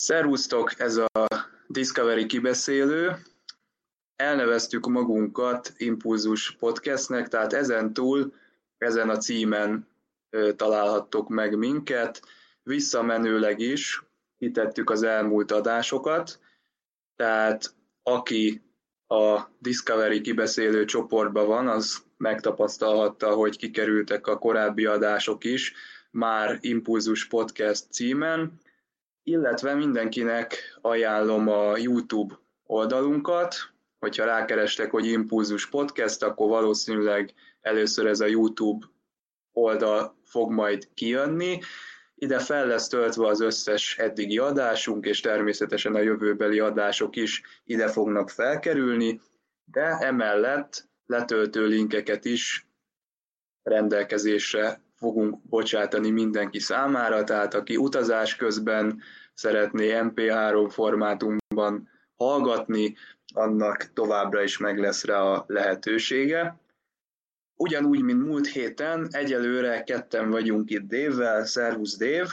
Szervusztok, ez a Discovery kibeszélő. Elneveztük magunkat Impulzus Podcastnek, tehát ezen a címen találhattok meg minket. Visszamenőleg is kitettük az elmúlt adásokat, tehát aki a Discovery kibeszélő csoportban van, az megtapasztalhatta, hogy kikerültek a korábbi adások is, már Impulzus Podcast címen, illetve mindenkinek ajánlom a YouTube oldalunkat, hogyha rákerestek, hogy Impulzus Podcast, akkor valószínűleg először ez a YouTube oldal fog majd kijönni. Ide fel lesz töltve az összes eddigi adásunk, és természetesen a jövőbeli adások is ide fognak felkerülni, de emellett letöltő linkeket is rendelkezésre fogunk bocsátani mindenki számára, tehát aki utazás közben szeretné MP3 formátumban hallgatni, annak továbbra is meg lesz rá a lehetősége. Ugyanúgy, mint múlt héten, egyelőre ketten vagyunk itt Dévvel. Szervusz, Dév!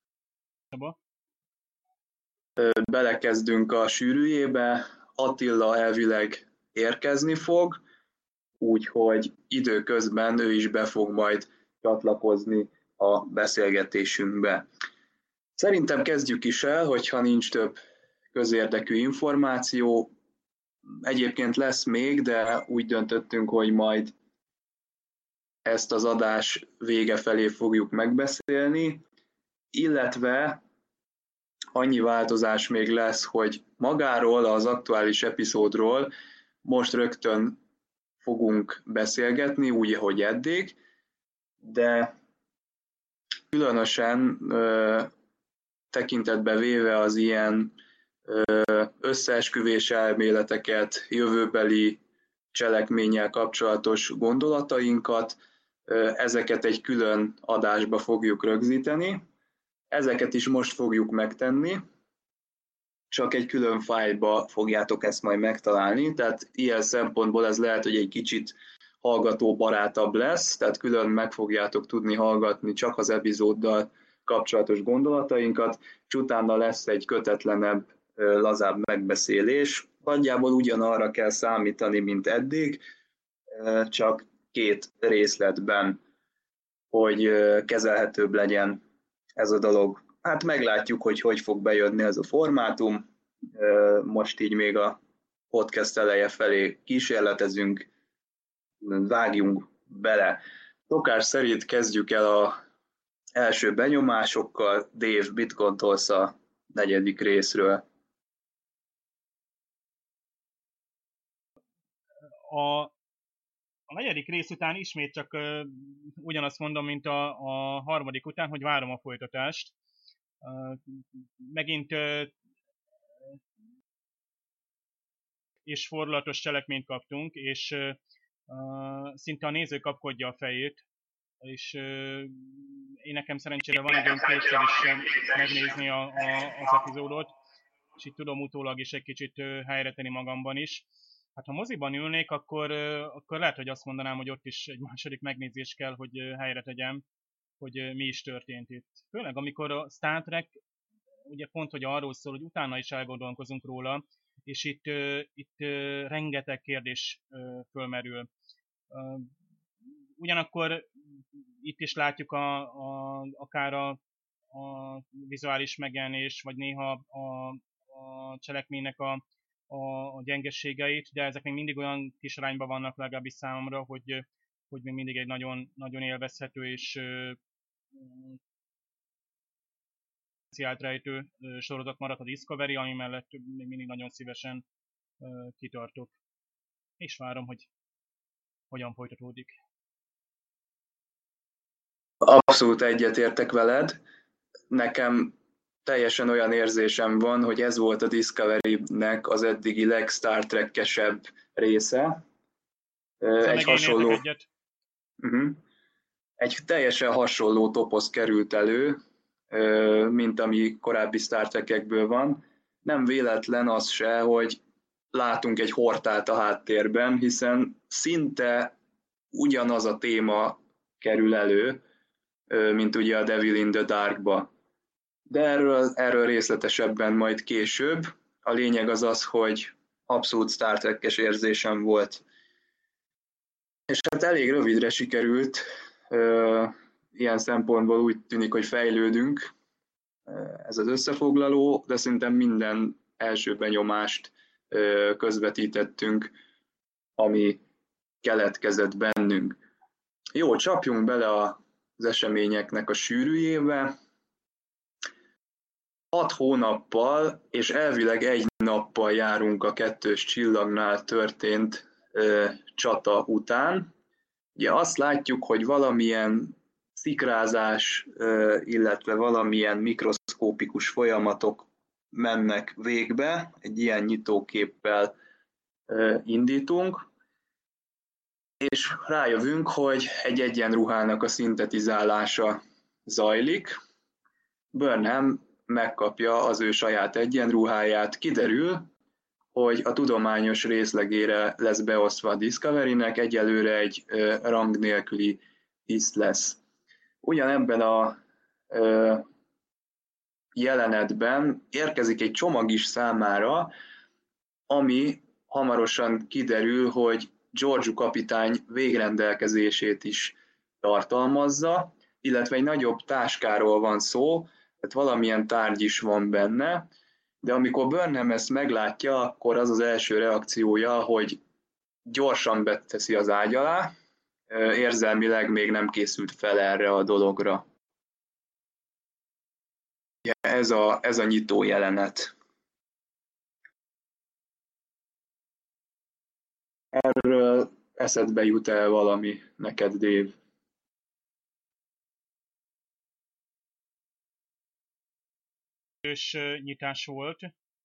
Belekezdünk a sűrűjébe. Attila elvileg érkezni fog, úgyhogy időközben ő is be fog majd csatlakozni a beszélgetésünkbe. Szerintem kezdjük is el, hogyha nincs több közérdekű információ. Egyébként lesz még, de úgy döntöttünk, hogy majd ezt az adás vége felé fogjuk megbeszélni, illetve annyi változás még lesz, hogy magáról, az aktuális epizódról most rögtön fogunk beszélgetni, úgy, ahogy eddig, de különösen tekintetbe véve az ilyen összeesküvés elméleteket, jövőbeli cselekménnyel kapcsolatos gondolatainkat, ezeket egy külön adásba fogjuk rögzíteni. Ezeket is most fogjuk megtenni, csak egy külön fájlba fogjátok ezt majd megtalálni, tehát ilyen szempontból ez lehet, hogy egy kicsit hallgatóbarátabb lesz, tehát külön meg fogjátok tudni hallgatni csak az epizóddal kapcsolatos gondolatainkat, és utána lesz egy kötetlenebb, lazább megbeszélés. Nagyjából ugyanarra kell számítani, mint eddig, csak 2 részletben, hogy kezelhetőbb legyen ez a dolog. Hát meglátjuk, hogy fog bejönni ez a formátum. Most így még a podcast eleje felé kísérletezünk, vágjunk bele. Szokás szerint kezdjük el az első benyomásokkal. Dave, mit gondolsz a 4. részről? A 4. rész után ismét csak ugyanazt mondom, mint a 3. után, hogy várom a folytatást. Megint és fordulatos cselekményt kaptunk, és szinte a néző kapkodja a fejét, és én nekem szerencsére van időm kétszer is megnézni az epizódot, és itt tudom utólag is egy kicsit helyre tenni magamban is. Hát ha moziban ülnék, akkor lehet, hogy azt mondanám, hogy ott is egy második megnézés kell, hogy helyre tegyem, hogy mi is történt itt. Főleg amikor a Star Trek ugye pont, hogy arról szól, hogy utána is elgondolkozunk róla, és itt rengeteg kérdés fölmerül. Ugyanakkor itt is látjuk akár a vizuális megjelenés, vagy néha a cselekménynek a gyengeségeit, de ezek még mindig olyan kis arányban vannak legalábbis számomra, hogy még mindig egy nagyon, nagyon élvezhető és rejtő sorozat maradt a Discovery, ami mellett még mindig nagyon szívesen kitartok. És várom, hogy hogyan folytatódik. Abszolút egyetértek veled. Nekem teljesen olyan érzésem van, hogy ez volt a Discovery-nek az eddigi legStar Trek-esebb része. Egy teljesen hasonló topoz került elő, mint ami korábbi Star Trek-ekből van. Nem véletlen az se, hogy látunk egy hortát a háttérben, hiszen szinte ugyanaz a téma kerül elő, mint ugye a Devil in the Darkba. De erről részletesebben majd később. A lényeg az, hogy abszolút Star Trek-es érzésem volt. És hát elég rövidre sikerült, ilyen szempontból úgy tűnik, hogy fejlődünk, ez az összefoglaló, de szerintem minden első benyomást közvetítettünk, ami keletkezett bennünk. Jó, csapjunk bele az eseményeknek a sűrűjébe. 6 hónappal és elvileg 1 nappal járunk a kettős csillagnál történt csata után. Ugye azt látjuk, hogy valamilyen szikrázás, illetve valamilyen mikroszkópikus folyamatok mennek végbe, egy ilyen nyitóképpel indítunk, és rájövünk, hogy egy egyenruhának a szintetizálása zajlik. Burnham megkapja az ő saját egyenruháját, kiderül, hogy a tudományos részlegére lesz beosztva a Discovery-nek, egyelőre egy rang nélküli tiszt lesz. Ugyanebben a jelenetben érkezik egy csomag is számára, ami hamarosan kiderül, hogy Georgiou kapitány végrendelkezését is tartalmazza, illetve egy nagyobb táskáról van szó, tehát valamilyen tárgy is van benne, de amikor Burnham ezt meglátja, akkor az az első reakciója, hogy gyorsan beteszi az ágy alá, érzelmileg még nem készült fel erre a dologra. Ez a nyitó jelenet. Erről eszedbe jut el valami neked, Dave? Nyitás volt.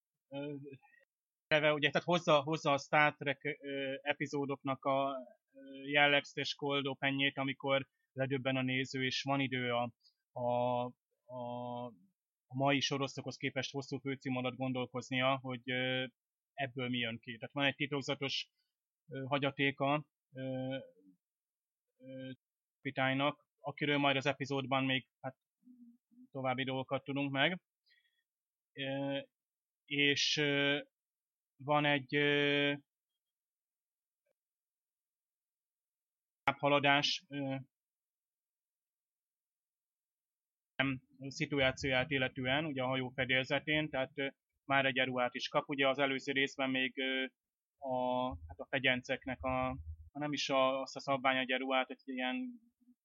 Ugye, tehát hozza a Star Trek epizódoknak a jellegzetes cold openjét, amikor ledöbben a néző, és van idő a mai sorozatokhoz képest hosszú főcím alatt gondolkoznia, hogy ebből mi jön ki. Tehát van egy titokzatos hagyatéka kapitánynak, akiről majd az epizódban még hát, további dolgokat tudunk meg. És van egy haladás szituációját illetően, ugye a hajó fedélzetén, tehát már egy ruhát is kap. Ugye az előző részben még a fegyenceknek nem is azt a szabvány egyenruhát, egy ilyen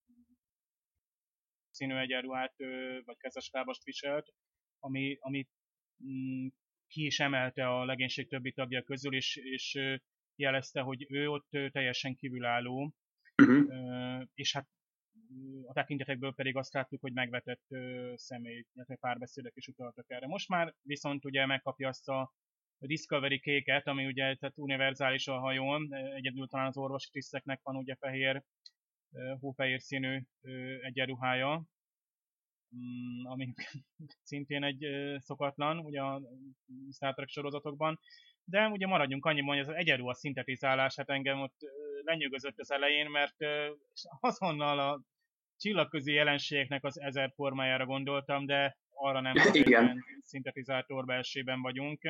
színű egyenruhát vagy kezeslábast viselt, ami ki is emelte a legénység többi tagja közül, és jelezte, hogy ő ott teljesen kívülálló, és hát a tekintetekből pedig azt láttuk, hogy megvetett személy, illetve párbeszédek is utaltak erre. Most már viszont ugye megkapja azt a Discovery kéket, ami ugye tehát univerzális a hajón, egyedül talán az orvosi tiszteknek van ugye hófehér színű egyenruhája, ami szintén egy szokatlan ugye a Star Trek sorozatokban, de ugye maradjunk annyiban, hogy ez az egyenruha szintetizálás, hát engem ott lenyűgözött az elején, mert azonnal a csillagközi jelenségeknek az 1000 formájára gondoltam, de arra nem, hogy egy szintetizátor belsőben vagyunk.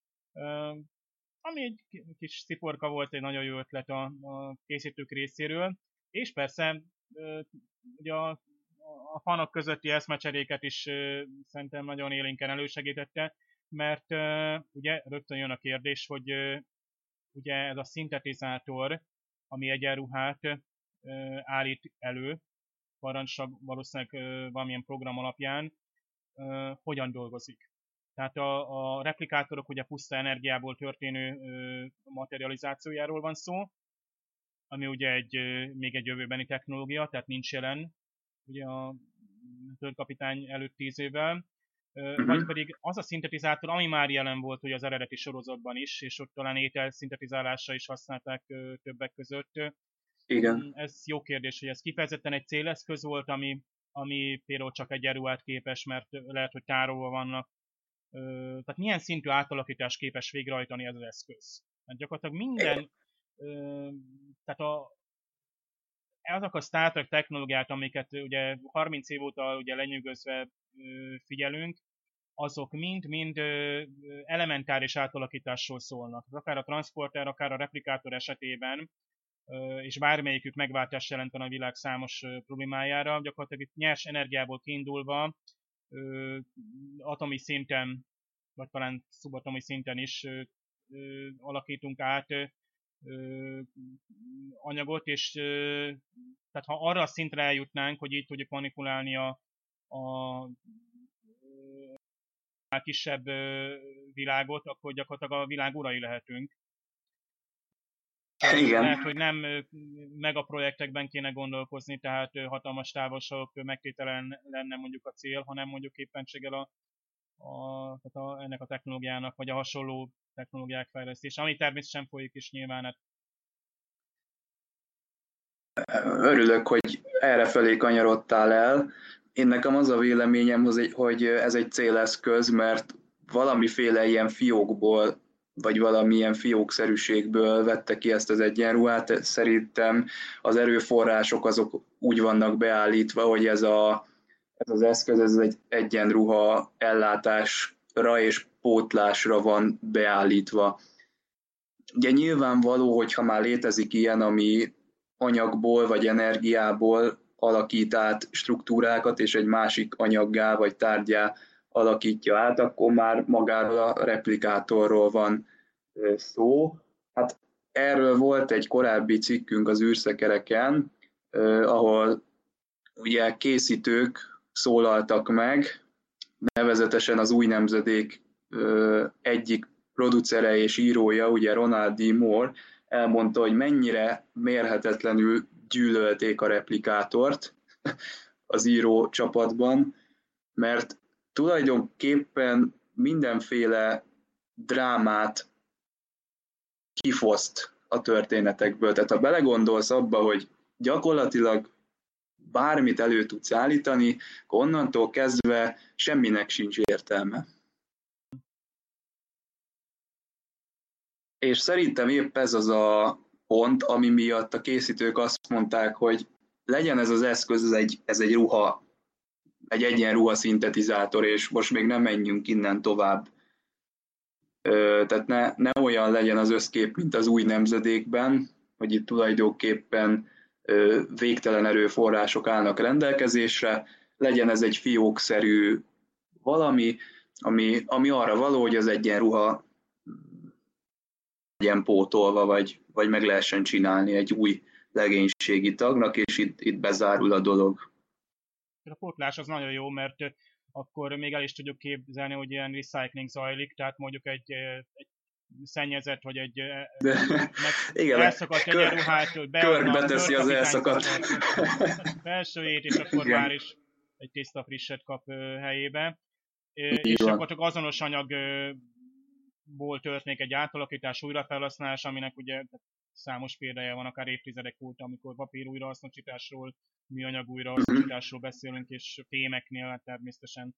Ami egy kis sziporka volt, egy nagyon jó ötlet a készítők részéről, és persze ugye a fanok közötti eszmecseréket is szerintem nagyon élénken elősegítette, mert ugye rögtön jön a kérdés, hogy ugye ez a szintetizátor, ami egyenruhát állít elő, parancsra valószínűleg valamilyen program alapján, hogyan dolgozik. Tehát a replikátorok ugye puszta energiából történő materializációjáról van szó, ami ugye még egy jövőbeni technológia, tehát nincs jelen ugye a Törkapitány előtt 10 évvel, vagy pedig az a szintetizátor, ami már jelen volt ugye az eredeti sorozatban is, és ott talán étel szintetizálásra is használták többek között. Igen. Ez jó kérdés, hogy ez kifejezetten egy céleszköz volt, ami például csak egyenruhát képes, mert lehet, hogy tárolva vannak. Tehát milyen szintű átalakítás képes végrehajtani ez az eszköz? Mert gyakorlatilag minden, tehát azok a Star Trek technológiát, amiket ugye 30 év óta ugye lenyűgözve figyelünk, azok mind elementáris átalakításról szólnak. Akár a transporter, akár a replikátor esetében, és bármelyikük megváltást jelenten a világ számos problémájára, gyakorlatilag itt nyers energiából kiindulva atomi szinten, vagy talán szubatomi szinten is alakítunk át anyagot, és tehát ha arra a szintre eljutnánk, hogy így tudjuk manipulálni a kisebb világot, akkor gyakorlatilag a világ urai lehetünk. Igen. Lehet, hogy nem megaprojektekben kéne gondolkozni, tehát hatalmas távolságok megtételen lenne mondjuk a cél, hanem mondjuk éppenséggel ennek a technológiának, vagy a hasonló technológiák fejlesztése, ami természetesen folyik is nyilván. Hát. Örülök, hogy errefelé kanyarodtál el. Én nekem az a véleményem, hogy ez egy céleszköz, mert valamiféle ilyen fiókból, vagy valamilyen fiókszerűségből vette ki ezt az egyenruhát. Szerintem az erőforrások azok úgy vannak beállítva, hogy ez az eszköz, ez egy egyenruha ellátásra és pótlásra van beállítva. Ugye nyilvánvaló, hogyha már létezik ilyen, ami anyagból vagy energiából alakít át struktúrákat, és egy másik anyaggá vagy tárgyá alakítja át, akkor már magáról a replikátorról van szó. Hát erről volt egy korábbi cikkünk az űrszekereken, ahol ugye készítők szólaltak meg, nevezetesen az új nemzedék egyik producere és írója, ugye Ronald D. Moore, elmondta, hogy mennyire mérhetetlenül gyűlölték a replikátort az író csapatban, mert tulajdonképpen mindenféle drámát kifoszt a történetekből. Tehát ha belegondolsz abba, hogy gyakorlatilag bármit elő tudsz állítani, akkor onnantól kezdve semminek sincs értelme. És szerintem épp ez az a pont, ami miatt a készítők azt mondták, hogy legyen ez az eszköz, ez egy ruha, egy egyenruha szintetizátor, és most még nem menjünk innen tovább. Tehát ne olyan legyen az összkép, mint az új nemzedékben, hogy itt tulajdonképpen végtelen erőforrások állnak rendelkezésre, legyen ez egy fiókszerű valami, ami arra való, hogy az egyenruha legyen pótolva, vagy meg lehessen csinálni egy új legénységi tagnak, és itt bezárul a dolog. A pótlás az nagyon jó, mert akkor még el is tudjuk képzelni, hogy ilyen recycling zajlik, tehát mondjuk egy szennyezett, vagy egy elszakadt egyenruhát körbe teszi az elszakadt belsőjét, és akkor igen. Már is egy tiszta frisset kap helyébe. És akkor csak azonos anyagból történik egy átalakítás, újrafelhasználás, aminek ugye számos példája van, akár évtizedek óta, amikor papír újrahasznosításról, műanyag újrahasznosításról beszélünk, és fémeknél természetesen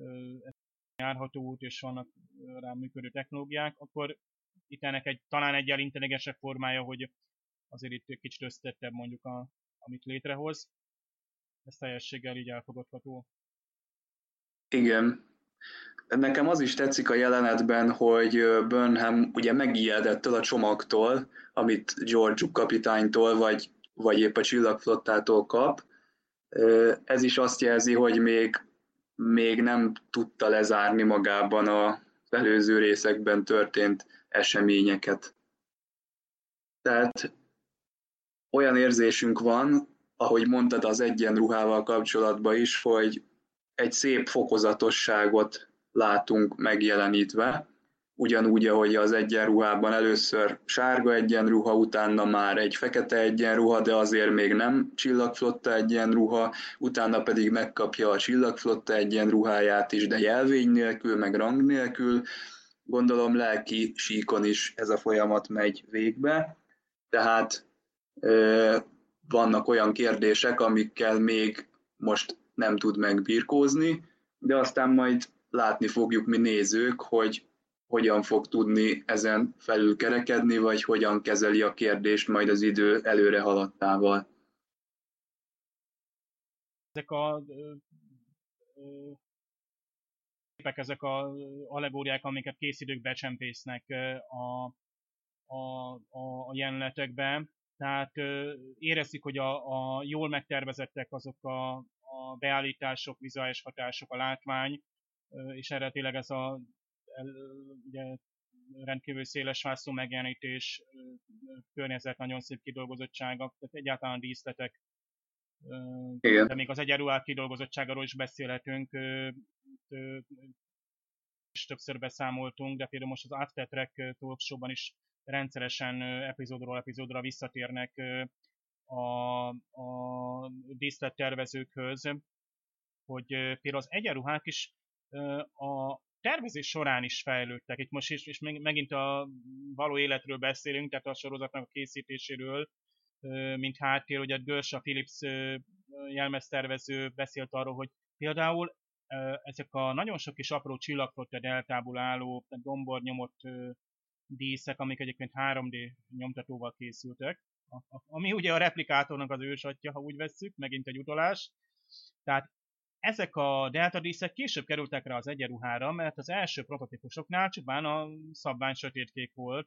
járható út, és vannak rá működő technológiák, akkor itt ennek talán egy intelligensebb formája, hogy azért itt kicsit összetettebb mondjuk, amit létrehoz. Ez teljességgel így elfogadható. Igen. Nekem az is tetszik a jelenetben, hogy Burnham ugye megijedett a csomagtól, amit George kapitánytól, vagy épp a csillagflottától kap. Ez is azt jelzi, hogy még nem tudta lezárni magában az előző részekben történt eseményeket. Tehát olyan érzésünk van, ahogy mondtad az egyenruhával kapcsolatban is, hogy egy szép fokozatosságot látunk megjelenítve, ugyanúgy, ahogy az egyenruhában először sárga egyenruha, utána már egy fekete egyenruha, de azért még nem csillagflotta egyenruha, utána pedig megkapja a csillagflotta egyenruháját is, de jelvény nélkül, meg rang nélkül. Gondolom lelki síkon is ez a folyamat megy végbe, tehát vannak olyan kérdések, amikkel még most nem tud megbirkózni, de aztán majd látni fogjuk mi nézők, hogy hogyan fog tudni ezen felülkerekedni, vagy hogyan kezeli a kérdést majd az idő előre haladtával. Ezek a ezek az allegóriák, amiket készítők becsempésznek a jelenetekbe. Tehát érezzük, hogy a jól megtervezettek azok a beállítások, vizuális hatások, a látvány, és eredetileg ez ugye, rendkívül széles vászú megjelenítés, környezet nagyon szép kidolgozottsága, tehát egyáltalán a díszletek, de még az egyenruhák kidolgozottságáról is beszélhetünk, és többször beszámoltunk, de például most az After Track Talk Show-ban is rendszeresen epizódról epizódra visszatérnek a díszlettervezőkhöz, hogy például az egyenruhák is a tervezés során is fejlődtek. Itt most is megint a való életről beszélünk, tehát a sorozatnak a készítéséről, mint háttér, ugye Gersha Phillips jelmeztervező beszélt arról, hogy például ezek a nagyon sok kis apró csillagfottel deltából álló, dombornyomott díszek, amik egyébként 3D nyomtatóval készültek, ami ugye a replikátornak az ősatja, ha úgy vesszük, megint egy utalás. Tehát ezek a delta díszek később kerültek rá az egyenruhára, mert az első prototípusoknál csupán a szabvány sötétkék volt.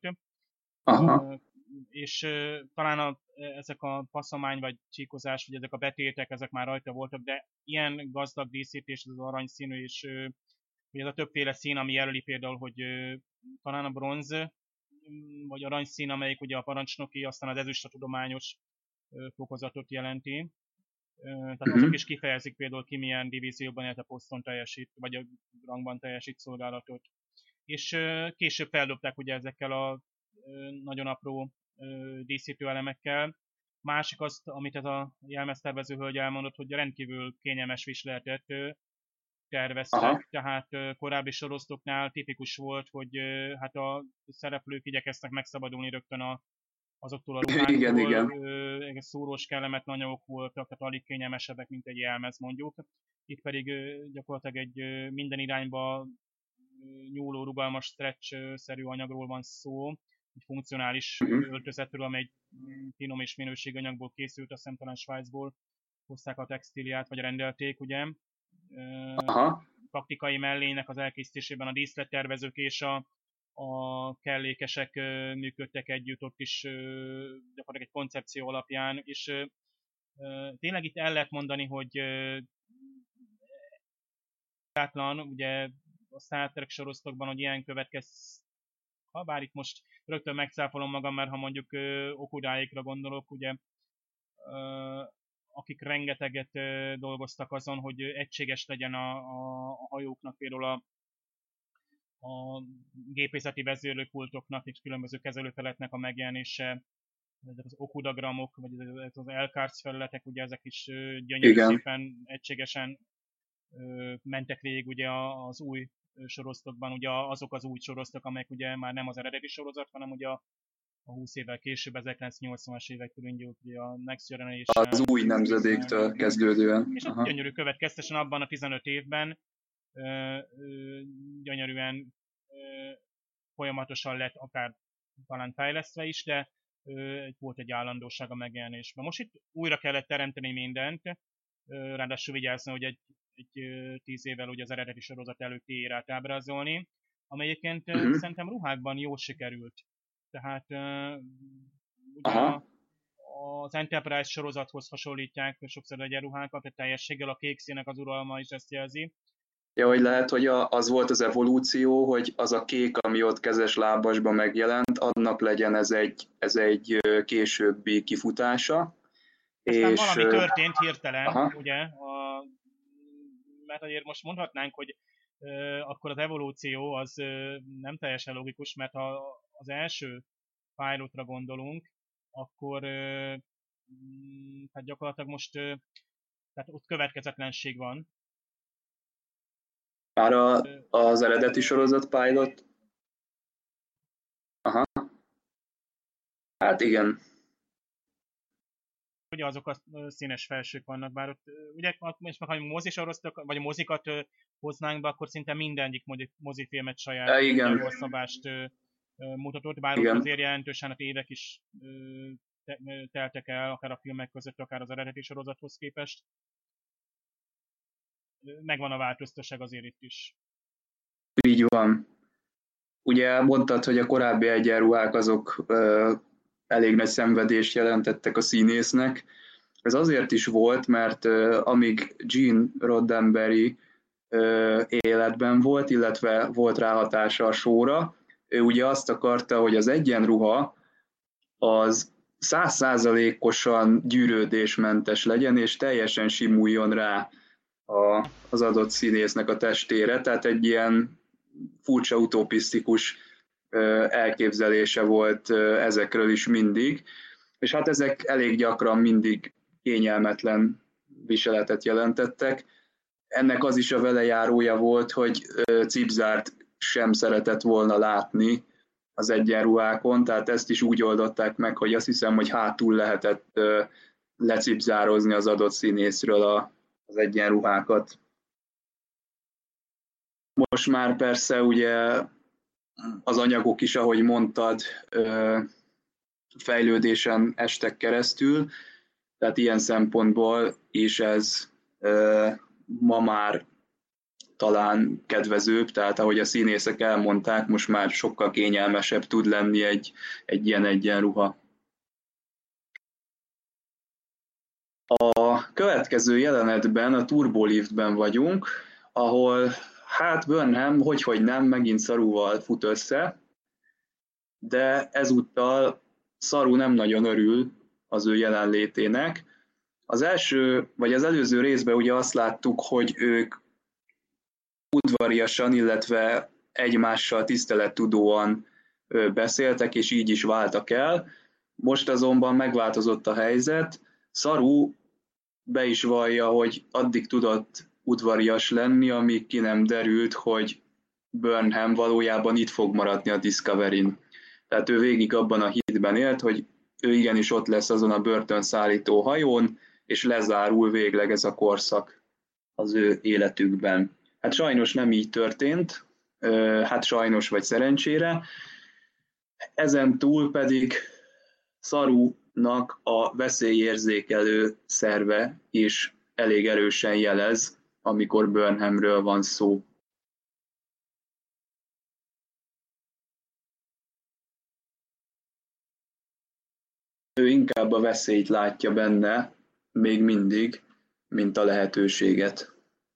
Aha. És talán ezek a passzomány vagy csíkozás, vagy ezek a betétek, ezek már rajta voltak, de ilyen gazdag díszítés, ez az aranyszínű, és ugye ez a többféle szín, ami jelöli például, hogy talán a bronz, vagy aranyszín, amelyik ugye a parancsnoki, aztán az ezüst a tudományos fokozatot jelenti. Tehát azok is kifejezik például ki milyen divízióban, illetve poszton teljesít, vagy a rangban teljesít szolgálatot. És később feldobták ugye ezekkel a nagyon apró díszítő elemekkel. Másik azt, amit ez a jelmeztervező hölgy elmondott, hogy rendkívül kényelmes viseleten terveztek, Aha. tehát korábbi sorozatoknál tipikus volt, hogy hát a szereplők igyekeztek megszabadulni rögtön azoktól a ruháktól, Igen. szúrós, kellemetlen anyagok voltak, tehát alig kényelmesebbek, mint egy jelmez mondjuk. Itt pedig gyakorlatilag egy minden irányba nyúló, rugalmas, stretch-szerű anyagról van szó, egy funkcionális öltözetről, amely egy finom és minőségi anyagból készült, azt hiszem talán Svájcból hozták a textíliát, vagy rendelték, ugye. Aha. Taktikai mellének az elkészítésében a díszlettervezők és a kellékesek működtek együtt, ott is gyakorlatilag egy koncepció alapján, és tényleg itt el lehet mondani, hogy ugye a Star Trek sorozatokban, hogy ilyen bár itt most rögtön megszáfolom magam, mert ha mondjuk Okudáékra gondolok, ugye, akik rengeteget dolgoztak azon, hogy egységes legyen a hajóknak például a gépészeti vezérlőpultoknak és különböző kezelőfelületnek a megjelenése, az okudagramok, vagy az elkárc felületek, ugye ezek is gyönyörű szépen egységesen mentek végig ugye az új sorozatokban, ugye azok az új sorozatok, amelyek ugye már nem az eredeti sorozat, hanem ugye a 20 évvel később, 1980-as évektől indult ugye a Next Generation. Az új nemzedéktől kezdődően. És a gyönyörű következtesen abban a 15 évben gyönyörűen folyamatosan lett akár talán fejlesztve is, de volt egy állandóság a megjelenésben. Most itt újra kellett teremteni mindent, ráadásul vigyázni, hogy egy 10 évvel ugye az eredeti sorozat előtti érát ábrázolni, amely egyébként szerintem ruhákban jól sikerült. Tehát ugye az Enterprise sorozathoz hasonlítják sokszor egyenruhákat, a teljességgel a kék színek az uralma is ezt jelzi. Ja, hogy lehet, hogy az volt az evolúció, hogy az a kék, ami ott kezes lábasban megjelent, annak legyen ez egy későbbi kifutása. Aztán valami történt hirtelen, ugye, mert azért most mondhatnánk, hogy akkor az evolúció az nem teljesen logikus, mert ha az első pilotra gondolunk, akkor hát gyakorlatilag most tehát ott következetlenség van. Már az eredeti sorozat pilot? Aha. Hát igen. Ugye azok a színes felsők vannak, bár ott, ugye most meg, ha mozisoroztak, vagy a mozikat hoznánk be, akkor szinte mindegyik mozifilmet saját hosszabást mutatott, bár ott azért jelentősen évek is teltek el, akár a filmek között, akár az eredeti sorozathoz képest. Megvan a változtaság azért itt is. Így van. Ugye mondtad, hogy a korábbi egyenruhák azok elég nagy szenvedést jelentettek a színésznek. Ez azért is volt, mert amíg Gene Roddenberry életben volt, illetve volt ráhatása a showra, ő ugye azt akarta, hogy az egyenruha az 100%-osan gyűrődésmentes legyen, és teljesen simuljon rá az adott színésznek a testére, tehát egy ilyen furcsa utopisztikus elképzelése volt ezekről is mindig, és hát ezek elég gyakran mindig kényelmetlen viseletet jelentettek. Ennek az is a velejárója volt, hogy cipzárt sem szeretett volna látni az egyenruhákon, tehát ezt is úgy oldották meg, hogy azt hiszem, hogy hátul lehetett lecipzározni az adott színészről az egyenruhákat. Most már persze ugye az anyagok is, ahogy mondtad, fejlődésen estek keresztül, tehát ilyen szempontból is ez ma már talán kedvezőbb, tehát ahogy a színészek elmondták, most már sokkal kényelmesebb tud lenni egy ilyen egyenruha. A következő jelenetben a turboliftben vagyunk, ahol hát Burnham, hogy nem, megint Saruval fut össze, de ezúttal Saru nem nagyon örül az ő jelenlétének. Az előző részben ugye azt láttuk, hogy ők udvariasan, illetve egymással tisztelettudóan beszéltek, és így is váltak el. Most azonban megváltozott a helyzet. Saru be is vallja, hogy addig tudott udvarias lenni, amíg ki nem derült, hogy Burnham valójában itt fog maradni a Discoveryn. Tehát ő végig abban a hitben élt, hogy ő igenis ott lesz azon a börtönszállító hajón, és lezárul végleg ez a korszak az ő életükben. Hát sajnos nem így történt, hát sajnos vagy szerencsére. Ezen túl pedig Sarunak a veszélyérzékelő szerve is elég erősen jelez, amikor Burnhamről van szó. Ő inkább a veszélyt látja benne, még mindig, mint a lehetőséget.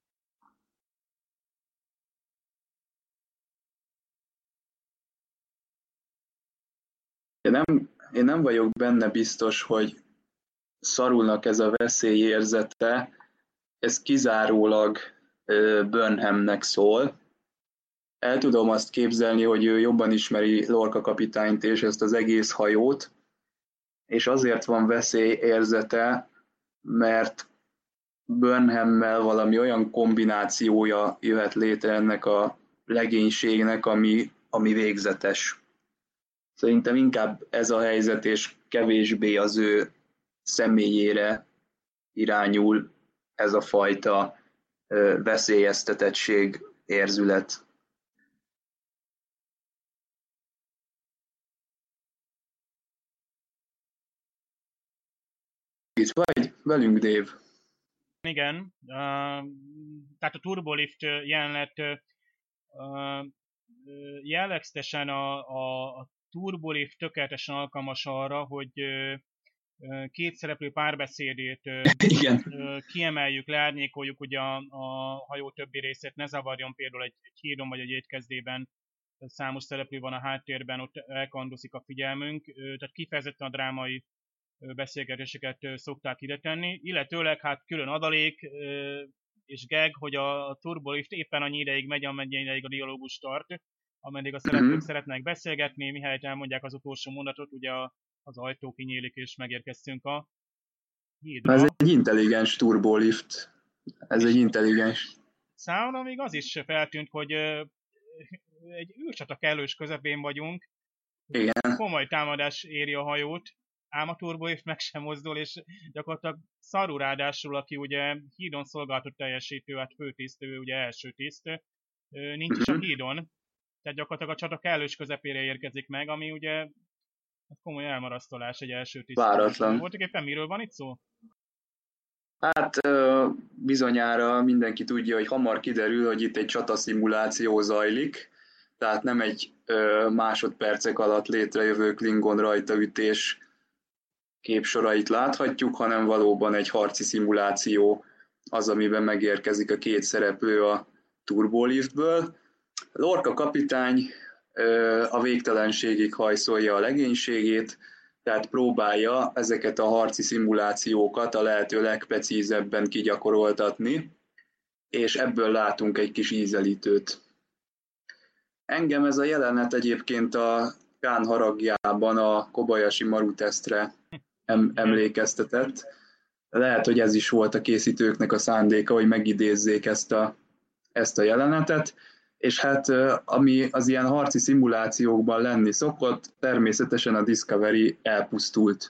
Én nem vagyok benne biztos, hogy Sarunak ez a veszélyérzete, ez kizárólag Burnhamnek szól. El tudom azt képzelni, hogy ő jobban ismeri Lorca kapitányt és ezt az egész hajót, és azért van veszélyérzete, mert Burnhammel valami olyan kombinációja jöhet létre ennek a legénységnek, ami végzetes. Szerintem inkább ez a helyzet, és kevésbé az ő személyére irányul ez a fajta veszélyeztetettség érzület. Itt vagy velünk, Dave? Igen, tehát a turbolift jelenet jellegzetesen a turbolift tökéletesen alkalmas arra, hogy két szereplő párbeszédét Igen. kiemeljük, leárnyékoljuk, ugye a hajó többi részét ne zavarjon, például egy hídon vagy egy étkezdében számos szereplő van a háttérben, ott elkandoszik a figyelmünk, tehát kifejezetten a drámai beszélgetéseket szokták ide tenni, illetőleg hát külön adalék és gag, hogy a turbolift éppen annyi ideig megy, amennyi ideig a dialógus tart, ameddig a szereplők szeretnek beszélgetni, mihelyt elmondják az utolsó mondatot, ugye az ajtó kinyílik és megérkeztünk a hídra. Ez egy intelligens turbolift. Ez egy intelligens. Számomra még az is feltűnt, hogy egy űrcsata kellős közepén vagyunk. Igen. Komoly támadás éri a hajót, ám a turbolift meg sem mozdul, és gyakorlatilag Saru ráadásul, aki ugye hídon szolgálatot teljesítő, hát főtiszt, ő ugye első tiszt, nincs is a hídon, tehát gyakorlatilag a csata kellős közepére érkezik meg, ami ugye komoly elmarasztalás egy első tiszt. Váratlan. Voltak éppen miről van itt szó? Hát bizonyára mindenki tudja, hogy hamar kiderül, hogy itt egy csataszimuláció zajlik, tehát nem egy másodpercek alatt létrejövő Klingon rajtaütés képsorait láthatjuk, hanem valóban egy harci szimuláció az, amiben megérkezik a két szereplő a turboliftből. Lorca kapitány a végtelenségig hajszolja a legénységét, tehát próbálja ezeket a harci szimulációkat a lehető legprecízebben kigyakoroltatni, és ebből látunk egy kis ízelítőt. Engem ez a jelenet egyébként a Khan haragjában a Kobayashi Maru tesztre emlékeztetett. Lehet, hogy ez is volt a készítőknek a szándéka, hogy megidézzék ezt a jelenetet, és hát ami az ilyen harci szimulációkban lenni szokott, természetesen a Discovery elpusztult.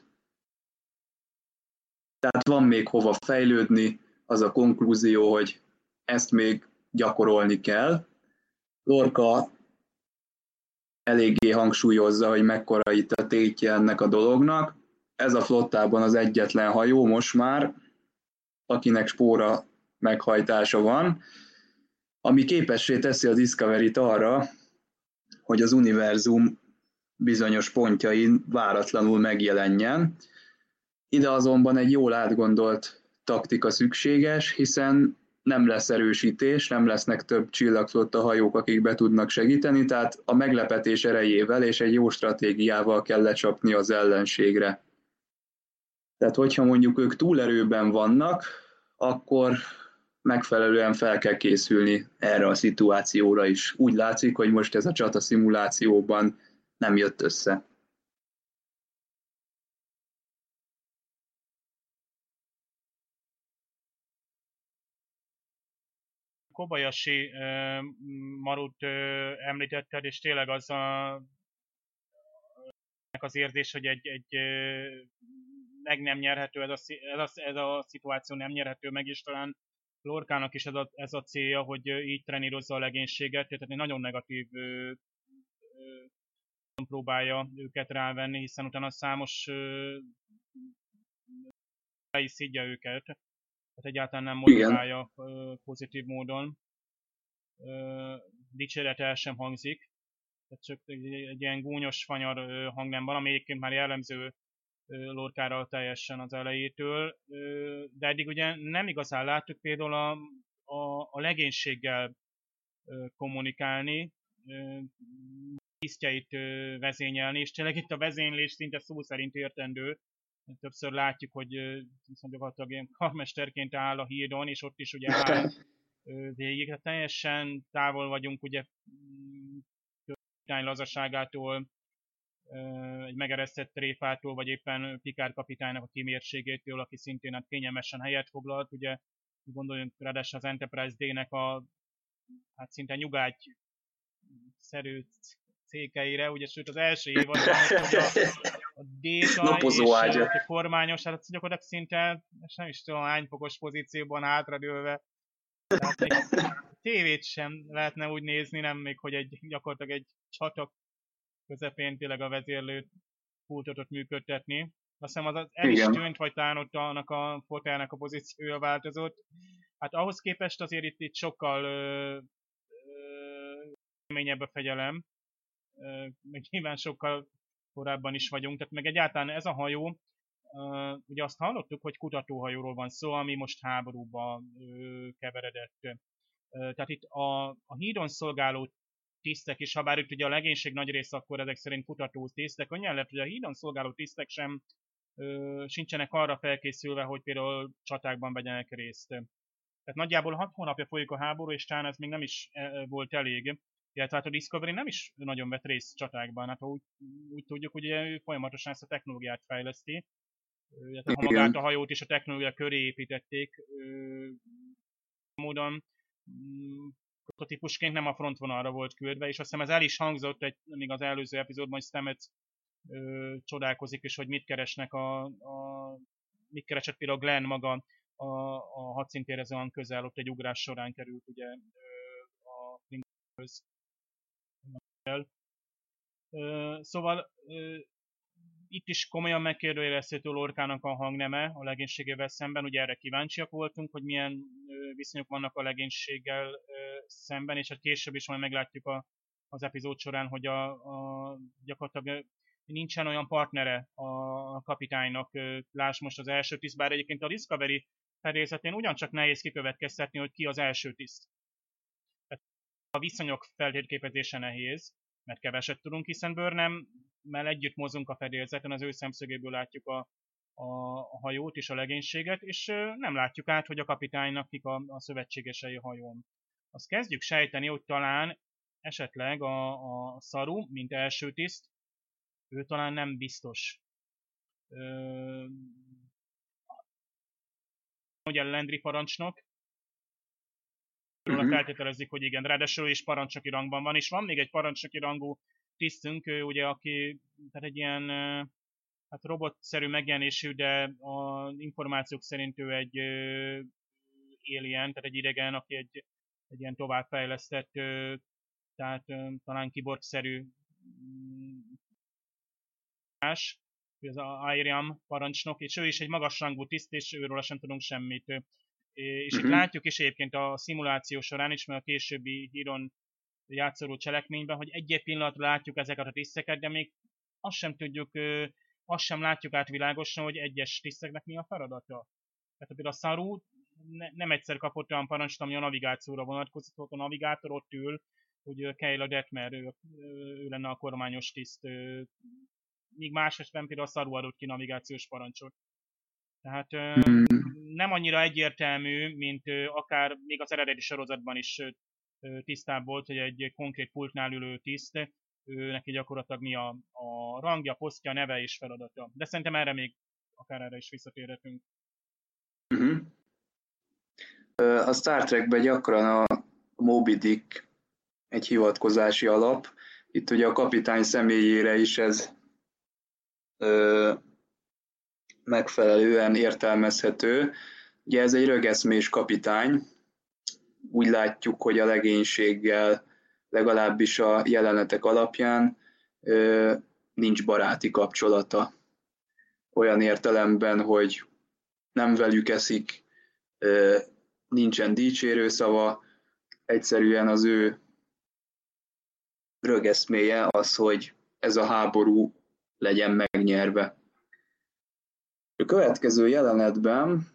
Tehát van még hova fejlődni, az a konklúzió, hogy ezt még gyakorolni kell. Lorca eléggé hangsúlyozza, hogy mekkora itt a tétje ennek a dolognak. Ez a flottában az egyetlen hajó most már, akinek spóra meghajtása van, ami képessé teszi a Discovery-t arra, hogy az univerzum bizonyos pontjain váratlanul megjelenjen. Ide azonban egy jól átgondolt taktika szükséges, hiszen nem lesz erősítés, nem lesznek több csillagflotta hajók, akik be tudnak segíteni, tehát a meglepetés erejével és egy jó stratégiával kell lecsapni az ellenségre. Tehát hogyha mondjuk ők túlerőben vannak, akkor megfelelően fel kell készülni erre a szituációra is. Úgy látszik, hogy most ez a csata szimulációban nem jött össze. Kobayashi Marut említetted, és tényleg az érzés, hogy egy meg nem nyerhető, ez a szituáció nem nyerhető meg, és talán Lorcának is ez a célja, hogy így trenírozza a legénységet, tehát egy nagyon negatív próbálja őket rávenni, hiszen utána számos is szidja őket, tehát egyáltalán nem motiválja pozitív módon. Dicséret el sem hangzik, tehát csak egy ilyen gúnyos, fanyar hangnem van, ami egyébként már jellemző Lorcára teljesen az elejétől, de eddig ugye nem igazán láttuk például a legénységgel kommunikálni, tisztjeit vezényelni, és tényleg itt a vezénylés szinte szó szerint értendő. Többször látjuk, hogy gyakorlatilag ilyen karmesterként áll a hídon, és ott is ugye áll végig. Tehát teljesen távol vagyunk ugye kapitány lazaságától, egy megeresztett tréfától, vagy éppen Picard kapitánynak a kimértségétől, aki szintén hát kényelmesen helyet foglalt. Ugye gondoljunk ráadásul az Enterprise D-nek a hát szinte nyugágy-szerű székeire, ugye sőt az első évadban a D-ta és a kormányos, hát gyakorlatilag szinte, nem is tudom, hányfokos pozícióban hátradőlve. Tehát még tévét sem lehetne úgy nézni, nem még, hogy gyakorlatilag egy csata közepén tényleg a vezérlő pultot működtetni. Azt hiszem az el is tűnt, vagy talán ott annak a fotelnek a pozíciója változott. Hát ahhoz képest azért itt sokkal keményebb a fegyelem, meg nyilván sokkal korábban is vagyunk, tehát meg egyáltalán ez a hajó, ugye azt hallottuk, hogy kutatóhajóról van szó, ami most háborúba keveredett. Tehát itt a hídon szolgáló tisztek is, ha bár itt ugye a legénység nagy része akkor ezek szerint kutató tisztek, könnyen lehet, hogy a hídon szolgáló tisztek sem sincsenek arra felkészülve, hogy például csatákban vegyenek részt. Tehát nagyjából 6 hónapja folyik a háború, és talán ez még nem is volt elég. Illetve hát a Discovery nem is nagyon vett részt csatákban. Hát úgy tudjuk, hogy ő folyamatosan ezt a technológiát fejleszti. Ha magát a hajót is a technológia köré építették, módon prototípusként nem a frontvonalra volt küldve, és azt hiszem ez el is hangzott még az előző epizódban, hogy Stamets csodálkozik, és hogy mit keresnek mit keresett például Glenn maga a hadszintérhez olyan közel, ott egy ugrás során került ugye a Klingonhoz. Szóval Itt is komolyan megkérdőjelezhető Lorkának a hangneme a legénységével szemben, ugye erre kíváncsiak voltunk, hogy milyen viszonyok vannak a legénységgel szemben, és hát később is majd meglátjuk az epizód során, hogy gyakorlatilag nincsen olyan partnere a kapitánynak, láss most az első tiszt, bár egyébként a Discovery fedélzetén ugyancsak nehéz kikövetkeztetni, hogy ki az első tiszt. A viszonyok feltérképezése nehéz, mert keveset tudunk, hiszen Burnham-mel együtt mozunk a fedélzeten, az ő szemszögéből látjuk a hajót és a legénységet, és nem látjuk át, hogy a kapitánynak kik a szövetségesei a hajón. Azt kezdjük sejteni, hogy talán esetleg a Saru, mint első tiszt, ő talán nem biztos. Ugye Landry parancsnok, róla feltételezik, hogy igen, ráadásul is parancsnoki rangban van, és van még egy parancsnoki rangú tisztünk, ugye, aki tehát egy ilyen hát robotszerű megjelenésű, de az információk szerint ő egy alien, tehát egy idegen, aki egy ilyen továbbfejlesztett, tehát talán kiborgszerű az Airiam parancsnok, és ő is egy magasrangú tiszt, és őről sem tudunk semmit. És itt látjuk is egyébként a szimuláció során is, mert a későbbi híron játszódó cselekményben, hogy egy pillanatra látjuk ezeket a tiszteket, de még azt sem tudjuk, azt sem látjuk át világosan, hogy egyes tiszteknek mi a feladata. Tehát például a Saru nem egyszer kapott olyan parancsot, ami a navigációra vonatkozott, a navigátor ott ül, hogy Kayla Detmer, ő lenne a kormányos tiszt, míg más esetben például a Saru adott ki navigációs parancsot. Tehát nem annyira egyértelmű, mint akár még az eredeti sorozatban is tisztább volt, hogy egy konkrét pultnál ülő tiszt, neki gyakorlatilag mi a rangja, posztja, neve és feladata. De szerintem erre még akár erre is visszatérhetünk. A Star Trekben gyakran a Moby Dick egy hivatkozási alap. Itt ugye a kapitány személyére is ez megfelelően értelmezhető. Ugye ez egy rögeszmés kapitány. Úgy látjuk, hogy a legénységgel legalábbis a jelenetek alapján nincs baráti kapcsolata. Olyan értelemben, hogy nem velük eszik, nincsen dicsérő szava, egyszerűen az ő rögeszméje az, hogy ez a háború legyen megnyerve. A következő jelenetben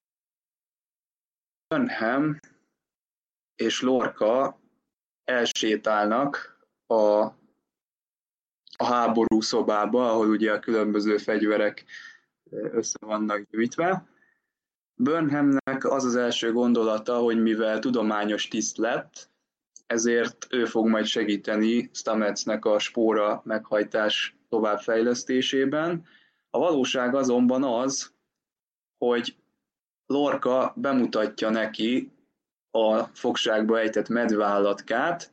Burnham és Lorca elsétálnak a háború szobába, ahol ugye a különböző fegyverek össze vannak gyűjtve. Burnhamnek az az első gondolata, hogy mivel tudományos tiszt lett, ezért ő fog majd segíteni Stametsnek a spóra meghajtás továbbfejlesztésében. A valóság azonban az, hogy Lorca bemutatja neki a fogságba ejtett medveállatkát,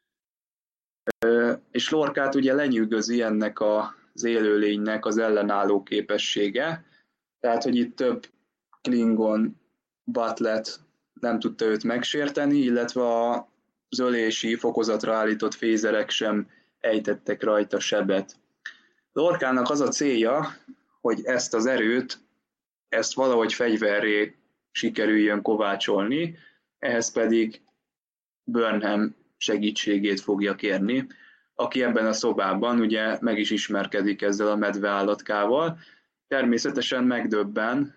és Lorcát ugye lenyűgözi ennek az élőlénynek az ellenálló képessége, tehát hogy itt több Klingon Butlet nem tudta őt megsérteni, illetve az ölési fokozatra állított fézerek sem ejtettek rajta sebet. Lorcának az a célja, hogy ezt az erőt, ezt valahogy fegyverré sikerüljön kovácsolni, ehhez pedig Burnham segítségét fogja kérni, aki ebben a szobában ugye meg is ismerkedik ezzel a medveállatkával. Természetesen megdöbben,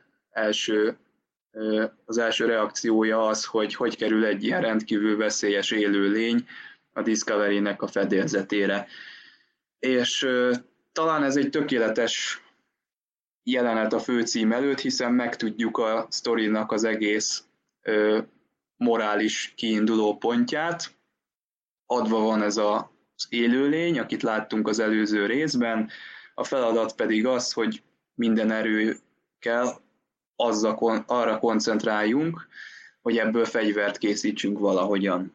az első reakciója az, hogy kerül egy ilyen rendkívül veszélyes élőlény a Discovery-nek a fedélzetére. És talán ez egy tökéletes jelenet a főcím előtt, hiszen megtudjuk a sztorinak az egész morális kiinduló pontját. Adva van ez az élőlény, akit láttunk az előző részben, a feladat pedig az, hogy minden erőkkel arra koncentráljunk, hogy ebből fegyvert készítsünk valahogyan.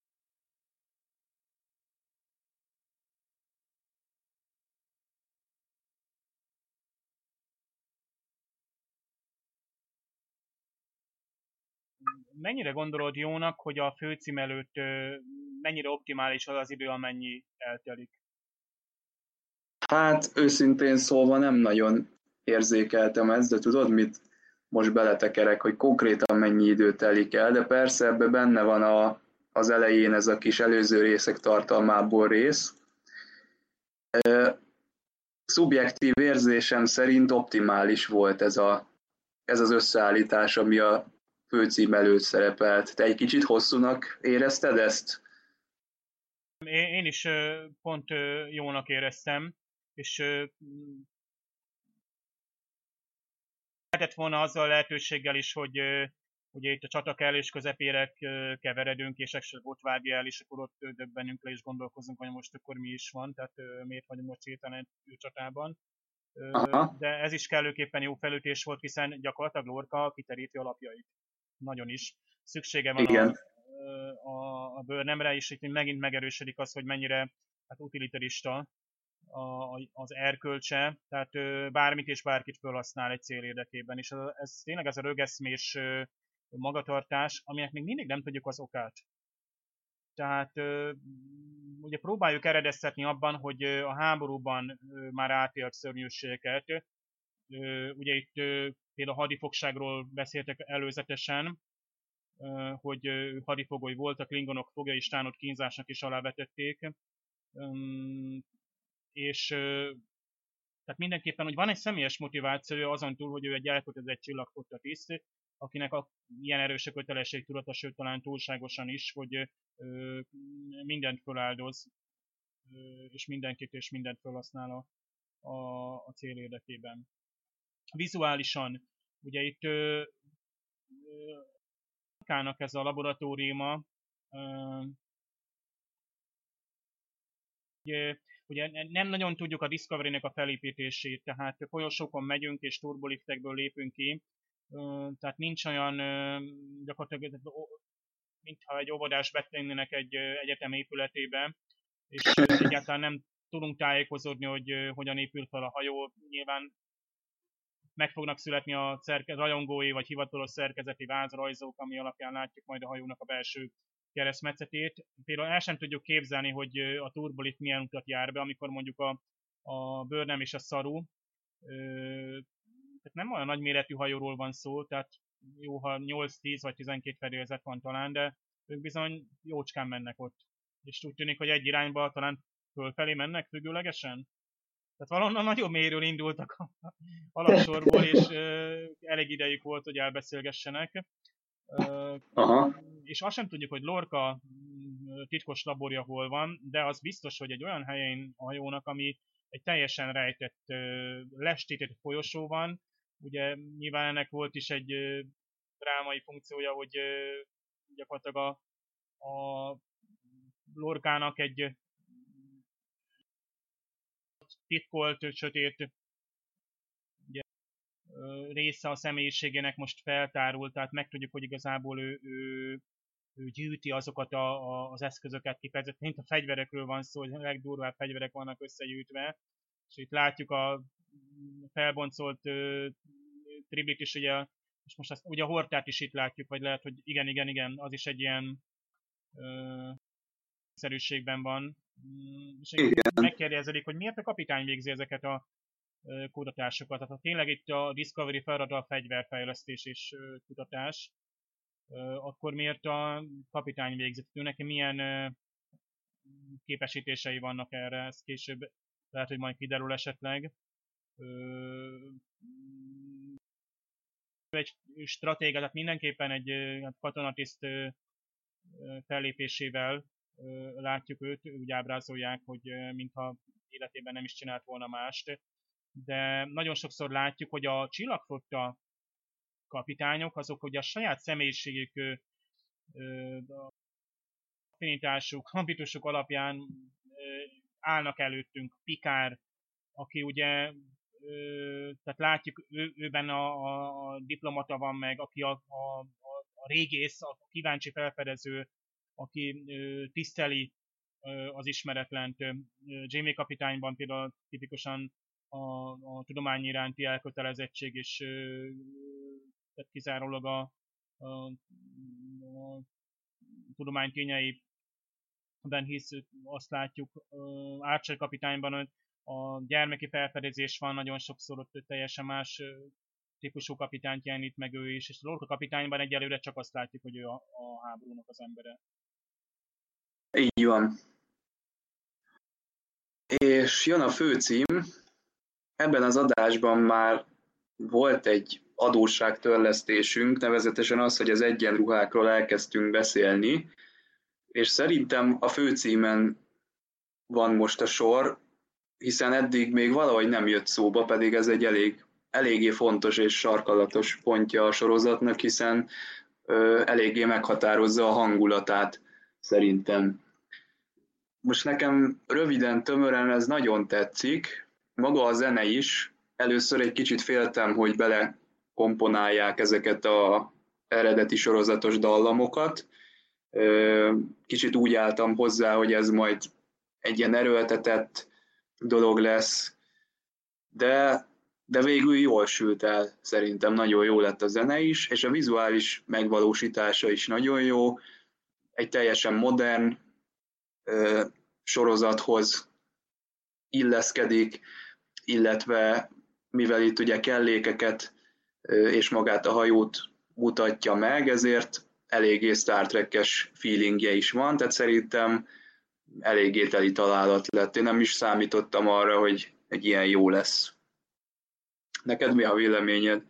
Mennyire gondolod jónak, hogy a főcím előtt mennyire optimális az az idő, amennyi eltelik? Hát őszintén szólva nem nagyon érzékeltem ezt, de tudod mit? Most beletekerek, hogy konkrétan mennyi idő telik el, de persze ebbe benne van az elején ez a kis előző részek tartalmából rész. Szubjektív érzésem szerint optimális volt ez az összeállítás, ami a főcím előtt szerepelt. Te egy kicsit hosszúnak érezted ezt? Én is pont jónak éreztem, és lehetett volna azzal a lehetőséggel is, hogy ugye itt a csata kellős közepére keveredünk, és esetleg ott vágja el, és akkor ott döbbenünk le, és gondolkozunk, hogy most akkor mi is van, tehát miért vagyunk most hirtelen csatában. Aha, De ez is kellőképpen jó felütés volt, hiszen gyakorlatilag Lorca kiteríti alapjait. Nagyon is. Szüksége van igen. a Burnhamre, és itt megint megerősödik az, hogy mennyire hát utilitarista az erkölcse, tehát bármit és bárkit felhasznál egy cél érdekében, és ez tényleg ez a rögeszmés magatartás, aminek még mindig nem tudjuk az okát. Tehát ugye próbáljuk eredeztetni abban, hogy a háborúban már átélt szörnyűségeket. Ugye itt például a hadifogságról beszéltek előzetesen, hogy hadifogói voltak, klingonok foglyai is tánott kínzásnak is alávetették. És tehát mindenképpen, hogy van egy személyes motivációja azon túl, hogy ő egy elkötelezett csillagfotta tiszt, akinek ilyen erős a kötelességtudata, sőt talán túlságosan is, hogy mindent föláldoz, és mindenkit és mindent felhasznál a cél érdekében. Vizuálisan, ugye itt ez a laboratóriuma, ugye nem nagyon tudjuk a Discovery-nek a felépítését, tehát folyosókon megyünk és turboliftekből lépünk ki, tehát nincs olyan gyakorlatilag, mintha egy óvodás betennének egy egyetem épületébe, és egyáltalán nem tudunk tájékozódni, hogy hogyan épül fel a hajó. Nyilván meg fognak születni a rajongói vagy hivatalos szerkezeti vázrajzok, ami alapján látjuk majd a hajónak a belső keresztmetszetét. Például el sem tudjuk képzelni, hogy a turbolift milyen utat jár be, amikor mondjuk a Burnham és a Saru, tehát nem olyan nagyméretű hajóról van szó, tehát jó, ha 8-10 vagy 12 fedélzet van talán, de ők bizony jócskán mennek ott. És úgy tűnik, hogy egy irányba talán fölfelé mennek függőlegesen. Tehát valahonnan nagyon mélyről indultak a alapsorból, és elég idejük volt, hogy elbeszélgessenek. Aha. És azt sem tudjuk, hogy Lorca titkos laborja hol van, de az biztos, hogy egy olyan helyen a hajónak, ami egy teljesen rejtett, lestétett folyosó van. Ugye nyilván ennek volt is egy drámai funkciója, hogy gyakorlatilag a Lorcának egy titkolt, sötét ugye, része a személyiségének most feltárult, tehát megtudjuk, hogy igazából ő gyűjti azokat az eszközöket kifejezetten, mint a fegyverekről van szó, hogy a legdurvább fegyverek vannak összegyűjtve, és itt látjuk a felboncolt triblit is, ugye, és most azt, ugye a hortát is itt látjuk, vagy lehet, hogy igen, az is egy ilyen szerűségben van. És megkérdezik, hogy miért a kapitány végzi ezeket a kutatásokat. Tehát tényleg itt a Discovery feladata a fegyverfejlesztés és kutatás, akkor miért a kapitány végzi? Neki milyen képesítései vannak erre? Ez később lehet, hogy majd kiderül esetleg. Egy stratégia, tehát mindenképpen egy katonatiszt fellépésével látjuk őt, úgy ábrázolják, hogy mintha életében nem is csinált volna mást. De nagyon sokszor látjuk, hogy a csillagflotta kapitányok, azok ugye a saját személyiségük, affinitásuk, habitusuk alapján állnak előttünk. Picard, aki ugye, tehát látjuk, őben a diplomata van meg, aki a régész, a kíváncsi felfedező, aki tiszteli az ismeretlent. Jamie kapitányban például tipikusan a tudomány iránti elkötelezettség, és tehát kizárólag a tudomány tényeiben hisz, azt látjuk. Archer kapitányban a gyermeki felfedezés van, nagyon sokszor ott teljesen más típusú kapitányt jelenít meg ő is, és a Lorca kapitányban egyelőre csak azt látjuk, hogy ő a háborúnak az embere. Így van. És jön a főcím. Ebben az adásban már volt egy adósságtörlesztésünk, nevezetesen az, hogy az egyenruhákról elkezdtünk beszélni, és szerintem a főcímen van most a sor, hiszen eddig még valahogy nem jött szóba, pedig ez egy eléggé fontos és sarkalatos pontja a sorozatnak, hiszen eléggé meghatározza a hangulatát szerintem. Most nekem röviden, tömören ez nagyon tetszik, maga a zene is. Először egy kicsit féltem, hogy bele komponálják ezeket az eredeti sorozatos dallamokat. Kicsit úgy álltam hozzá, hogy ez majd egy ilyen erőltetett dolog lesz, de végül jól sült el, szerintem nagyon jó lett a zene is, és a vizuális megvalósítása is nagyon jó, egy teljesen modern sorozathoz illeszkedik, illetve mivel itt ugye kellékeket és magát a hajót mutatja meg, ezért eléggé Star Trek-es feelingje is van, tehát szerintem eléggé teli találat lett. Én nem is számítottam arra, hogy egy ilyen jó lesz. Neked mi a véleményed?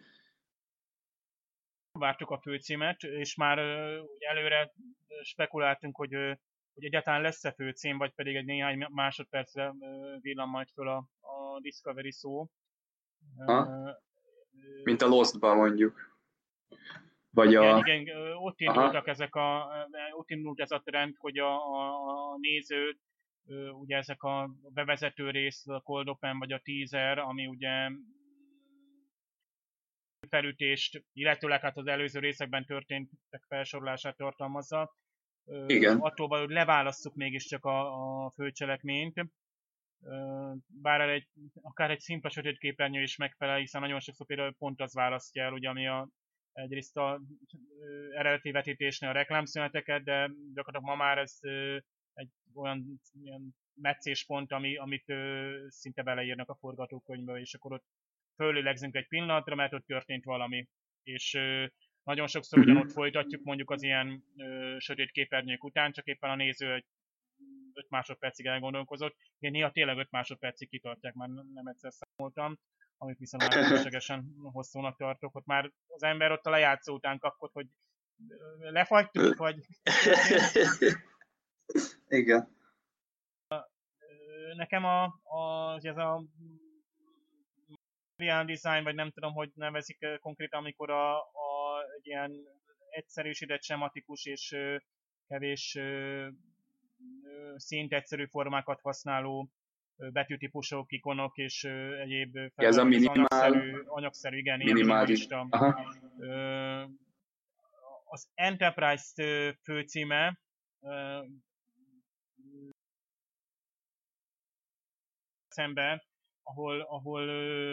Vártuk a főcímet, és már előre spekuláltunk, hogy egyáltalán lesz-e főcím, vagy pedig egy néhány másodpercre villan majd föl a Discovery szó. Mint a Lost-ban mondjuk. Vagy igen, ott indultak ott indult ez a trend, hogy a néző, ugye ezek a bevezető rész, a cold open vagy a teaser, ami ugye felütést, illetőleg hát az előző részekben történtek felsorolását tartalmazza. Igen. Attól való, hogy leválasszuk mégiscsak a főcselekményt, bár akár egy szimpla sötét képernyő is megfelel, hiszen nagyon sokszor például pont az választja el, ugye, ami egyrészt a eredeti vetítésnél a reklámszüneteket, de gyakorlatilag ma már ez egy olyan meccéspont, amit szinte beleírnak a forgatókönyvbe, és akkor ott föllélegzünk egy pillanatra, mert ott történt valami. És nagyon sokszor ugyanott folytatjuk mondjuk az ilyen sötét képernyők után, csak éppen a néző egy 5 másodpercig elgondolkozott. Én néha tényleg 5 másodpercig kitartják, már nem egyszer számoltam, amit viszont már különösségesen hosszúnak tartok. Ott már az ember ott a lejátszó után kapkod, hogy lefagytuk, vagy... Igen. Nekem ez a real design, vagy nem tudom, hogy nevezik konkrétan, amikor egy ilyen egyszerűsített, sematikus és kevés szint egyszerű formákat használó betűtípusok, ikonok és egyéb ez a anyagszerű, igen, minimalista. Az Enterprise főcíme szemben, ahol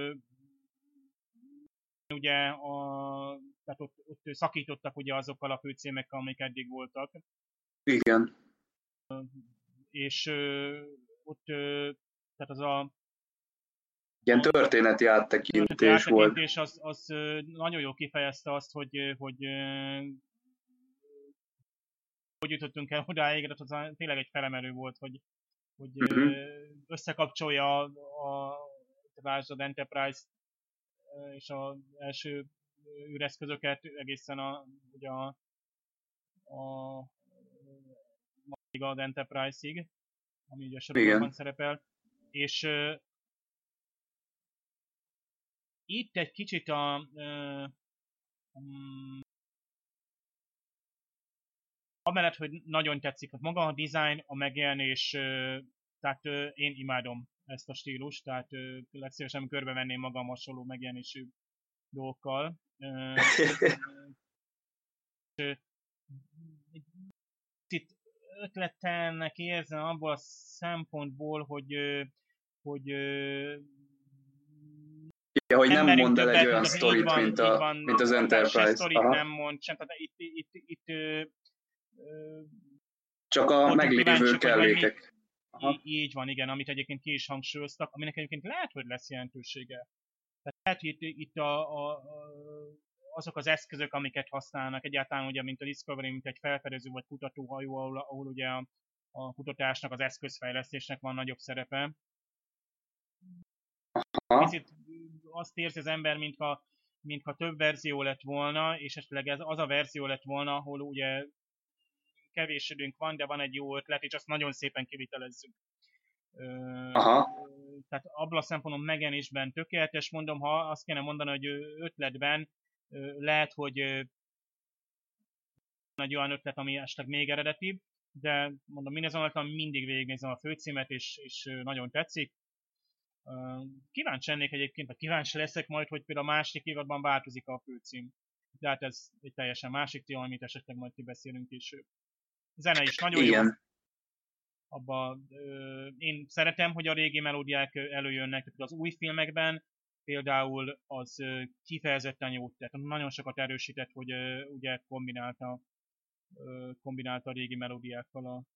ugye tehát ott szakítottak ugye azokkal a főcímekkel, amik eddig voltak. Igen. És ott tehát az a ilyen történeti áttekintés volt. Az nagyon jól kifejezte azt, hogy jutottunk el odáig, tehát az tényleg egy felemelő volt, hogy összekapcsolja az Enterprise és az első űreszközöket egészen ugye az Enterprise-ig, ami ugye a sorozatban szerepel. És itt egy kicsit amellett, hogy nagyon tetszik maga a design, a megjelenés, tehát én imádom ezt a stílust, tehát legszívesebben körbevenném magam hasonló megjelenésű dolgokkal. Itt ötletelnek érzem abból a szempontból, hogy nem mond el egy olyan sztorit, mint az Enterprise. Se sztorit nem mond, sem, tehát itt csak a meglévő kellékek. Így van, igen, amit egyébként ki is hangsúlyoztak, aminek egyébként lehet, hogy lesz jelentősége. Tehát lehet, hogy itt azok az eszközök, amiket használnak, egyáltalán ugye, mint a Discovery, mint egy felfedező vagy kutatóhajó, ahol ugye a kutatásnak, az eszközfejlesztésnek van nagyobb szerepe. Picit azt érzi az ember, mintha több verzió lett volna, és esetleg ez az a verzió lett volna, ahol ugye kevés időnk van, de van egy jó ötlet, és azt nagyon szépen kivitelezzük. Tehát abban a szempontból megjelenésben tökéletes, mondom, ha azt kéne mondani, hogy ötletben lehet, hogy egy olyan ötlet, ami esetleg még eredetibb, de mondom, mindazonáltal mindig végignézem a főcímet, és nagyon tetszik. Kíváncsi lennék egyébként, vagy kíváncsi leszek majd, hogy például a második évadban változik a főcím. Tehát ez egy teljesen másik téma, amit esetleg majd kibeszélünk később. Zene is nagyon Igen. jó. Én szeretem, hogy a régi melódiák előjönnek, tehát az új filmekben például az kifejezetten jót tett, nagyon sokat erősített, hogy ugye kombinálta a régi melódiákkal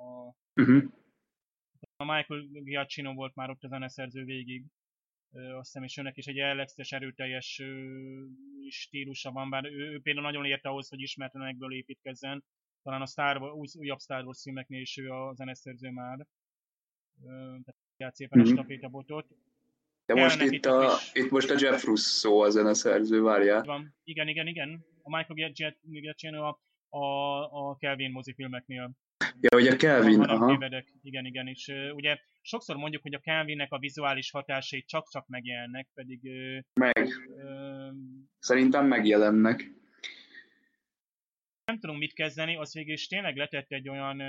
a Michael Giacchino volt már ott a zeneszerző végig, azt hiszem, és önnek is egy jellegzetes, erőteljes stílusa van, bár ő például nagyon érte ahhoz, hogy ismertelenekből építkezzen. Talán a újabb Star Wars filmeknél is ő a zeneszerző már. Tehát járt szépen a stafétabotot. De most itt most a Jeff Russo a zeneszerző, várjál. Van. Igen. A Michael Giacchino a Kelvin mozifilmeknél. Ja, hogy a Kelvin, Igen, és ugye sokszor mondjuk, hogy a Kelvinnek a vizuális hatásai csak-csak megjelennek, pedig... Szerintem megjelennek. Nem tudom mit kezdeni, az végül is tényleg letett egy olyan...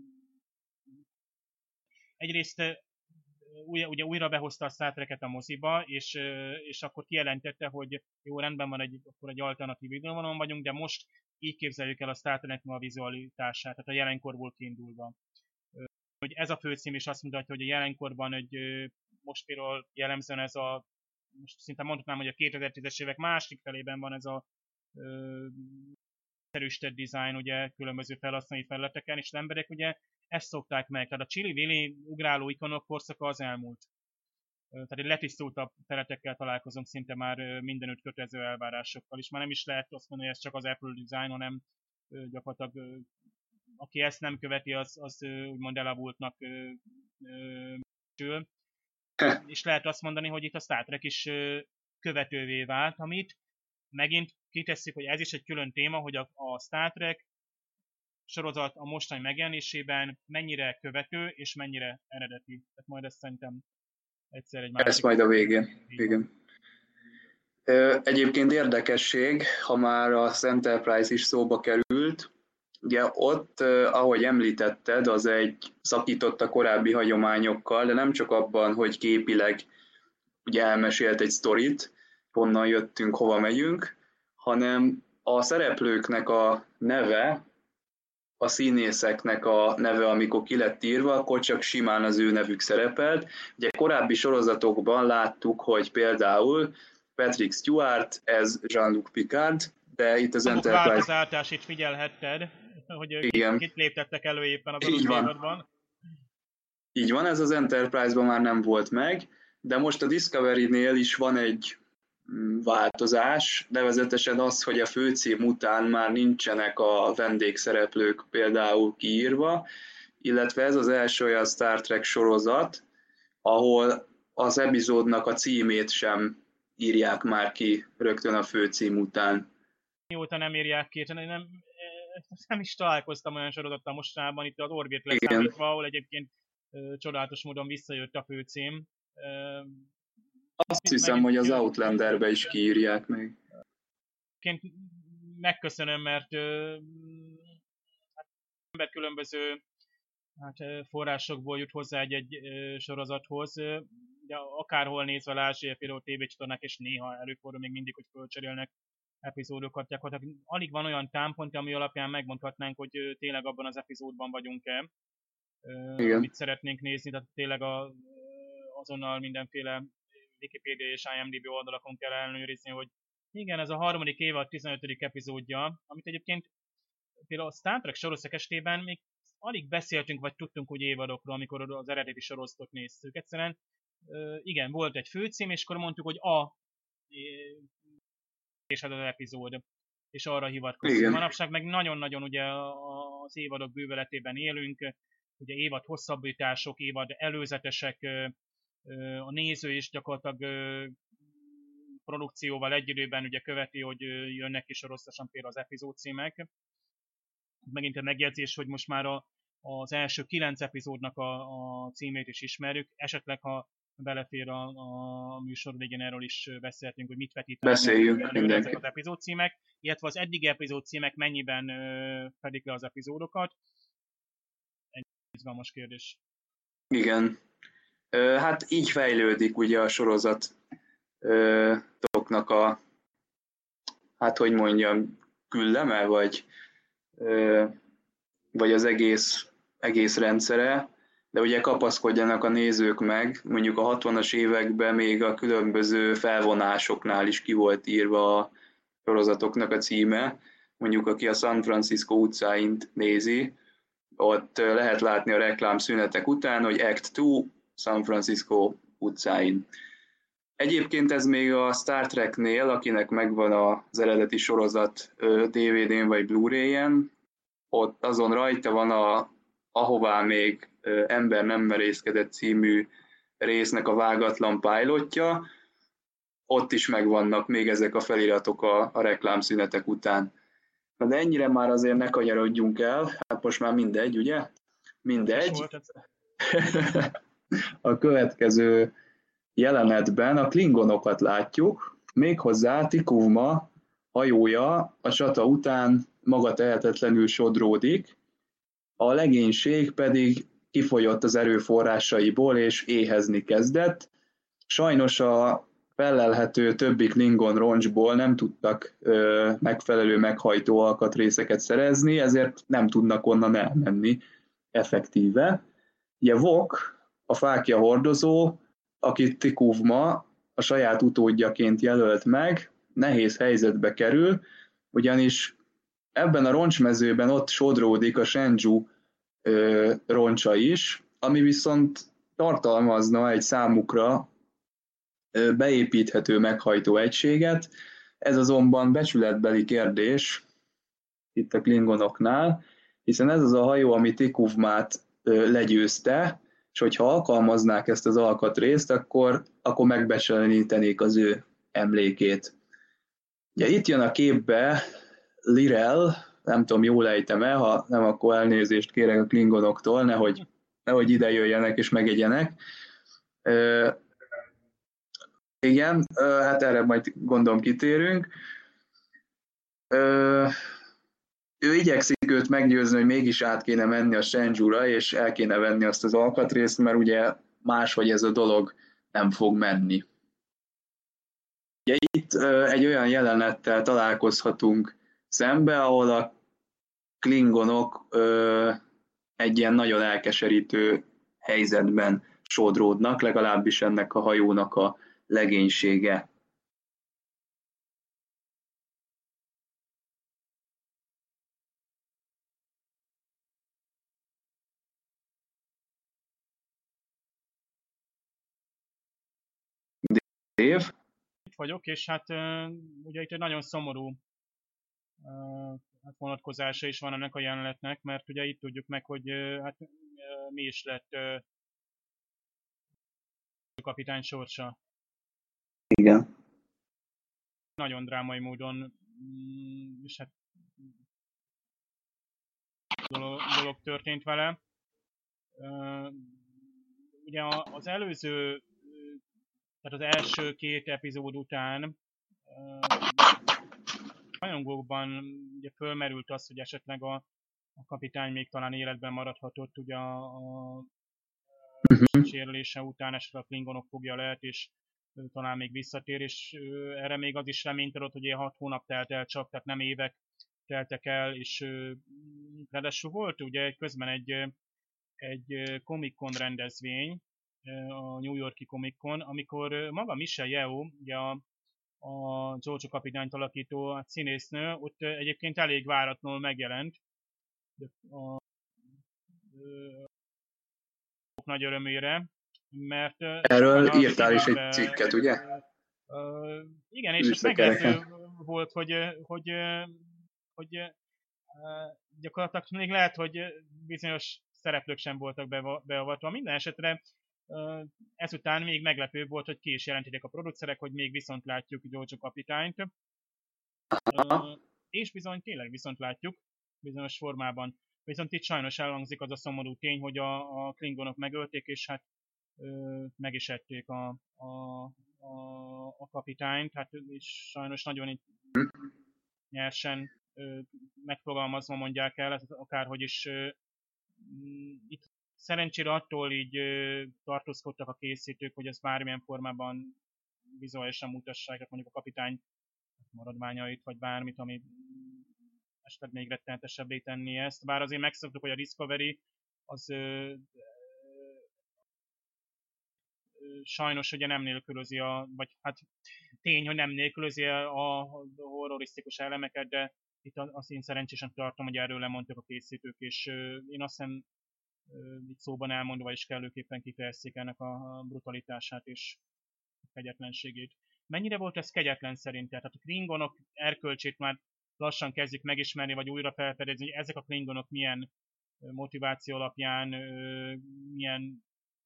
Egyrészt ugye újra behozta a Star Trek-et a moziba, és akkor kijelentette, hogy jó, rendben van, akkor egy alternatív idővonalon vagyunk, de most így képzeljük el a Star Trek-nek a vizualitását, tehát a jelenkorból kiindulva. Hogy ez a főcím is azt mutatja, hogy a jelenkorban most például jellemzően ez most szinte mondhatnám, hogy a 2010-es évek másik felében van ez a erősített design, ugye különböző felhasználói felületeken, és az emberek ugye ezt szokták meg. Tehát a Chili Willy ugráló ikonok korszaka az elmúlt. Tehát egy letisztultabb feletekkel találkozunk szinte már mindenütt kötelező elvárásokkal, és már nem is lehet azt mondani, hogy ez csak az Apple design, hanem gyakorlatilag aki ezt nem követi, az úgymond elavultnak sül. És lehet azt mondani, hogy itt a Star Trek is követővé vált, amit megint kitesszük, hogy ez is egy külön téma, hogy a Star Trek sorozat a mostani megjelenésében mennyire követő és mennyire eredeti. Tehát majd ezt szerintem egyszer egy másik... Ez majd a végén. Igen. Egyébként érdekesség, ha már az Enterprise is szóba került, ugye ott, ahogy említetted, az egy szakított a korábbi hagyományokkal, de nem csak abban, hogy képileg ugye elmesélt egy sztorit, honnan jöttünk, hova megyünk, hanem a szereplőknek a neve, a színészeknek a neve, amikor ki lett írva, akkor csak simán az ő nevük szerepelt. Ugye korábbi sorozatokban láttuk, hogy például Patrick Stewart, ez Jean-Luc Picard, de itt az Enterprise... Változás itt figyelhetted, hogy kit léptettek elő éppen az adott évadban. Így van, ez az Enterprise-ban már nem volt meg, de most a Discovery-nél is van egy változás, nevezetesen az, hogy a főcím után már nincsenek a vendégszereplők például kiírva, illetve ez az első olyan Star Trek sorozat, ahol az epizódnak a címét sem írják már ki rögtön a főcím után. Mióta nem írják ki, nem is találkoztam olyan sorozattal mostanában, itt az Orvét leszámítva, ahol egyébként csodálatos módon visszajött a főcím. Azt hiszem, hogy az Outlanderbe is kiírják még. Megköszönöm, mert ember különböző forrásokból jut hozzá egy sorozathoz, de akárhol nézve lásd, például tévécsatornák, és néha előfordul még mindig, hogy fölcserélnek epizódokat. Gyakorlatilag alig van olyan támpont, ami alapján megmondhatnánk, hogy tényleg abban az epizódban vagyunk-e, amit szeretnénk nézni, tehát tényleg azonnal mindenféle Wikipedia és IMDb oldalakon kell ellenőrizni, hogy igen, ez a harmadik évad 15. epizódja, amit egyébként például a Star Trek sorozat estében még alig beszéltünk, vagy tudtunk úgy évadokról, amikor az eredeti sorozatot néztük. Egyszerűen igen, volt egy főcím, és akkor mondtuk, hogy és az epizód, és arra hivatkoztunk. Igen. Manapság meg nagyon-nagyon ugye az évadok bőveletében élünk, ugye évad hosszabbítások, évad előzetesek, a néző is gyakorlatilag produkcióval egy időben ugye követi, hogy jönnek ki sorosztosan például az epizódcímek. Megint egy megjegyzés, hogy most már az első 9 epizódnak a címét is ismerjük, esetleg ha belefér a műsor végén, erről is beszéltünk, hogy mit vetítenek előre ezek az epizódcímek, illetve az eddigi epizódcímek mennyiben fedik le az epizódokat. Egy izgalmas kérdés. Igen. Hát így fejlődik ugye a sorozatoknak a, hát hogy mondjam, külleme, vagy az egész rendszere, de ugye kapaszkodjanak a nézők meg, mondjuk a 60-as években még a különböző felvonásoknál is ki volt írva a sorozatoknak a címe, mondjuk aki a San Francisco utcáint nézi, ott lehet látni a reklámszünetek után, hogy Act 2 San Francisco utcáin. Egyébként ez még a Star Treknél, akinek megvan az eredeti sorozat DVD-n vagy Blu-ray-en, ott azon rajta van ahová még Ember nem merészkedett című résznek a vágatlan pilotja, ott is megvannak még ezek a feliratok a reklámszünetek után. Na de ennyire már azért ne kanyarodjunk el, hát most már mindegy, ugye? Mindegy. A következő jelenetben a klingonokat látjuk, méghozzá Tikuvma hajója a csata után maga tehetetlenül sodródik, a legénység pedig kifolyott az erőforrásaiból és éhezni kezdett. Sajnos a fellelhető többi klingon roncsból nem tudtak megfelelő meghajtó alkatrészeket szerezni, ezért nem tudnak onnan elmenni effektíve. Ugye Vok, a fákja hordozó, akit Tikuvma a saját utódjaként jelölt meg, nehéz helyzetbe kerül, ugyanis ebben a roncsmezőben ott sodródik a Shenzhou roncsa is, ami viszont tartalmazna egy számukra beépíthető meghajtó egységet. Ez azonban becsületbeli kérdés itt a klingonoknál, hiszen ez az a hajó, ami Tikuvmát legyőzte, és hogyha alkalmaznák ezt az alkatrészt, akkor megbecsenítenék az ő emlékét. Ugye itt jön a képbe Lirel, nem tudom, jól ejtem-e, ha nem, akkor elnézést kérek a klingonoktól, nehogy ide jöjjenek és megegyenek. Igen, hát erre majd gondolom kitérünk. Ő igyekszik őt meggyőzni, hogy mégis át kéne menni a Shenzhou-ra, és el kéne venni azt az alkatrészt, mert ugye máshogy ez a dolog nem fog menni. Ugye itt egy olyan jelenettel találkozhatunk szembe, ahol a klingonok egy ilyen nagyon elkeserítő helyzetben sodródnak, legalábbis ennek a hajónak a legénysége. Dave? Itt vagyok, és hát ugye itt egy nagyon szomorú vonatkozása is van ennek a jelenetnek, mert ugye itt tudjuk meg, hogy hát mi is lett kapitány sorsa. Igen. Nagyon drámai módon, és hát dolog történt vele. Ugye az előző, tehát az első 2 epizód után rajongókban ugye fölmerült az, hogy esetleg a kapitány még talán életben maradhatott ugye a sérülése után, esetleg a klingonok fogja lehet, és talán még visszatér, és erre még az is reményt adott, hogy 6 hónap telt el csak, tehát nem évek teltek el, és ráadásul volt ugye közben egy Comic-Con rendezvény, a New York-i Comic-Con, amikor maga Michelle Yeoh, ugye a Jojo kapitányt alakító színésznő, ott egyébként elég váratlanul megjelent. nagy örömére, mert erről írtál is egy cikket, ugye? Igen, és ez meglepő volt, hogy gyakorlatilag még lehet, hogy bizonyos szereplők sem voltak beavatva. Minden esetre ezután még meglepőbb volt, hogy ki is jelentették a producerek, hogy még viszont látjuk Giorgio kapitányt. És bizony tényleg viszont látjuk bizonyos formában. Viszont itt sajnos elhangzik az a szomorú tény, hogy a klingonok megölték, és hát meg is ették a kapitányt, hát és sajnos nagyon itt nyersen megfogalmazva mondják el, akárhogy is itt szerencsére attól így tartózkodtak a készítők, hogy ezt bármilyen formában vizuálisan mutassák, hát mondjuk a kapitány maradványait, vagy bármit, ami esetleg még rettenetesebbé tenni ezt. Bár azért megszoktuk, hogy a Discovery az sajnos ugye nem nélkülözi vagy hát tény, hogy nem nélkülözi a horrorisztikus elemeket, de itt azt én szerencsésen tartom, hogy erről lemondtak a készítők, és én azt hiszem itt szóban elmondva is kellőképpen kifejezték ennek a brutalitását és kegyetlenségét. Mennyire volt ez kegyetlen szerinted? Tehát a klingonok erkölcsét már lassan kezdjük megismerni, vagy újra felfedezni, hogy ezek a klingonok milyen motiváció alapján, milyen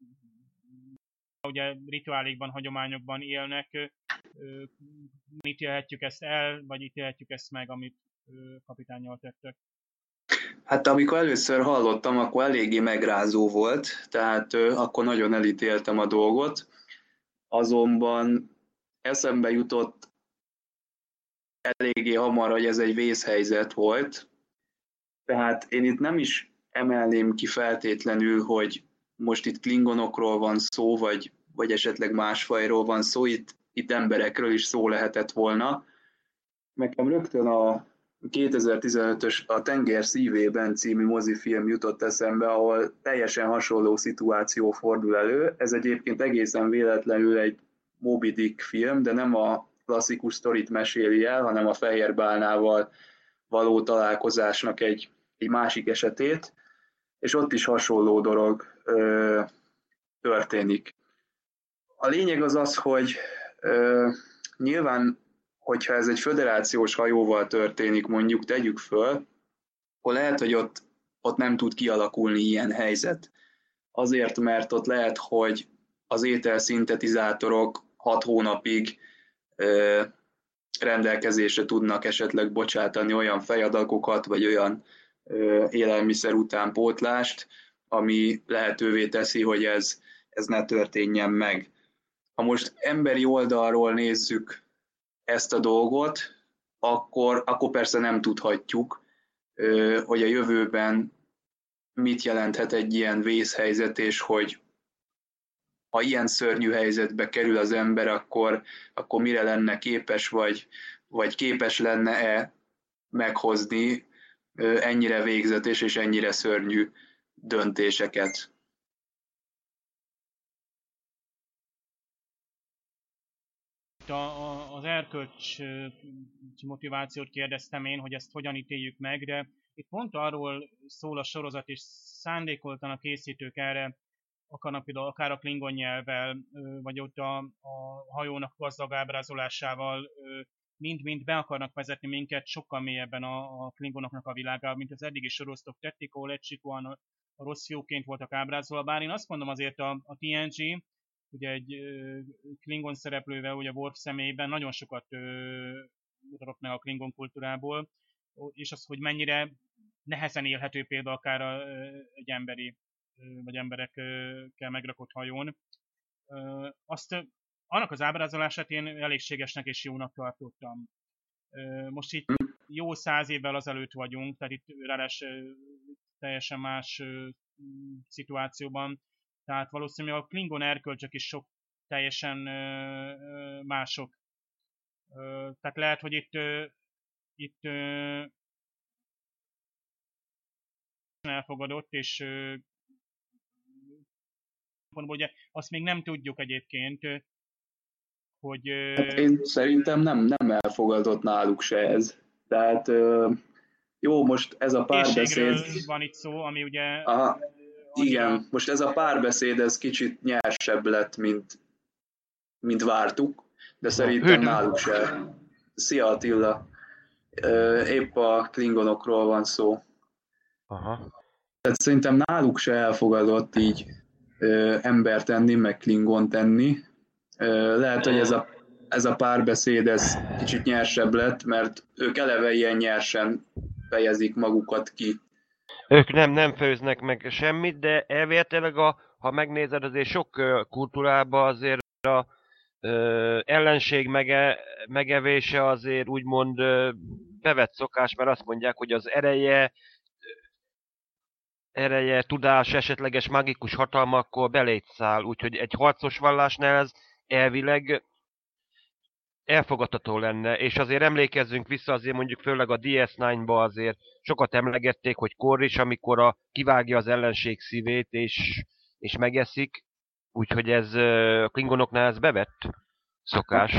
ugye rituálékban, hagyományokban élnek, ítélhetjük ezt el, vagy ítélhetjük ezt meg, amit kapitánnyal tettek? Hát amikor először hallottam, akkor eléggé megrázó volt, tehát akkor nagyon elítéltem a dolgot, azonban eszembe jutott eléggé hamar, hogy ez egy vészhelyzet volt, tehát én itt nem is emelném ki feltétlenül, hogy most itt klingonokról van szó, vagy esetleg más fajról van szó, itt emberekről is szó lehetett volna. Nekem rögtön a 2015-ös A tenger szívében című mozifilm jutott eszembe, ahol teljesen hasonló szituáció fordul elő. Ez egyébként egészen véletlenül egy Moby Dick film, de nem a klasszikus sztorit meséli el, hanem a fehér bálnával való találkozásnak egy másik esetét, és ott is hasonló dolog történik. A lényeg az, hogy nyilván, hogyha ez egy föderációs hajóval történik, mondjuk tegyük föl, akkor lehet, hogy ott nem tud kialakulni ilyen helyzet. Azért, mert ott lehet, hogy az ételszintetizátorok 6 hónapig rendelkezésre tudnak esetleg bocsátani olyan fejadagokat, vagy olyan élelmiszer utánpótlást, ami lehetővé teszi, hogy ez ne történjen meg. Ha most emberi oldalról nézzük ezt a dolgot, akkor persze nem tudhatjuk, hogy a jövőben mit jelenthet egy ilyen vészhelyzet, és hogy ha ilyen szörnyű helyzetbe kerül az ember, akkor mire lenne képes, vagy képes lenne-e meghozni ennyire végzetes és ennyire szörnyű döntéseket. Az erkölcs motivációt kérdeztem én, hogy ezt hogyan ítéljük meg, de itt pont arról szól a sorozat, és szándékoltan a készítők erre akarnak például akár a klingon nyelvvel, vagy ott a hajónak gazdag ábrázolásával mind-mind be akarnak vezetni minket sokkal mélyebben a klingonoknak a világába, mint az eddigi sorosztok tették, ahol egysikúan a rossz fiúként voltak ábrázolva. Bár én azt mondom azért a TNG, ugye egy klingon szereplővel, ugye Worf személyében nagyon sokat mutatott meg a klingon kultúrából, és az, hogy mennyire nehezen élhető például akár egy emberi vagy emberekkel megrakott hajón. Annak az ábrázolását én elégségesnek és jónak tartottam. Most itt jó 100 évvel azelőtt vagyunk, tehát itt ráadásul teljesen más szituációban, tehát valószínűleg a klingon erkölcsök is sok teljesen mások. Tehát lehet, hogy itt elfogadott, és ugye azt még nem tudjuk egyébként, hogy... Hát én szerintem nem elfogadott náluk se ez. Tehát jó, most ez a párbeszéd... van itt szó, ami ugye... Aha. annyira... Igen, most ez a párbeszéd, ez kicsit nyersebb lett, mint vártuk, de szerintem náluk se. Szia Attila! Épp a klingonokról van szó. Aha. Tehát szerintem náluk se elfogadott így embert enni, meg klingont enni. Lehet, hogy ez a párbeszéd ez kicsit nyersebb lett, mert ők eleve ilyen nyersen fejezik magukat ki. Ők nem főznek meg semmit, de elvéletileg, ha megnézed, azért sok kultúrában azért a ellenség megevése azért úgymond bevett szokás, mert azt mondják, hogy az ereje, tudás, esetleges magikus hatalmakkor beléd száll, úgyhogy egy harcos vallásnál ez elvileg elfogadható lenne, és azért emlékezzünk vissza, azért mondjuk főleg a DS9-ba azért sokat emlegették, hogy Corlys, amikor kivágja az ellenség szívét és megeszik, úgyhogy ez a klingonoknál ez bevett szokás.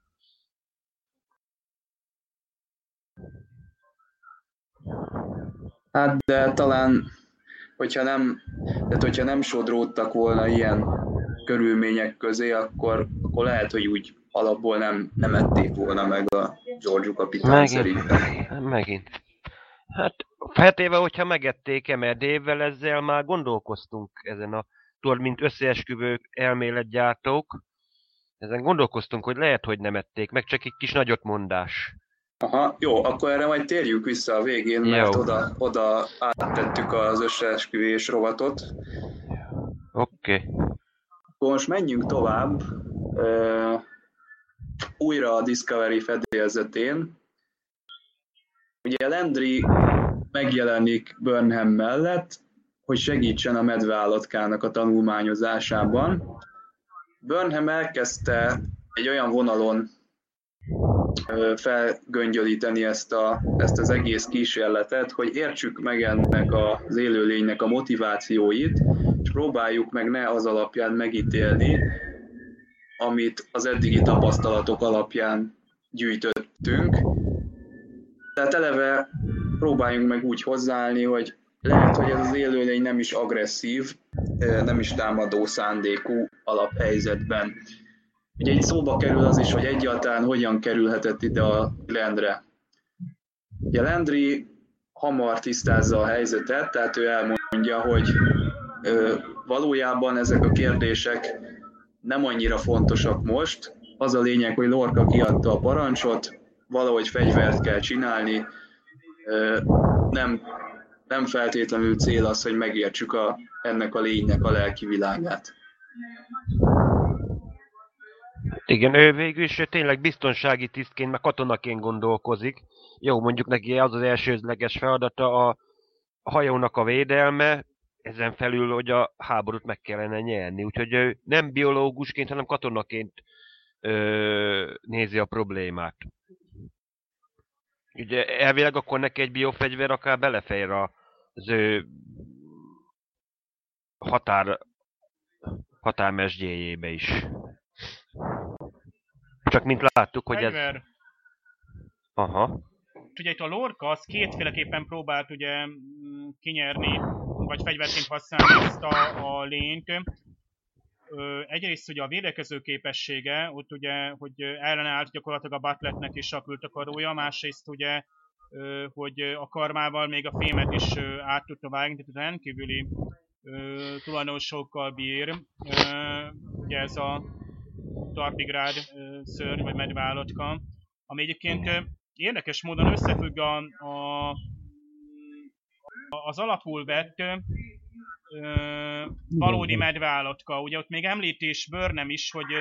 Hát de talán, hogyha nem sodródtak volna ilyen körülmények közé, akkor lehet, hogy úgy alapból nem ették volna meg a Giorgio kapitány szerintem. Megint. Hát feltéve, hogyha megették mert Dave-vel ezzel már gondolkoztunk ezen tudod, mint összeesküvő elméletgyártók, ezen gondolkoztunk, hogy lehet, hogy nem ették, meg csak egy kis nagyotmondás. Aha, jó, akkor erre majd térjünk vissza a végén, mert oda áttettük az összeesküvés rovatot. Oké. Akkor most menjünk tovább. Újra a Discovery fedélzetén. Ugye Landry megjelenik Burnham mellett, hogy segítsen a medveállatkának a tanulmányozásában. Burnham elkezdte egy olyan vonalon felgöngyölíteni ezt az egész kísérletet, hogy értsük meg ennek az élőlénynek a motivációit, és próbáljuk meg ne az alapján megítélni, amit az eddigi tapasztalatok alapján gyűjtöttünk. Tehát eleve próbáljunk meg úgy hozzáállni, hogy lehet, hogy ez az élőlény nem is agresszív, nem is támadó szándékú alaphelyzetben. Ugye itt szóba kerül az is, hogy egyáltalán hogyan kerülhetett ide a Glenre. Ugye Landry hamar tisztázza a helyzetet, tehát ő elmondja, hogy valójában ezek a kérdések nem annyira fontosak most. Az a lényeg, hogy Lorca kiadta a parancsot, valahogy fegyvert kell csinálni, nem feltétlenül cél az, hogy megértsük ennek a lénynek a lelki világát. Igen, ő végül is tényleg biztonsági tisztként, meg katonaként gondolkozik. Jó, mondjuk neki az az elsődleges feladata a hajónak a védelme, ezen felül, hogy a háborút meg kellene nyerni. Úgyhogy ő nem biológusként, hanem katonaként nézi a problémát. Ugye elvileg akkor neki egy biofegyver akár belefér az ő határmesdjéjébe is. Csak mint láttuk, hogy fegyver. ez... Aha. Ugye itt a Lorca az kétféleképpen próbált ugye kinyerni, vagy fegyverként használni ezt a lényt. Egyrészt ugye a védekező képessége, ott ugye, hogy ellenállt gyakorlatilag a Butletnek és a kültakarója, másrészt ugye, hogy a karmával még a fémet is át tudta vágni, tehát rendkívüli tulajdonosokkal bír. Ugye ez a tardigrád szörny, vagy medveállatka, ami egyébként érdekes módon összefügg az alapul vett valódi medveállatka. Ugye ott még említés Burnham is, hogy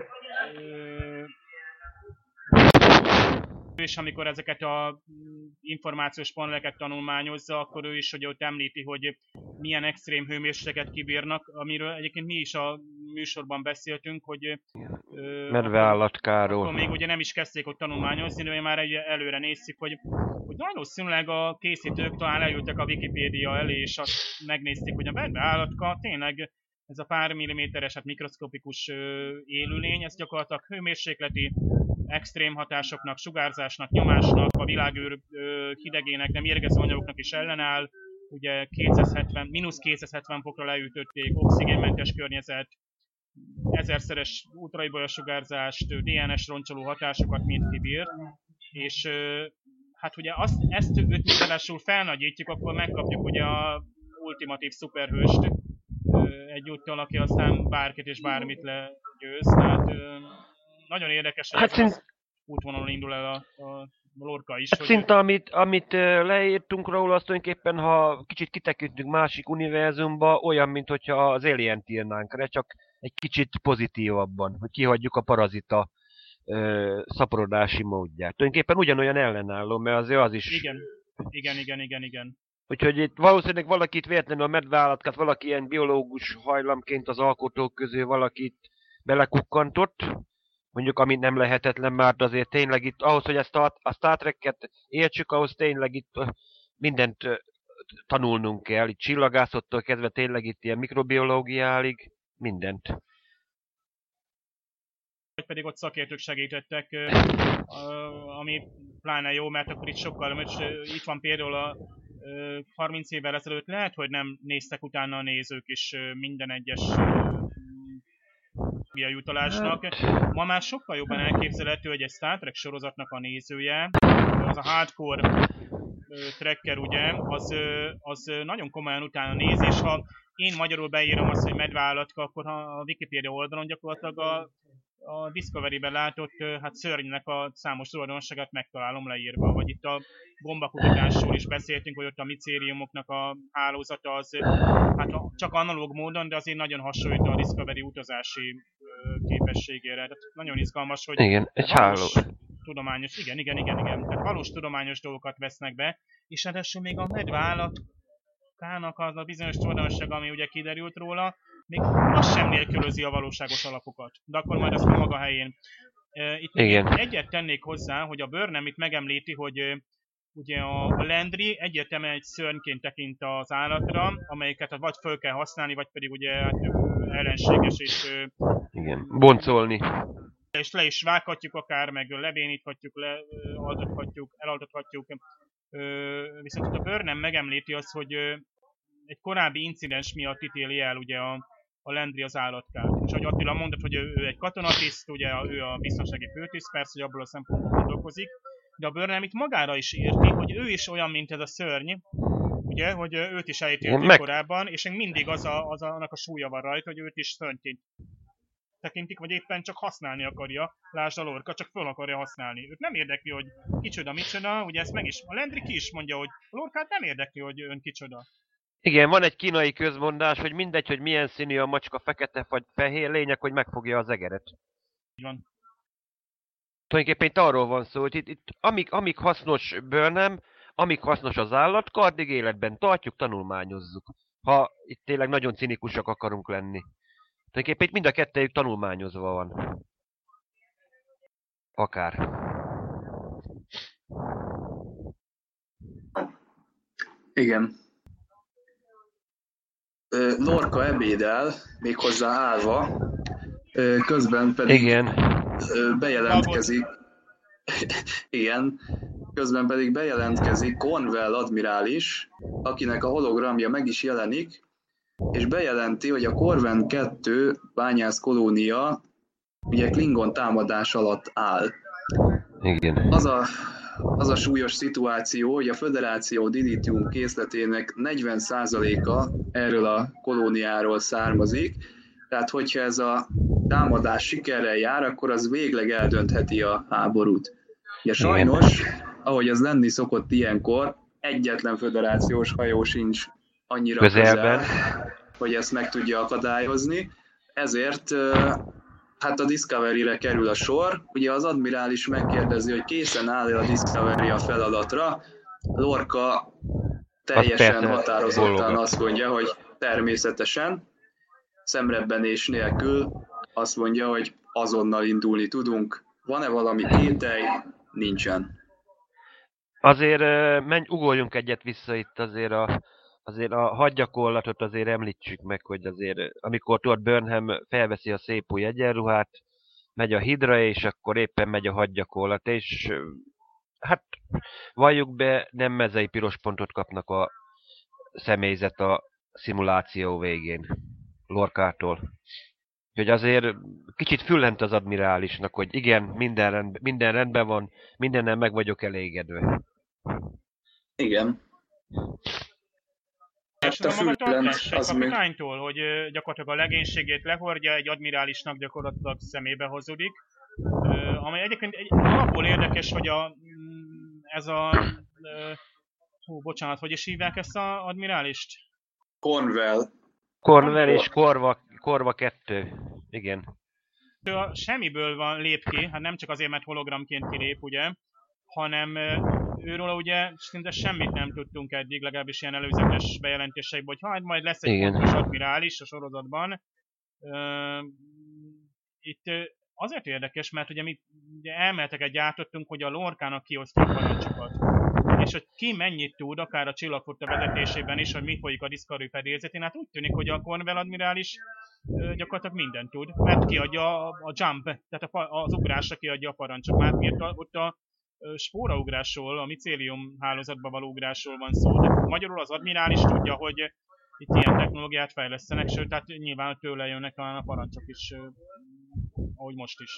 és amikor ezeket a információs paneleket tanulmányozza, akkor ő is, hogy ott említi, hogy milyen extrém hőmérsékleket kibírnak, amiről egyébként mi is a műsorban beszéltünk, hogy medveállatkáról. Akkor még ugye nem is kezdték ott tanulmányozni, de már előre néztük, hogy valószínűleg a készítők talán leültek a Wikipédia elé, és azt megnézték, hogy a medveállatka tényleg ez a pár milliméteres, hát mikroszkopikus élőlény, ez gyakorlatilag hőmérsékleti extrém hatásoknak, sugárzásnak, nyomásnak, a világűr hidegének, de mérgező anyagoknak is ellenáll, ugye 270, -270 fokra leütötték, oxigénmentes környezet, 1000-szeres ultraibolya-sugárzást, DNS roncsoló hatásokat mind kibír, és hát ugye ezt őt ráadásul felnagyítjuk, akkor megkapjuk ugye a ultimatív szuperhőst egyúttal, aki aztán bárkit és bármit legyőz, tehát nagyon érdekes, hogy Hát az útvonalon indul el a Lorca is. Hát szinte amit leírtunk róla, azt tulajdonképpen, ha kicsit kitekintünk másik univerzumba, olyan, mint hogyha az Alien-t írnánk le, csak egy kicsit pozitívabban, hogy kihagyjuk a parazita szaporodási módját. Tulajdonképpen ugyanolyan ellenálló, mert azért az is... Igen. Úgyhogy itt valószínűleg valakit véletlenül a medveállatkát, valaki ilyen biológus hajlamként az alkotók közül valakit belekukkantott, mondjuk, ami nem lehetetlen, mert azért tényleg itt, ahhoz, hogy ezt a Star Trek-et értsük, ahhoz tényleg itt mindent tanulnunk kell, itt csillagászottól kezdve tényleg itt ilyen mikrobiológiáig, mindent. Vagy pedig ott szakértők segítettek, ami pláne jó, mert akkor itt sokkal, mert itt van például a 30 évvel ezelőtt lehet, hogy nem néztek utána a nézők is minden egyes jutalásnak. Ma már sokkal jobban elképzelhető, hogy egy Star Trek sorozatnak a nézője, az a hardcore trekker ugye, az nagyon komolyan utána néz, és ha én magyarul beírom azt, hogy medveállatka, akkor a Wikipedia oldalon gyakorlatilag a Discovery-ben látott hát szörnynek a számos tulajdonságát megtalálom leírva, vagy itt a gombakutatásról is beszéltünk, hogy ott a micériumoknak a hálózata az hát csak analóg módon, de azért nagyon hasonlít a Discovery utazási képességére. Tehát nagyon izgalmas, hogy igen, egy háló. Tudományos, igen. Tehát valós tudományos dolgokat vesznek be, és ráadásul még a medveállatkának az a bizonyos tulajdonság, ami ugye kiderült róla, még az sem nélkülözi a valóságos alapokat. De akkor majd az a maga helyén. Itt egyet tennék hozzá, hogy a Burnham itt megemlíti, hogy ugye a Landry egyértelműen egy szörnyként tekint az állatra, amelyiket vagy föl kell használni, vagy pedig ugye hát ellenséges és... igen, boncolni. És le is vághatjuk akár, meg lebéníthatjuk, elaltathatjuk. Viszont a Burnham megemlíti azt, hogy egy korábbi incidens miatt ítéli el ugye a Landry az állatkát. És ahogy Attila mondott, hogy ő egy katonatiszt, ugye ő a biztonsági főtiszt, persze, hogy abból a szempontból gondolkozik, de a Burnham itt magára is érti, hogy ő is olyan, mint ez a szörny, ugye, hogy őt is elítélték korábban, és mindig annak a súlya van rajta, hogy őt is szörnyként tekintik, vagy éppen csak használni akarja. Lásd a Lorca, csak föl akarja használni. Őt nem érdekli, hogy kicsoda, micsoda, ugye ezt meg is, a Landry ki is mondja, hogy a Lorcát nem érdekli, hogy ön kicsoda. Igen, van egy kínai közmondás, hogy mindegy, hogy milyen színű a macska, fekete vagy fehér, lényeg, hogy megfogja az egeret. Így van. Tulajdonképpen itt arról van szó, hogy itt amíg hasznos Burnham, amíg hasznos az állatka, addig életben tartjuk, tanulmányozzuk. Ha itt tényleg nagyon cinikusak akarunk lenni. Tulajdonképpen itt mind a kettejük tanulmányozva van. Akár. Igen. Lorca ebédel, méghozzá állva, közben pedig bejelentkezik. Igen, közben pedig bejelentkezik Cornwell admirális, akinek a hologramja meg is jelenik, és bejelenti, hogy a Corvin 2 bányász kolónia ugye Klingon támadás alatt áll. Igen. Az a súlyos szituáció, hogy a Föderáció dilítium készletének 40%-a erről a kolóniáról származik, tehát hogyha ez a támadás sikerrel jár, akkor az végleg eldöntheti a háborút. Ugye sajnos, ahogy az lenni szokott ilyenkor, egyetlen föderációs hajó sincs annyira közel, hogy ezt meg tudja akadályozni, ezért hát a Discovery-re kerül a sor. Ugye az admirális megkérdezi, hogy készen áll a Discovery a feladatra. Lorca teljesen határozottan azt mondja, hogy természetesen, szemrebbenés nélkül azt mondja, hogy azonnal indulni tudunk. Van-e valami kételj? Nincsen. Azért ugorjunk egyet vissza itt azért a hadgyakorlatot azért említsük meg, hogy azért amikor tudod Burnham felveszi a szép új egyenruhát, megy a hídra, és akkor éppen megy a hadgyakorlat, és hát valljuk be, nem mezei piros pontot kapnak személyzet a szimuláció végén. Lorkától. Úgyhogy azért kicsit füllent az admirálisnak, hogy igen, minden rendben van, mindennel meg vagyok elégedve. Igen. És Hát a ez a magatartás füllent, egy az még... kapitánytól, hogy gyakorlatilag a legénységét lehordja, egy admirálisnak gyakorlatilag szemébe hozódik. Amely egyébként alapból érdekes, hogy ez a... bocsánat, hogy is hívják ezt az admirálist? Cornwell és Korva 2. Igen. Ő a semmiből lép ki, hát nem csak azért, mert hologramként kilép, ugye, hanem őről ugye szinte semmit nem tudtunk eddig, legalábbis ilyen előzetes bejelentésekben, hogy majd lesz egy fontos admirális a sorozatban. Itt azért érdekes, mert ugye mi elméleteket gyártottunk, hogy a Lorkának kiosztjuk parancsokat. És hogy ki mennyit tud, akár a Csillagflotta vezetésében is, hogy mi folyik a Discovery fedélzetén, hát úgy tűnik, hogy a Cornwell admirális gyakorlatilag mindent tud, mert kiadja a jump, tehát az ugrásra kiadja a parancsot. Már miért ott a spóraugrásról, a micélium hálózatba való ugrásról van szó, de magyarul az admirális tudja, hogy itt ilyen technológiát fejlesztenek, sőt, tehát nyilván tőle jönnek a parancsok is, ahogy most is.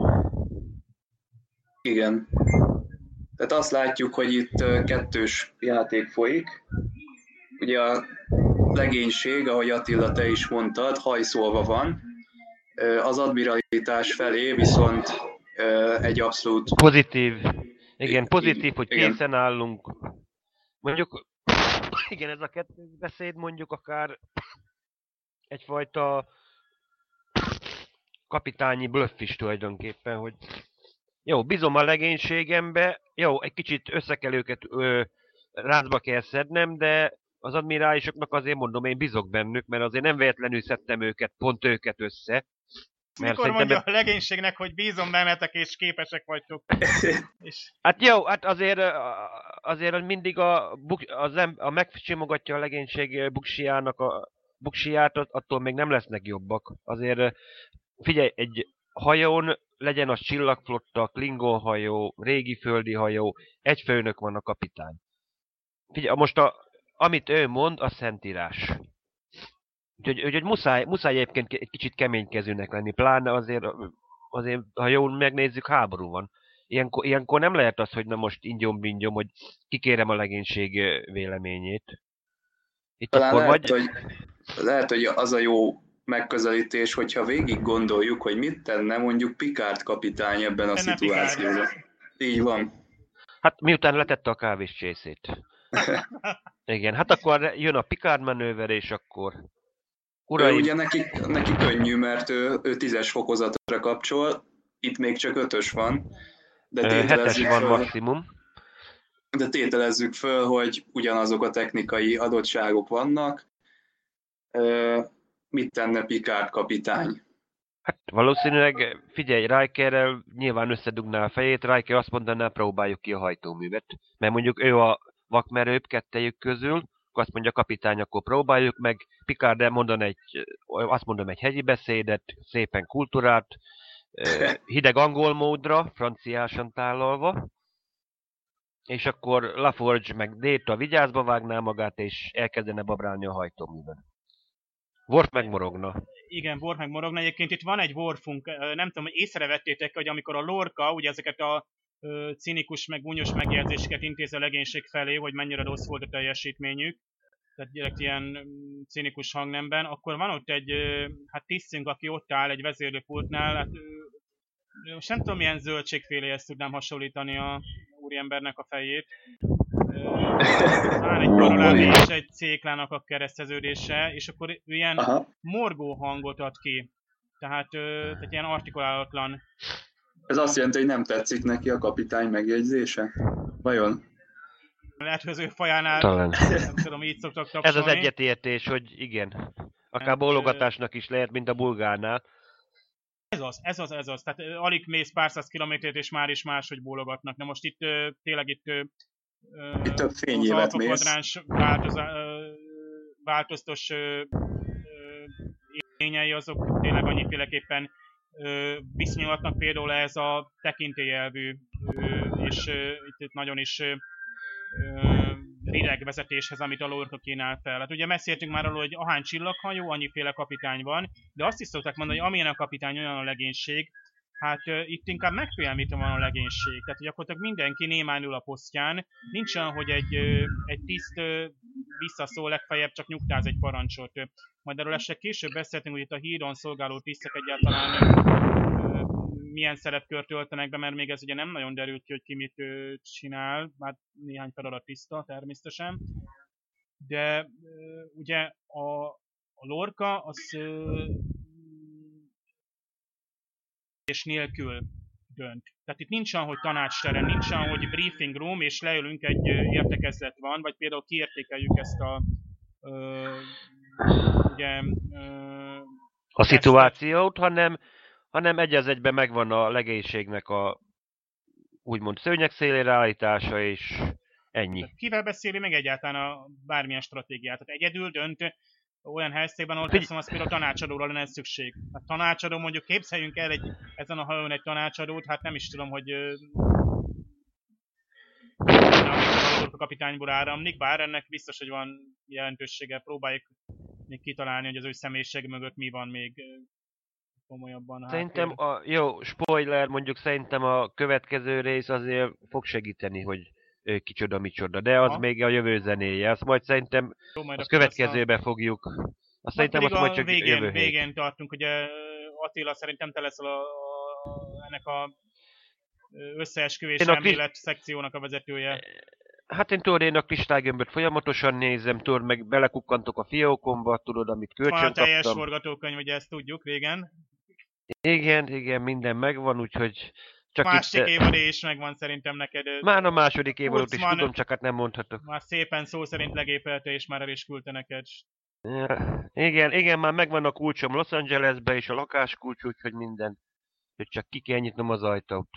Igen. Tehát azt látjuk, hogy itt kettős játék folyik. Ugye a legénység, ahogy Attila, te is mondtad, hajszolva van. Az admiralitás felé viszont egy abszolút... Pozitív. Igen, pozitív, hogy igen. Készen állunk. Mondjuk, igen, ez a kettős beszéd mondjuk akár egyfajta kapitányi bluff is tulajdonképpen, hogy jó, bízom a legénységembe, jó, egy kicsit össze kell őket rázba kell szednem, de az admirálisoknak azért mondom, én bízok bennük, mert azért nem véletlenül szedtem pont őket össze. Mikor mondja a legénységnek, hogy bízom bennetek és képesek vagytok? Hát jó, hát azért mindig a megsimogatja a legénység buksiját, attól még nem lesznek jobbak. Azért figyelj, egy hajón legyen az Csillagflotta, Klingon hajó, régi földi hajó, egy főnök van a kapitány. Figyelj, most amit ő mond, a szentírás. Úgyhogy muszáj egyébként egy kicsit keménykezőnek lenni, pláne azért, ha jól megnézzük, háború van. Ilyenkor nem lehet az, hogy na most ingyom-bingyom, hogy kikérem a legénység véleményét. Itt talán lehet, hogy az a jó megközelítés, hogyha végig gondoljuk, hogy mit tenne mondjuk Picard kapitány ebben a szituációban. Így van. Hát miután letette a kávés csészét. Igen, hát akkor jön a Picard manőver, és akkor... Uraim. Ugye neki könnyű, mert ő 10-es fokozatra kapcsol, itt még csak 5-ös van. De 7-es van maximum. De tételezzük föl, hogy ugyanazok a technikai adottságok vannak. Mit tenne Picard kapitány? Hát valószínűleg, figyelj, Rikerrel nyilván összedugná a fejét, Riker azt mondaná, próbáljuk ki a hajtóművet. Mert mondjuk ő a vakmerőbb kettejük közül, akkor azt mondja kapitány, akkor próbáljuk meg. Picard azt mondom egy hegyi beszédet, szépen kultúrát, hideg angol módra, franciásan tálalva. És akkor LaForge meg Data vigyázba vágná magát, és elkezdene babrálni a hajtóműben. Worf megmorogna. Igen, Worf megmorogna. Egyébként itt van egy Worfunk, nem tudom, hogy észrevettétek, hogy amikor a Lorca ugye ezeket a cinikus meg gúnyos megjegyzéseket intéz a legénység felé, hogy mennyire rossz volt a teljesítményük, tehát direkt ilyen cinikus hangnemben, akkor van ott egy tisztünk, aki ott áll egy vezérlőpultnál, hát most nem tudom, milyen zöldségféléhez tudnám hasonlítani a úriembernek a fejét. Talán egy parolábi és egy céklának a kereszteződése, és akkor ő ilyen morgó hangot ad ki. Tehát ilyen artikulálatlan. Ez azt jelenti, hogy nem tetszik neki a kapitány megjegyzése? Vajon? Lehet, hogy az ő fajánál, nem tudom, így szoktak tapsolni. Ez az egyetértés, hogy igen. Akár bólogatásnak is lehet, mint a bulgárnál. Ez az. Tehát alig mész pár száz kilométert, és már is máshogy bólogatnak. Na most itt tényleg itt több fényévet mész. Változtos élményei azok tényleg annyiféleképpen viszonyulatnak például ez a tekintélyelvű, és itt nagyon is rireg vezetéshez, amit a Lorca kínál fel. Hát ugye beszéltünk már arról, hogy ahány csillaghajó, annyiféle kapitány van, de azt is szokták mondani, hogy amilyen a kapitány, olyan a legénység. Hát itt inkább megfélemlítve van a legénység. Tehát gyakorlatilag mindenki némán ül a posztján. Nincs olyan, hogy egy tiszt visszaszól, legfeljebb csak nyugtáz egy parancsot. Majd erről esetleg később beszéltünk, hogy itt a hídon szolgáló tisztek egyáltalán milyen szerepkört töltenek be, mert még ez ugye nem nagyon derült ki, hogy ki mit csinál, hát néhány feladat tiszta természetesen. De ugye a Lorca az és nélkül dönt. Tehát itt nincs olyan, hogy tanácsterem, nincs olyan, hogy briefing room, és leülünk, egy értekezlet van, vagy például kiértékeljük ezt a a szituációt, hanem egy az egyben megvan a legénységnek a úgymond szőnyeg szélére állítása, és ennyi. Tehát kivel beszéli meg egyáltalán bármilyen stratégiát? Tehát egyedül dönt olyan helyzetben, ahol teszem azt például tanácsadóra lenne szükség. A tanácsadó, mondjuk képzeljünk el ezen a hajón egy tanácsadót, hát nem is tudom, hogy a kapitányból áramlik, bár ennek biztos, hogy van jelentősége. Próbáljuk még kitalálni, hogy az ő személyiség mögött mi van még komolyabban. Szerintem jó, spoiler, mondjuk szerintem a következő rész azért fog segíteni, hogy kicsoda, micsoda, de az még a jövő zenéje, azt majd szerintem az következőbe fogjuk. Azt szerintem azt majd csak végén tartunk, ugye Attila szerintem te leszel ennek a összeesküvés elmélet szekciónak a vezetője. Hát én tudod, én a kristálygömböt folyamatosan nézem, tudod, meg belekukkantok a fiókomba, tudod, amit kölcsön kaptam. A teljes forgatókönyv, ugye ezt tudjuk régen. Igen, minden megvan, úgyhogy csak másik évadé is megvan szerintem neked. Már a második évadot is tudom, csak hát nem mondhatok. Már szépen szó szerint legépelte, és már el is küldte neked. Igen, már megvan a kulcsom Los Angelesbe, és a lakáskulcs, úgyhogy minden. Hogy csak ki kell nyitnom az ajtót.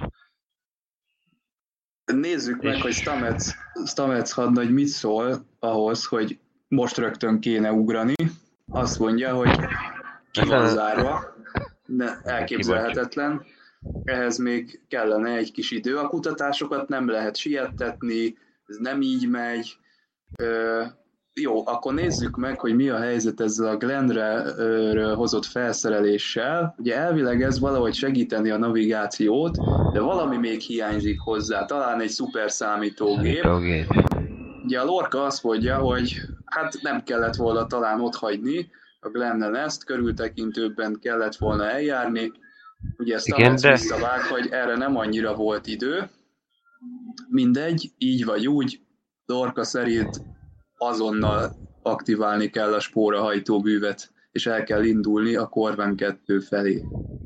Nézzük meg, hogy Stamets hadnagy mit szól ahhoz, hogy most rögtön kéne ugrani. Azt mondja, hogy ki van zárva. Elképzelhetetlen. Ehhez még kellene egy kis idő. A kutatásokat nem lehet siettetni, ez nem így megy. Jó, akkor nézzük meg, hogy mi a helyzet ezzel a Glenre hozott felszereléssel. Ugye elvileg ez valahogy segíteni a navigációt, de valami még hiányzik hozzá, talán egy szuper számítógép. Ugye a Lorca azt mondja, hogy hát nem kellett volna talán otthagyni a Glennen ezt, körültekintőbben kellett volna eljárni. Ugye Stamets visszavág, hogy erre nem annyira volt idő. Mindegy, így vagy úgy, Lorca szerint azonnal aktiválni kell a spórahajtóművet, és el kell indulni a Corvan 2 felé.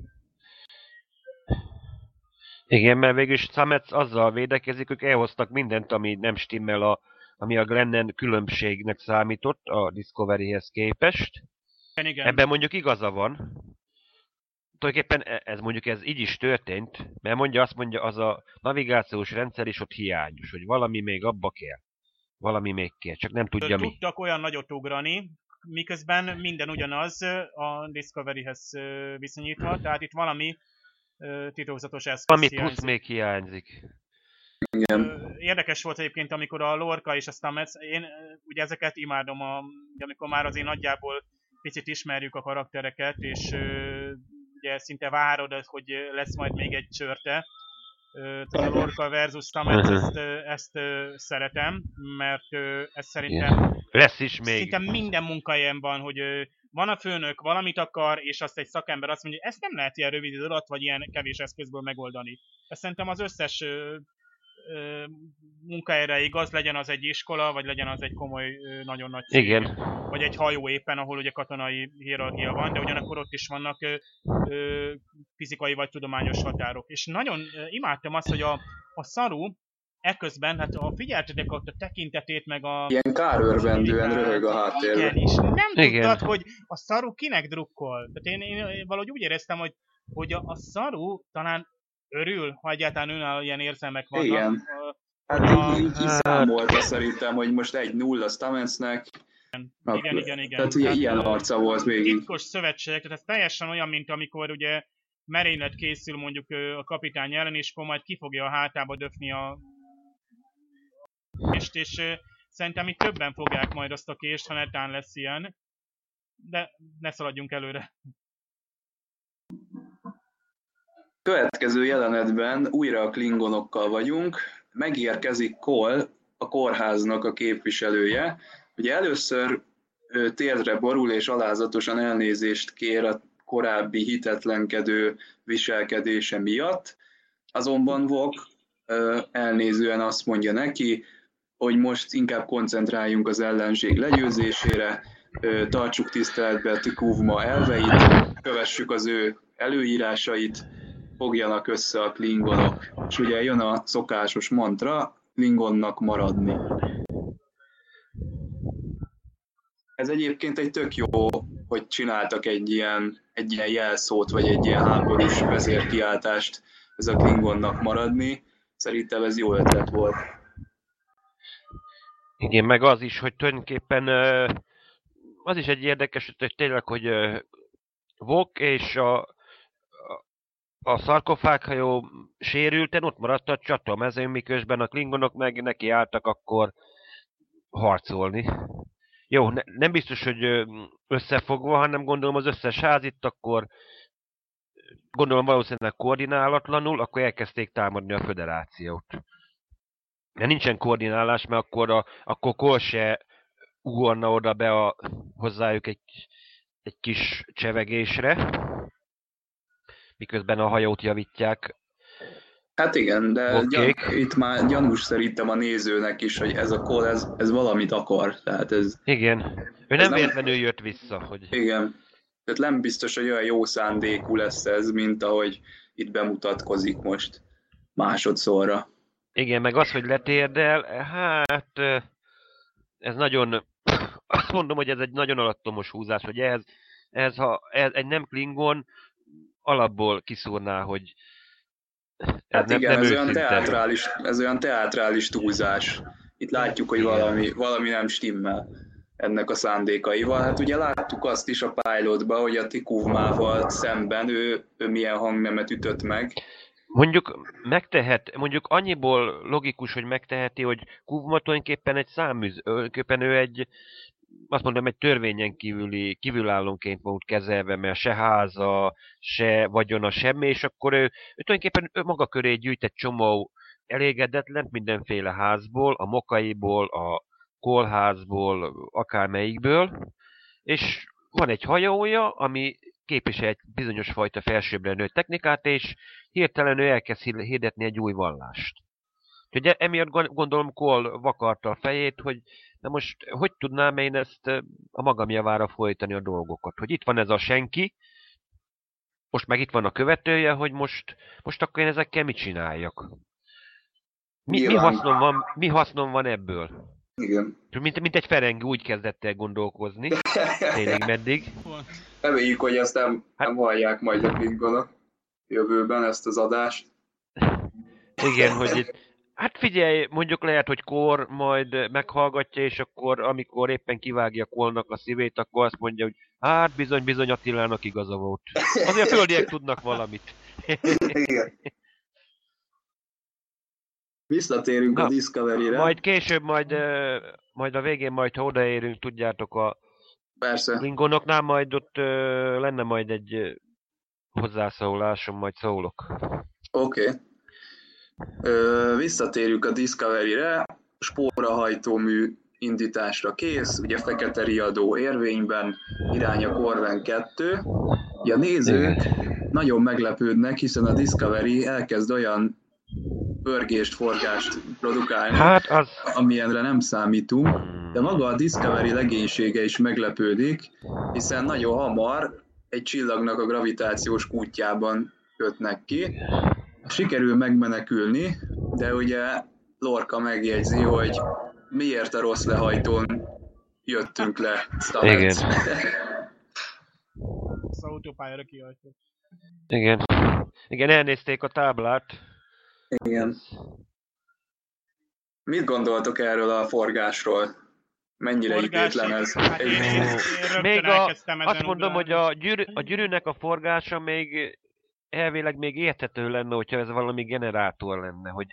Igen, mert végülis Stamets azzal védekezik, ők elhoztak mindent, ami nem stimmel, ami a Glennen különbségnek számított a Discoveryhez képest. Igen. Ebben mondjuk igaza van. Tulajdonképpen ez így is történt, mert azt mondja, az a navigációs rendszer is ott hiányos, hogy valami még abba kell. Valami még kell, csak nem tudja mi. Tudtak olyan nagyot ugrani, miközben minden ugyanaz a Discoveryhez viszonyítva, tehát itt valami titokzatos eszköz valami plusz még hiányzik. Igen. Érdekes volt egyébként, amikor a Lorca és a Stamets, én ugye ezeket imádom, amikor már azért nagyjából picit ismerjük a karaktereket, és ugye szinte várod, hogy lesz majd még egy csörte. A Lorca versus Stamets, ezt szeretem, mert ez szerintem lesz is még. Szinte minden munkahelyen van, hogy van a főnök, valamit akar, és azt egy szakember azt mondja, hogy ezt nem lehet ilyen rövid idő alatt, vagy ilyen kevés eszközből megoldani. Ezt szerintem az összes munkahelyre igaz, legyen az egy iskola, vagy legyen az egy komoly, nagyon nagy cég. Igen. Vagy egy hajó éppen, ahol ugye katonai hierarchia van, de ugyanakkor ott is vannak fizikai vagy tudományos határok. És nagyon imádtam azt, hogy a Saru eközben, hát figyeltetek ott a tekintetét, meg a... Ilyen kárőrvendően röhög a háttérben. Igen, és nem tudtad, hogy a Saru kinek drukkol. Tehát én valahogy úgy éreztem, hogy a Saru talán örül, ha egyáltalán önálló ilyen érzelmek vannak. Igen. Hát így számolta szerintem, hogy most 1-0 a Stametsnek. Igen. Tehát ugye ilyen arca volt végig. Titkos szövetség, tehát ez teljesen olyan, mint amikor ugye merénylet készül mondjuk a kapitány ellen, és akkor majd ki fogja a hátába döfni és Szerintem itt többen fogják majd azt a kést, ha netán lesz ilyen. De ne szaladjunk előre. Következő jelenetben újra a klingonokkal vagyunk. Megérkezik Cole, a kórháznak a képviselője. Ugye először térdre borul és alázatosan elnézést kér a korábbi hitetlenkedő viselkedése miatt. Azonban Vok elnézően azt mondja neki, hogy most inkább koncentráljunk az ellenség legyőzésére, tartsuk tiszteletbe T'Kuvma elveit, kövessük az ő előírásait, fogjanak össze a klingonok. És ugye jön a szokásos mantra, klingonnak maradni. Ez egyébként egy tök jó, hogy csináltak egy ilyen jelszót, vagy egy ilyen háborús vezérkiáltást, ez a klingonnak maradni. Szerintem ez jó ötlet volt. Igen, meg az is, hogy tulajdonképpen az is egy érdekes, hogy tényleg, hogy Vok és a szarkofághajó sérülten ott maradt a csatamezőn, miközben a klingonok meg neki álltak akkor harcolni. Jó, nem biztos, hogy összefogva, hanem gondolom az összes ház itt akkor gondolom valószínűleg koordinálatlanul, akkor elkezdték támadni a föderációt. De nincsen koordinálás, mert akkor Cole se ugorna oda be hozzájuk egy kis csevegésre, miközben a hajót javítják. Hát igen, de itt már gyanús szerintem a nézőnek is, hogy ez a Cole, ez valamit akar. Tehát igen, ő nem véletlenül jött vissza. Hogy... Igen, tehát nem biztos, hogy olyan jó szándékú lesz ez, mint ahogy itt bemutatkozik most másodszorra. Igen, meg az, hogy letérdel, hát ez nagyon, azt mondom, hogy ez egy nagyon alattomos húzás, hogy ha egy nem klingon alapból kiszúrná, hogy hát igen, ez olyan teátrális túlzás. Itt látjuk, hogy valami nem stimmel ennek a szándékaival. Hát ugye láttuk azt is a pilotban, hogy a T'Kuvmával szemben ő milyen hangnemet ütött meg. Mondjuk annyiból logikus, hogy megteheti, hogy Kuvma tulajdonképpen ő egy azt mondom, egy törvényen kívülállónként volt kezelve, mert se háza, se vagyona, semmi, és akkor ő tulajdonképpen maga köré gyűjt egy csomó elégedetlent mindenféle házból, a mokaiból, a kolházból, akármelyikből, és van egy hajója, ami képvisel egy bizonyos fajta felsőbbre nőtt technikát, és hirtelen ő elkezd hirdetni egy új vallást. Úgyhogy emiatt gondolom Cole vakarta a fejét, hogy na most hogy tudnám én ezt a magam javára folytani a dolgokat. Hogy itt van ez a senki, most meg itt van a követője, hogy most akkor én ezekkel mit csináljak. Mi hasznom van ebből? Igen. Mint egy ferengi úgy kezdett el gondolkozni. Tényleg meddig. Reméljük, hogy ezt nem hallják majd a klingonok jövőben ezt az adást. Igen, hogy itt hát figyelj, mondjuk lehet, hogy Kor majd meghallgatja, és akkor, amikor éppen kivágja Kolnak a szívét, akkor azt mondja, hogy hát bizony Attilának igaza volt. Azért a földiek tudnak valamit. Igen. Visszatérünk a Discovery-re. Majd később, majd a végén, ha odaérünk, tudjátok a klingonoknál, majd ott lenne majd egy hozzászólásom, majd szólok. Oké. Visszatérjük a Discovery-re, spórahajtómű indításra kész, ugye fekete riadó érvényben, irány a Corvin 2. Ugye a nézők nagyon meglepődnek, hiszen a Discovery elkezd olyan pörgést, forgást produkálni, amilyenre nem számítunk, de maga a Discovery legénysége is meglepődik, hiszen nagyon hamar egy csillagnak a gravitációs kútjában kötnek ki. Sikerül megmenekülni, de ugye Lorca megjegyzi, hogy miért a rossz lehajtón jöttünk le, Stamets. Igen. Az autópályára kihajtott. Igen, elnézték a táblát. Igen. Mit gondoltok erről a forgásról? Mennyire hitetlen ez? Még azt mondom, hogy a gyűrűnek a forgása még elvileg még érthető lenne, hogyha ez valami generátor lenne, hogy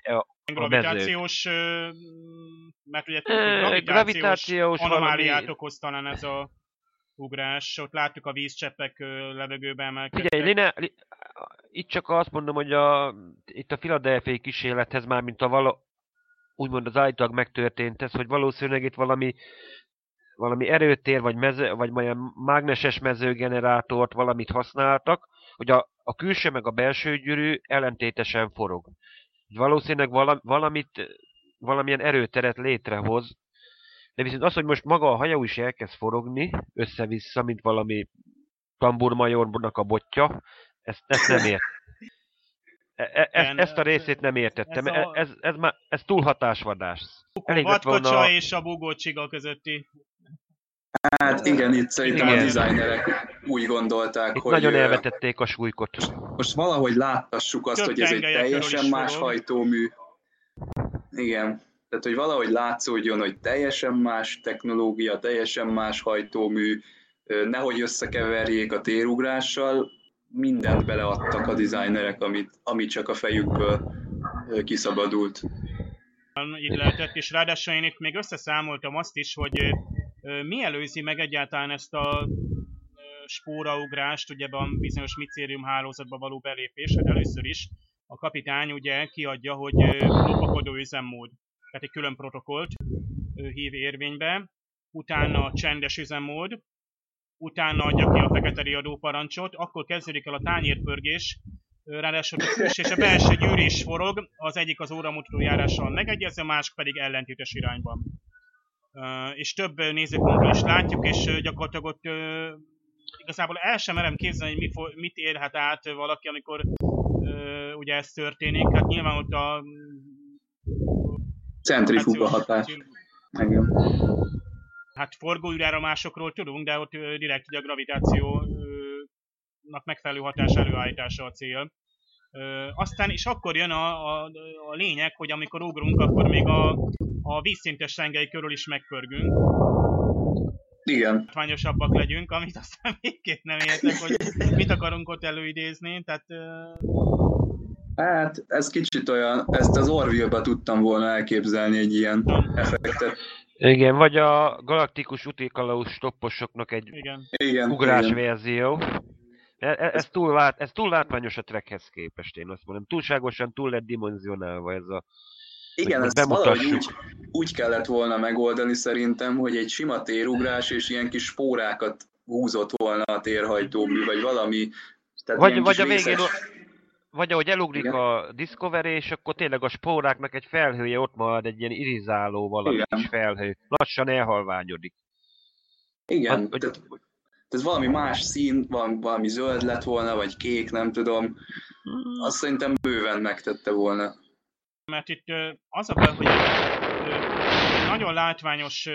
gravitációs, mert ugye gravitációs anomáliát okoz talán ez a ugrás. Ott láttuk a vízcseppek levegőbe emelkedtek. Figyelj, itt csak azt mondom, hogy itt a Philadelphia-i kísérlethez már, mint úgymond az állítólag megtörtént ez, hogy valószínűleg itt valami erőtér, vagy olyan mágneses mezőgenerátort valamit használtak, hogy a külső meg a belső gyűrű ellentétesen forog. Valószínűleg valamilyen erőteret létrehoz, de viszont az, hogy most maga a hajó is elkezd forogni, össze-vissza, mint valami tamburmajornak a botja, ezt nem ért. Ezt a részét nem értettem. Ez túlhatásvadás. A vadkocsa és a búgócsiga közötti. Hát igen, itt szerintem a designerek úgy gondolták, itt hogy... nagyon elvetették a súlykot. Most valahogy láttassuk azt, hogy ez egy teljesen más hajtómű. Igen. Tehát, hogy valahogy látszódjon, hogy teljesen más technológia, teljesen más hajtómű, nehogy összekeverjék a térugrással, mindent beleadtak a designerek, amit csak a fejükből kiszabadult. Így lehetett, és ráadásul én itt még összeszámoltam azt is, hogy mi előzi meg egyáltalán ezt a spóraugrást, ugye a bizonyos micérium hálózatba való belépés. Hát először is a kapitány ugye kiadja, hogy lopakodó üzemmód, tehát egy külön protokollt hív érvénybe, utána csendes üzemmód, utána adja ki a fekete riadó parancsot, akkor kezdődik el a tányérpörgés, ráadásul a külső és a belső gyűrű is forog, az egyik az óramutató járással megegyező, a másik pedig ellentétes irányban. És több nézőpontból is látjuk, és gyakorlatilag ott igazából el sem merem képzelni, hogy mit érhet át valaki, amikor ugye ez történik. Hát nyilván ott a... centrifuga hatás. Hát forgóűrállomásokról tudunk, de ott direkt ugye a gravitációnak megfelelő hatás előállítása a cél. Aztán is akkor jön a lényeg, hogy amikor ugrunk, akkor még a vízszintes tengely körül is megpörgünk. Igen. Látványosabbak legyünk, amit aztán végképp nem értek, hogy mit akarunk ott előidézni, tehát... Hát, ez kicsit olyan, ezt az Orville-ba tudtam volna elképzelni egy ilyen effektet. Igen, vagy a galaktikus útikalauz stopposoknak egy ugrásverzió. Ez túl látványos a Trekhez képest, én azt mondom. Túlságosan túl lett dimenzionálva ez a... Igen, ezt valahogy úgy kellett volna megoldani szerintem, hogy egy sima térugrás és ilyen kis spórákat húzott volna a térhajtómű, vagy valami... Vagy a végén... Vagy ahogy elugrik a Discovery, és akkor tényleg a spóráknak egy felhője ott marad, egy ilyen irizáló valami kis felhő. Lassan elhalványodik. Igen, tehát valami más szín, valami zöld lett volna, vagy kék, nem tudom. Azt szerintem bőven megtette volna. Mert itt az a baj, hogy nagyon látványos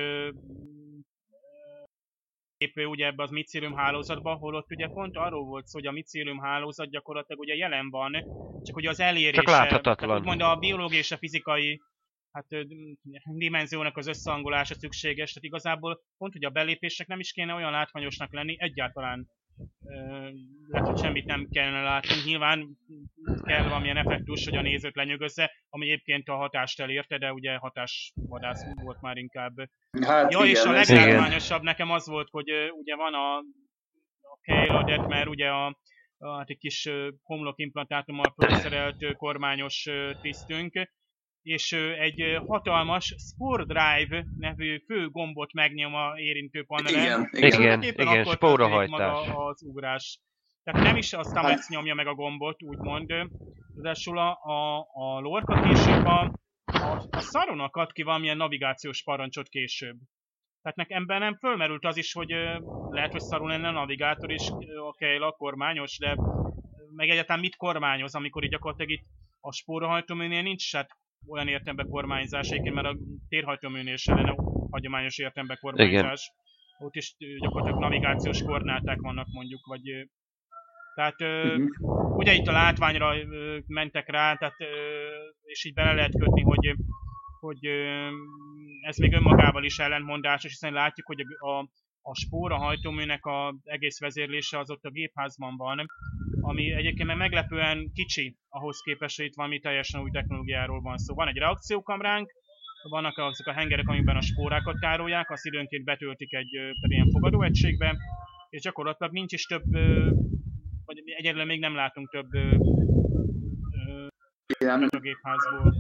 képő ugye ebbe az micérium hálózatba, holott ugye pont arról volt szó, hogy a micérium hálózat gyakorlatilag ugye jelen van, csak ugye az elérése, csak láthatatlan. Úgymond a biológiai és a fizikai dimenziónak az összehangolása szükséges, tehát igazából pont, hogy a belépésnek nem is kéne olyan látványosnak lenni, egyáltalán lehet, hogy semmit nem kellene látni. Nyilván kell valamilyen effektus, hogy a nézőt lenyűgözze, ami egyébként a hatást elérte, de ugye hatásvadász volt már inkább. Hát ja, igen, és a leglátványosabb nekem az volt, hogy ugye van a Kayla Detmer, ugye hát egy kis homlokimplantátummal felszerelt kormányos tisztünk, és egy hatalmas Spore Drive nevű fő gombot megnyom a érintő panelen. Igen, spórahajtás. Maga az ugrás. Tehát nem is azt a Metsz nyomja meg a gombot, úgymond. Ráadásul a Lorca később a Sarunak ad ki valamilyen navigációs parancsot később. Tehát nekem nem fölmerült az is, hogy lehet, hogy Saru lenne a navigátor és a Kayla kormányos, de meg egyáltalán mit kormányoz, amikor így gyakorlatilag itt a spórahajtóműnél nincs hát olyan értelemben kormányzás, egyébként mert a térhajtóműnél sem lenne hagyományos értelemben kormányzás. Igen. Ott is gyakorlatilag navigációs koordináták vannak mondjuk, vagy... Tehát ugye itt a látványra mentek rá, tehát, és így bele lehet kötni, hogy ez még önmagával is ellentmondásos, hiszen látjuk, hogy a spóra hajtóműnek az egész vezérlése az ott a gépházban van, ami egyébként meglepően kicsi ahhoz képest, hogy itt valami teljesen új technológiáról van szó. Van egy reakciókamránk, vannak azok a hengerek, amiben a spórákat tárolják, azt időnként betöltik egy ilyen fogadóegységbe, és gyakorlatilag nincs is több, vagy egyelőre még nem látunk több a gépházból.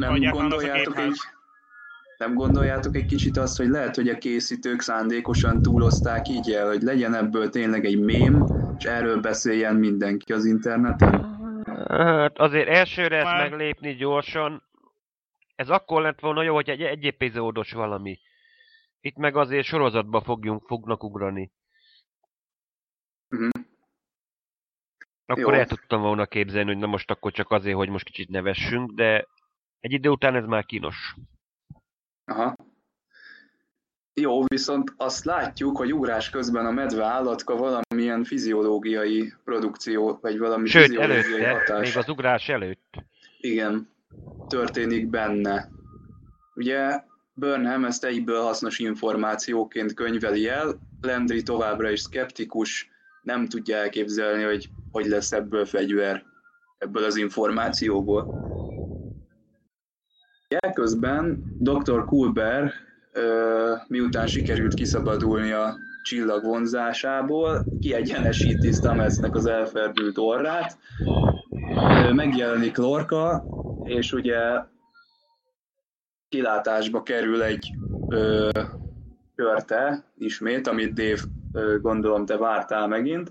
Nem gondoljátok egy kicsit azt, hogy lehet, hogy a készítők szándékosan túlozták így el, hogy legyen ebből tényleg egy mém, és erről beszéljen mindenki az interneten? Hát azért elsőre ezt meglépni gyorsan, ez akkor lett volna jó, hogy egy epizódos valami. Itt meg azért sorozatba fognak ugrani. Uh-huh. Akkor el tudtam volna képzelni, hogy na most akkor csak azért, hogy most kicsit nevessünk, de egy idő után ez már kínos. Aha. Jó, viszont azt látjuk, hogy ugrás közben a medve állatka valamilyen fiziológiai produkció, vagy valami fiziológiai hatás. Még az ugrás előtt. Igen, történik benne. Ugye Burnham ezt egyből hasznos információként könyveli el, Landry továbbra is szkeptikus, nem tudja elképzelni, hogy lesz ebből fegyver, ebből az információból. Ekközben Dr. Culber, miután sikerült kiszabadulni a csillag vonzásából, kiegyenesíti Stametsnek az elferdült orrát, megjelenik Lorca, és ugye kilátásba kerül egy körte ismét, amit Dave, gondolom te vártál megint.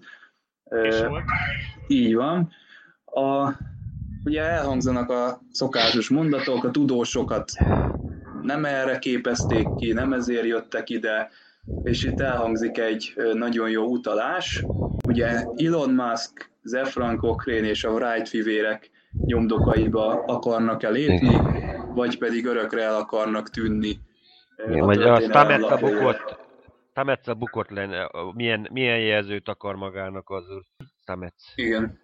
Így van. Ugye elhangzanak a szokásos mondatok, a tudósokat nem erre képezték ki, nem ezért jöttek ide, és itt elhangzik egy nagyon jó utalás. Ugye Elon Musk, Zefran Cochrane és a Wright fivérek nyomdokaiba akarnak-e lépni, vagy pedig örökre el akarnak tűnni. Vagy a Stamets bukott lenne, milyen jelzőt akar magának az Stamets. Igen.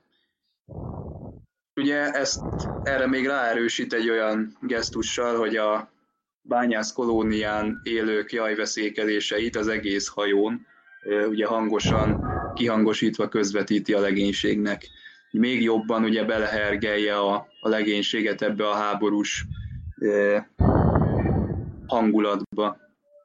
Ugye erre még ráerősít egy olyan gesztussal, hogy a bányász kolónián élők jajveszékeléseit az egész hajón ugye hangosan, kihangosítva közvetíti a legénységnek. Még jobban ugye belehergelje a legénységet ebbe a háborús hangulatba.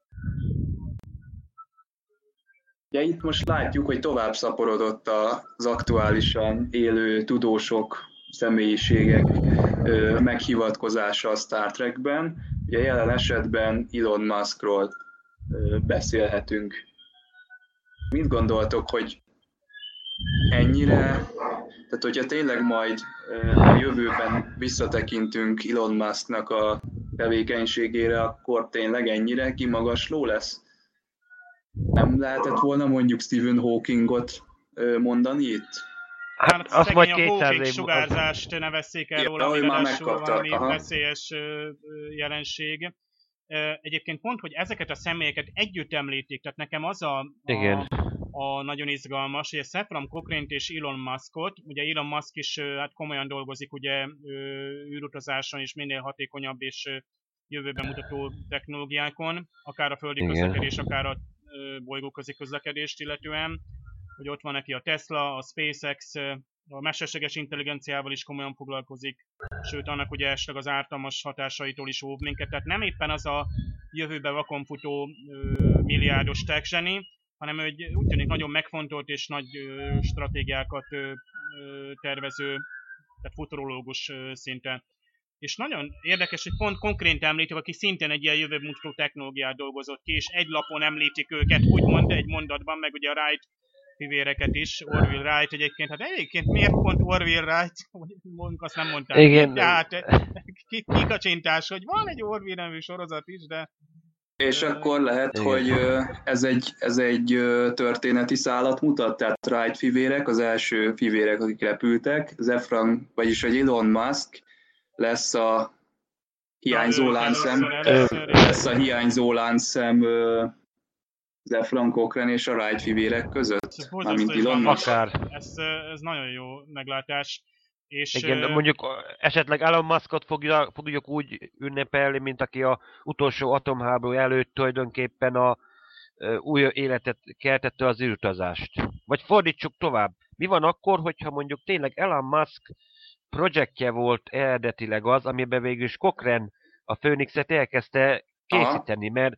Ugye itt most látjuk, hogy tovább szaporodott az aktuálisan élő tudósok, személyiségek meghivatkozása a Star Trekben. Ugye jelen esetben Elon Muskról beszélhetünk. Mit gondoltok, hogy ennyire, tehát hogyha tényleg majd a jövőben visszatekintünk Elon Musknak a tevékenységére, akkor tényleg ennyire kimagasló lesz? Nem lehetett volna mondjuk Stephen Hawkingot mondani itt? Hát azt majd 200 év sugárzást ne vesszék el róla, ami ráadásul valami veszélyes jelenség. Egyébként pont, hogy ezeket a személyeket együtt említik, tehát nekem az a nagyon izgalmas, hogy a Zefran Cochrane-t és Elon Muskot, ugye Elon Musk is hát komolyan dolgozik ugye űrutazáson és minél hatékonyabb és jövőben mutató technológiákon, akár a földi közlekedés, akár a bolygóközi közlekedést illetően, hogy ott van neki a Tesla, a SpaceX, a mesterséges intelligenciával is komolyan foglalkozik, sőt annak ugye esetleg az ártalmas hatásaitól is óv minket, tehát nem éppen az a jövőbe vakon futó milliárdos tech zseni, hanem úgy tűnik nagyon megfontolt és nagy stratégiákat tervező, tehát futurológus szinten. És nagyon érdekes, hogy pont konkrét említik, aki szintén egy ilyen jövőbe mutató technológiát dolgozott ki, és egy lapon említik őket, úgymond egy mondatban, meg ugye a Wright fivéreket is, Orville Wright egyébként. Hát egyébként miért pont Orville Wright? Mondjuk azt nem mondták. Igen. Tehát kikacsintás, hogy van egy Orville nevű sorozat is, de... És akkor lehet, hogy ez egy történeti szálat mutat, tehát Wright fivérek, az első fivérek, akik repültek, Zefran, vagyis hogy Elon Musk lesz a hiányzó láncszem, Zefran Cochrane és a Wright fivérek között, mármint Elon Musk. Ez nagyon jó meglátás. És igen, de mondjuk esetleg Elon Muskot fogjuk úgy ünnepelni, mint aki a utolsó atomháború előtt tulajdonképpen új életet keltette az űrutazást. Vagy fordítsuk tovább. Mi van akkor, hogyha mondjuk tényleg Elon Musk projektje volt eredetileg az, amiben végül is Cochrane a Phoenixet elkezdte készíteni, mert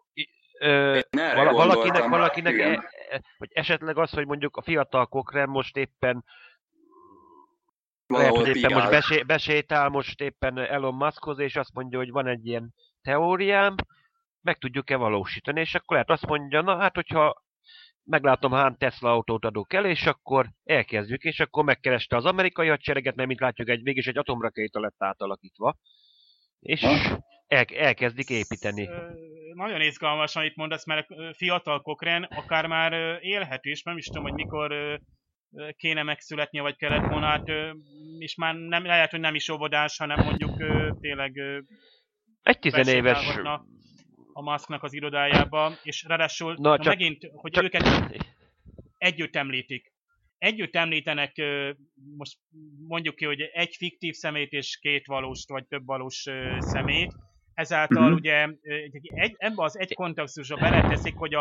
valakinek vagy esetleg az, hogy mondjuk a fiatal Cochrane most éppen lehet, hogy éppen most besétál most éppen Elon Muskhoz, és azt mondja, hogy van egy ilyen teóriám, meg tudjuk-e valósítani, és akkor lehet azt mondja, na hát, hogyha meglátom, hány Tesla autót adok el, és akkor elkezdjük, és akkor megkereste az amerikai hadsereget, mert mint látjuk, végig egy atomrakéta lett átalakítva, és elkezdik építeni. Nagyon izgalmas, amit mondasz, mert fiatal Cochrane akár már élhet is, nem is tudom, hogy mikor kéne megszületnie, vagy kellett volna, hát, és már nem, lehet, hogy nem is óvodás, hanem mondjuk tényleg egy 10 éves a Musknak az irodájába, és ráadásul megint, hogy őket együtt említik. Együtt említenek, most mondjuk ki, hogy egy fiktív szemét és két valós, vagy több valós szemét. Ezáltal ugye ebbe az egy kontextusra beleteszik, hogy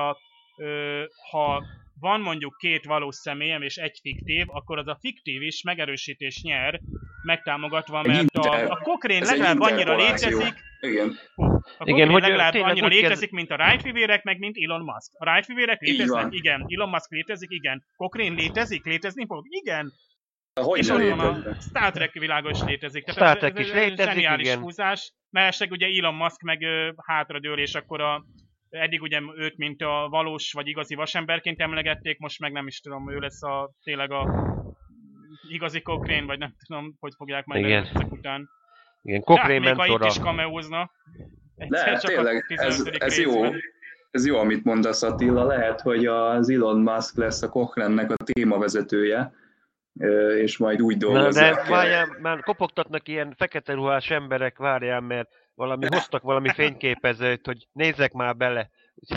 ha van mondjuk két valós személyem és egy fiktív, akkor az a fiktív is megerősítés nyer, megtámogatva, mert a Cochrane legalább annyira létezik, Igen, hogy legalább annyira létezik, mint a Wright-fivérek, meg mint Elon Musk. A Wright-fivérek léteznek? Igen. Elon Musk létezik? Igen. Cochrane létezik? Létezni fog? Igen. És ott van a Star Trek világos létezik. Star Trek is létezik, zseniális igen. húzás. Mellesleg ugye Elon Musk meg hátradől, és akkor eddig ugye őt, mint a valós vagy igazi vasemberként emlegették, most meg nem is tudom, ő lesz tényleg a igazi Cochrane, vagy nem tudom, hogy fogják majd ezek után. Igen, Cochrane mentora. Még ha itt is kameózna. De tényleg, ez jó. Ez jó, amit mondasz, Attila. Lehet, hogy az Elon Musk lesz a Cochrane-nek a témavezetője, és majd úgy dolgozzák. De várjál, már kopogtatnak ilyen fekete ruhás emberek, várjál, mert hoztak valami fényképezőt, hogy nézzek már bele.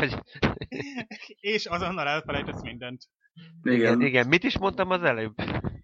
És azonnal elfelejtesz mindent. Igen. Mit is mondtam az előbb?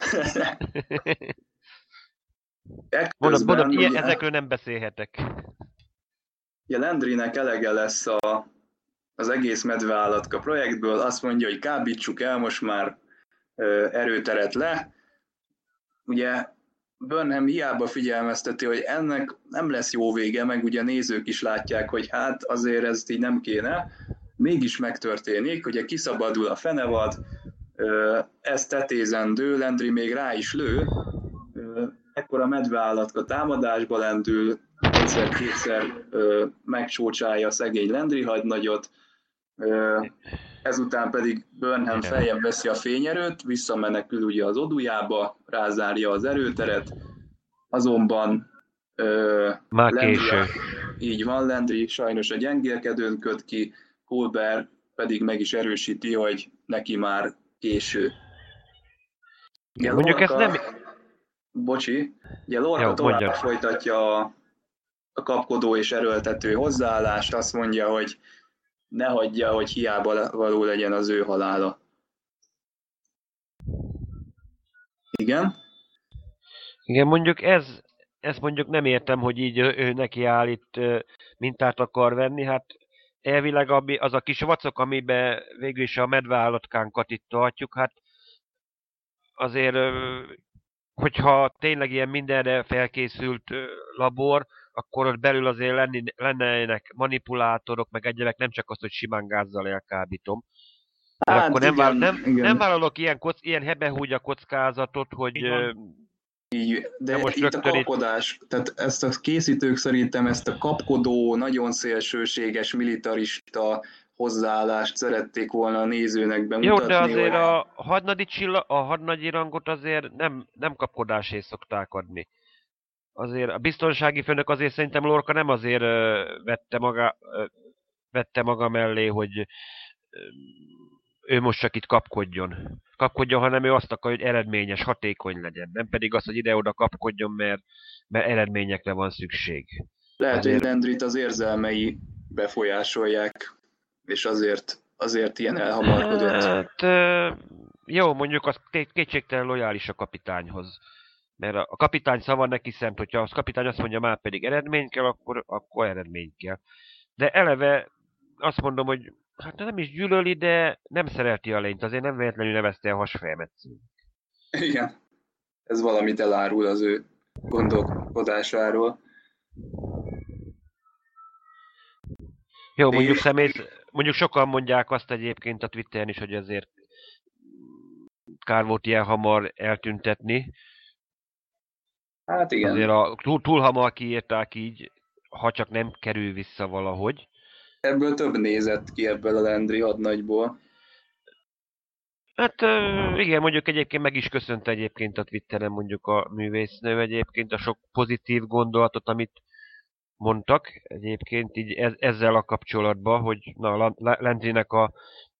Mondod, ezekről nem beszélhetek. Ja, Landrynek elege lesz az egész medveállatka projektből, azt mondja, hogy kábítsuk el most már erőteret le. Ugye Burnham hiába figyelmezteti, hogy ennek nem lesz jó vége, meg ugye a nézők is látják, hogy hát azért ezt így nem kéne. Mégis megtörténik, ugye kiszabadul a fenevad, ez tetézendő, Landry még rá is lő, ekkor a medveállatka támadásba lendül, egyszer-kétszer megcsócsálja a szegény Landry hadnagyot, ezután pedig Burnham feljebb veszi a fényerőt, visszamenekül ugye az odujába, rázárja az erőteret, azonban már késő. Így van, Landry sajnos a gyengélkedőn köt ki, Culber pedig meg is erősíti, hogy neki már késő. Ugye, mondjuk ezt nem... Bocsi, ugye Lorca tovább folytatja a kapkodó és erőltető hozzáállást, azt mondja, hogy ne hagyja, hogy hiába való legyen az ő halála. Igen? Igen, mondjuk ezt mondjuk nem értem, hogy így ő neki áll itt mintát akar venni, hát elvileg az a kis vacok, amiben végül is a medveállatkánkat itt tartjuk, hát azért, hogyha tényleg ilyen mindenre felkészült labor, akkor ott belül azért lennének manipulátorok, meg egyebek, nem csak az, hogy simán gázzal elkábítom. Hát, akkor nem vállalok ilyen hebehúgya kockázatot, hogy... Így, de most itt a kapkodás, tehát ezt a készítők szerintem ezt a kapkodó, nagyon szélsőséges, militarista hozzáállást szerették volna a nézőnek bemutatni. Jó, de azért a hadnagyi rangot azért nem kapkodásért szokták adni. Azért a biztonsági főnök azért szerintem Lorca nem azért vette maga mellé, hogy ő most csak itt kapkodjon, hanem ő azt akarja, hogy eredményes, hatékony legyen. Nem pedig az, hogy ide-oda kapkodjon, mert eredményekre van szükség. Lehet, hogy Landryt az érzelmei befolyásolják, és azért ilyen elhamarkodott. Hát, jó, mondjuk az kétségtelen lojális a kapitányhoz. Mert a kapitány szava neki szent, hogyha a kapitány azt mondja, már pedig eredmény kell, akkor eredmény kell. De eleve azt mondom, hogy Hát nem is gyűlöli, de nem szereti a lényt. Azért nem véletlenül nevezte a hasfejmetszőnek. Igen, ez valamit elárul az ő gondolkodásáról. Jó, mondjuk sokan mondják azt egyébként a Twitteren is, hogy azért kár volt ilyen hamar eltüntetni. Hát igen. Azért túl hamar kiírták így, ha csak nem kerül vissza valahogy. Ebből több nézett ki ebből a Landry hadnagyból. Hát igen, mondjuk egyébként meg is köszönte egyébként a Twitteren mondjuk a művésznő egyébként a sok pozitív gondolatot, amit mondtak egyébként így ezzel a kapcsolatban, hogy na, Landrynek a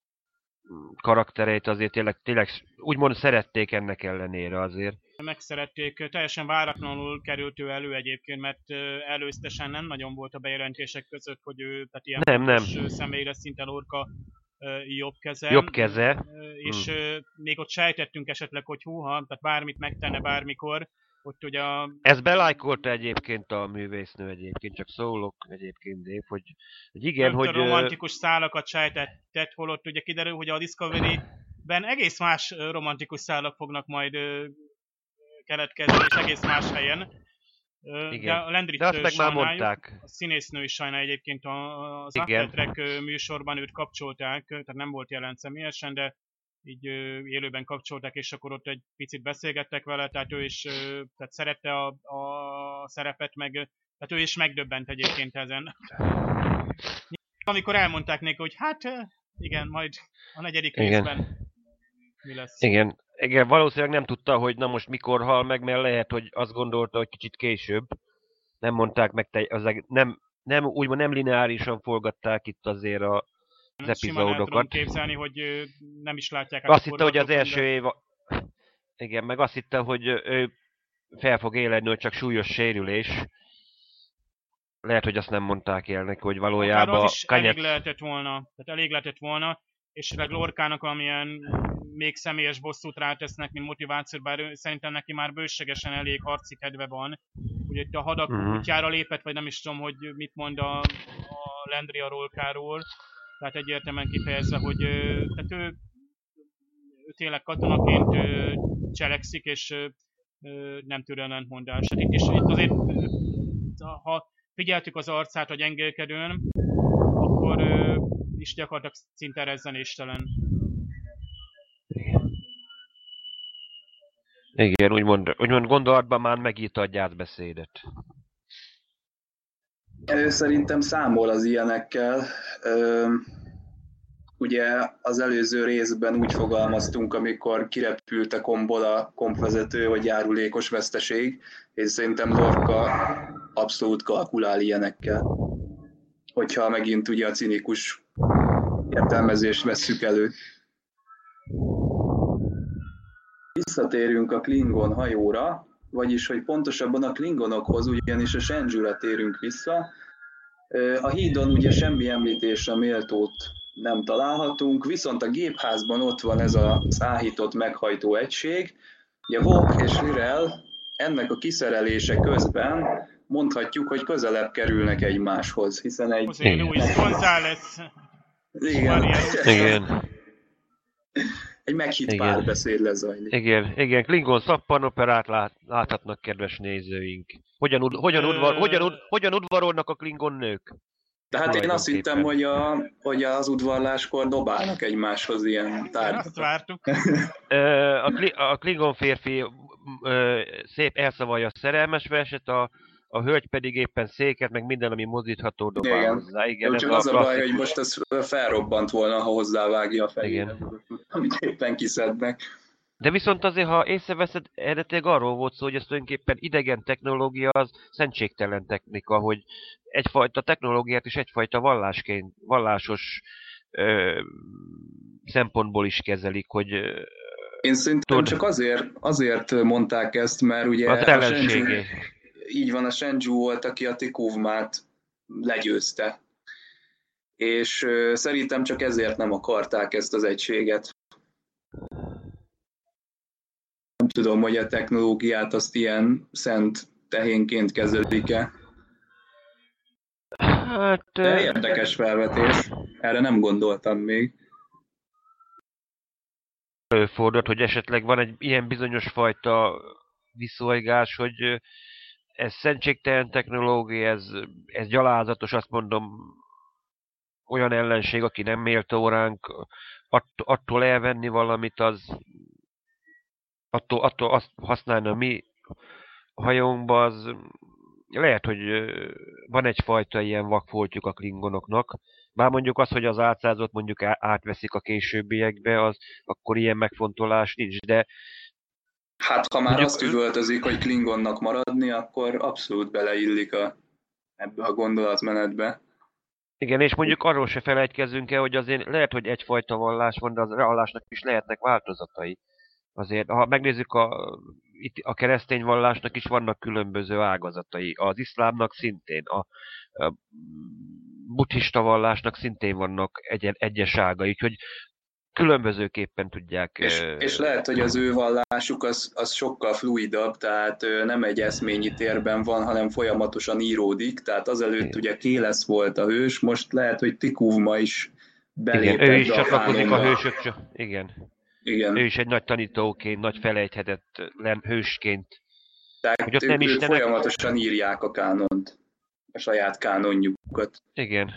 karaktereit azért tényleg úgymond szerették ennek ellenére azért. Megszerették, teljesen váratlanul került ő elő egyébként, mert előztesen nem nagyon volt a bejelentések között, hogy ő, tehát ilyen nem. személyre szinten Lorca jobb keze. Jobb keze. És még ott sejtettünk esetleg, hogy húha, tehát bármit megtenne bármikor, hogy ugye ezt belájkolta egyébként a művésznő egyébként, csak szólok egyébként, Dave, hogy igen, hogy... romantikus szálakat sejtett, holott ugye kiderül, hogy a Discovery-ben egész más romantikus szálak fognak majd keletkezni, és egész más helyen. Igen. De a Landryt már mondták. A színésznő is sajnál egyébként az After Track műsorban őt kapcsolták, tehát nem volt jelen személyesen, de így élőben kapcsolták, és akkor ott egy picit beszélgettek vele, tehát ő is tehát szerette a szerepet, meg tehát ő is megdöbbent egyébként ezen. Amikor elmondták neki, hogy hát igen, majd a 4. részben mi lesz. Igen, valószínűleg nem tudta, hogy na most mikor hal meg, mert lehet, hogy azt gondolta, hogy kicsit később. Nem mondták meg, nem úgymond nem lineárisan forgatták itt azért az epizódokat. Simán el tudom képzelni, hogy nem is látják át azt hitte, hogy az első év... Igen, meg azt hitte, hogy ő fel fog éledni, hogy csak súlyos sérülés. Lehet, hogy azt nem mondták el neki, hogy valójában... Az is elég lehetett volna, és Lorcának amilyen még személyes bosszút rátesznek, mint motivációt, bár szerintem neki már bőségesen elég harci kedve van. Ugye itt a hadak útjára lépett, vagy nem is tudom, hogy mit mond a Landry a Lorcáról. Tehát egyértelműen kifejezve, hogy tehát ő tényleg katonaként cselekszik, és nem tűr ellentmondást. Hát itt azért, ha figyeltük az arcát a gyengélkedőn, akkor is gyakorlatilag szinte rezzenéstelen. Igen, úgymond gondolatban már megírta a gyászbeszédet. Szerintem számol az ilyenekkel. Ugye az előző részben úgy fogalmaztunk, amikor kirepült a komból a kompvezető, hogy járulékos veszteség, és szerintem Lorca abszolút kalkulál ilyenekkel. Hogyha megint ugye a cinikus értelmezést vesszük elő. Visszatérünk a Klingon hajóra, vagyis hogy pontosabban a Klingonokhoz, ugyanis a Shenzhou-ra térünk vissza. A hídon ugye semmi említésre méltót nem találhatunk, viszont a gépházban ott van ez az áhított meghajtó egység. Ugye Voq és L'Rell ennek a kiszerelése közben mondhatjuk, hogy közelebb kerülnek egymáshoz, hiszen egy... Luis González. Igen. Egy meghitt párbeszéd lezajlik. Igen. Klingon szappanoperát láthatnak, kedves nézőink. Hogyan udvarolnak a Klingon nők? Tehát én azt hittem, hogy az udvarláskor dobálnak egymáshoz ilyen tárgyakat. Azt vártuk. A Klingon férfi szép elszavalja a szerelmes verset, a hölgy pedig éppen széket, meg minden, ami mozdítható dobál hozzá. Igen, csak az a baj, hogy most ez felrobbant volna, ha hozzávágja a fejére, amit éppen kiszednek. De viszont azért, ha észreveszed, eredetileg arról volt szó, hogy ez tulajdonképpen idegen technológia, az szentségtelen technika, hogy egyfajta technológiát és egyfajta vallásos szempontból is kezelik, hogy... Én szerintem csak azért mondták ezt, mert ugye a Shenzhou, így van, a Shenzhou volt, aki a Tikuvmát legyőzte. És szerintem csak ezért nem akarták ezt az egységet. Nem tudom, hogy a technológiát azt ilyen szent tehénként kezelik-e. Hát... De érdekes felvetés. Erre nem gondoltam még. Előfordult, hogy esetleg van egy ilyen bizonyos fajta viszolygás, hogy ez szentségtelen technológia, ez gyalázatos, azt mondom, olyan ellenség, aki nem méltó ránk, attól elvenni valamit, attól azt használni a mi hajónkba, az lehet, hogy van egyfajta ilyen vakfoltjuk a klingonoknak. Bár mondjuk az, hogy az álcázat mondjuk átveszik a későbbiekbe, az akkor ilyen megfontolás nincs, de Hát, ha már mondjuk, azt üvöltözik, hogy Klingonnak maradni, akkor abszolút beleillik ebbe a gondolatmenetbe. igen, és mondjuk arról se felejtkezzünk el, hogy azért lehet, hogy egyfajta vallás van, de az vallásnak is lehetnek változatai. Azért, ha megnézzük itt a keresztény vallásnak is vannak különböző ágazatai. Az iszlámnak szintén, a buddhista vallásnak szintén vannak egyes ágai, úgyhogy különbözőképpen tudják... És lehet, hogy az ő vallásuk az sokkal fluidabb, tehát nem egy eszményi térben van, hanem folyamatosan íródik, tehát azelőtt ugye Kélesz volt a hős, most lehet, hogy Tikuvma is belép. Igen, ő is csatlakozik a hősök, igen. Igen. Ő is egy nagy tanítóként, nagy felejthetetlen hősként. Tehát ők folyamatosan írják a kánont, a saját kánonjukat. Igen.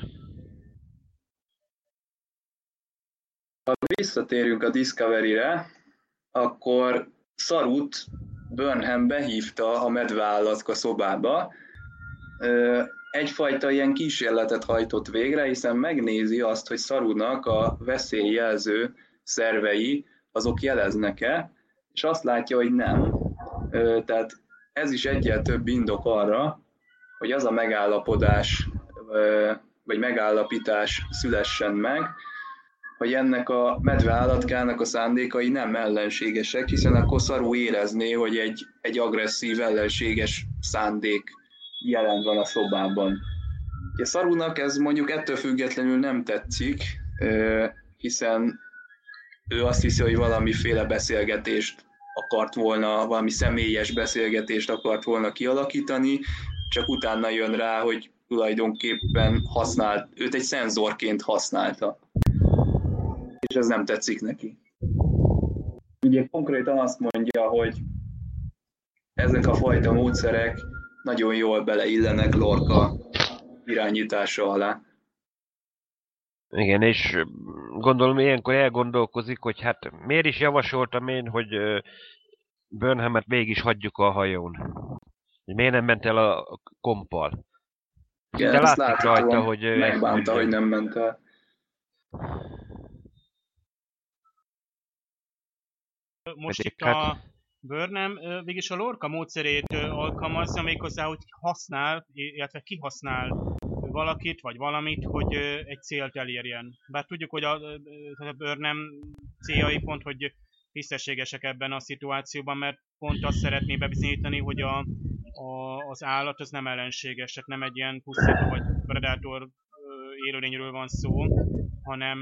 Ha visszatérünk a Discovery-re, akkor Sarut Burnham behívta a medveállatka szobába. Egyfajta ilyen kísérletet hajtott végre, hiszen megnézi azt, hogy Sarunak a veszélyjelző szervei azok jeleznek-e, és azt látja, hogy nem. Tehát ez is egyel több indok arra, hogy az a megállapodás, vagy megállapítás szülessen meg, hogy ennek a medveállatkának a szándékai nem ellenségesek, hiszen akkor Saru érezné, hogy egy agresszív, ellenséges szándék jelen van a szobában. Ugye Sarunak ez mondjuk ettől függetlenül nem tetszik, hiszen ő azt hiszi, hogy valamiféle beszélgetést akart volna, valami személyes beszélgetést akart volna kialakítani, csak utána jön rá, hogy tulajdonképpen őt egy szenzorként használta. És ez nem tetszik neki. Ugye konkrétan azt mondja, hogy ezek a fajta módszerek nagyon jól beleillenek Lorca irányítása alá. Igen, és gondolom ilyenkor elgondolkozik, hogy hát miért is javasoltam én, hogy Burnhamet végig is hagyjuk a hajón. Miért nem ment el a kompal? Igen, de látszik rajta, hogy megbánta, hogy nem ment el. Most itt a Burnham végülis a Lorca módszerét alkalmazza, méghozzá, hogy használ, illetve kihasznál valakit, vagy valamit, hogy egy célt elérjen. Bár tudjuk, hogy a Burnham céljai pont, hogy tisztességesek ebben a szituációban, mert pont azt szeretné bebizonyítani, hogy az állat az nem ellenséges, tehát nem egy ilyen pusztító vagy predátor élőlényről van szó, hanem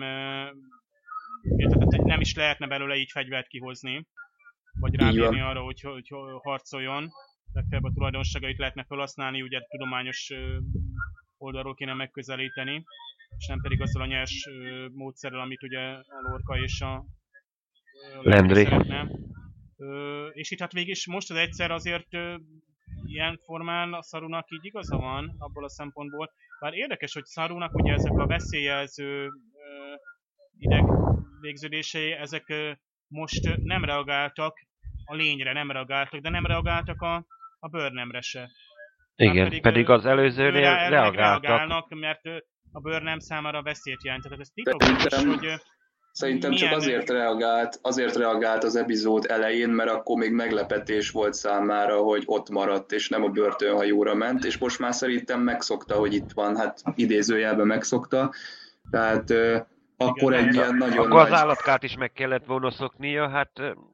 nem is lehetne belőle így fegyvert kihozni, vagy rábírni arra, hogy harcoljon. Legfeljebb a tulajdonságait lehetne felhasználni, ugye tudományos oldalról kéne megközelíteni, és nem pedig azzal a nyers módszerrel, amit ugye a Lorca és a Landry szeretne. És itt hát végig most az egyszer azért ilyen formán a Sarunak így igaza van abból a szempontból. Bár érdekes, hogy Sarunak ugye ezek a veszélyjelző idegvégződései, ezek most nem reagáltak a lényre, nem reagáltak, de nem reagáltak a Burnhamre se. Igen, pedig az előzőnél reagálnak, mert a Burnham számára veszélyt jelent. Tehát ez tipikus, hogy szerintem csak azért reagált az epizód elején, mert akkor még meglepetés volt számára, hogy ott maradt, és nem a börtönhajóra ment, és most már szerintem megszokta, hogy itt van, hát idézőjelben megszokta. Tehát akkor egy ilyen nagyon akkor az állatkát is meg kellett volna szoknia, hát...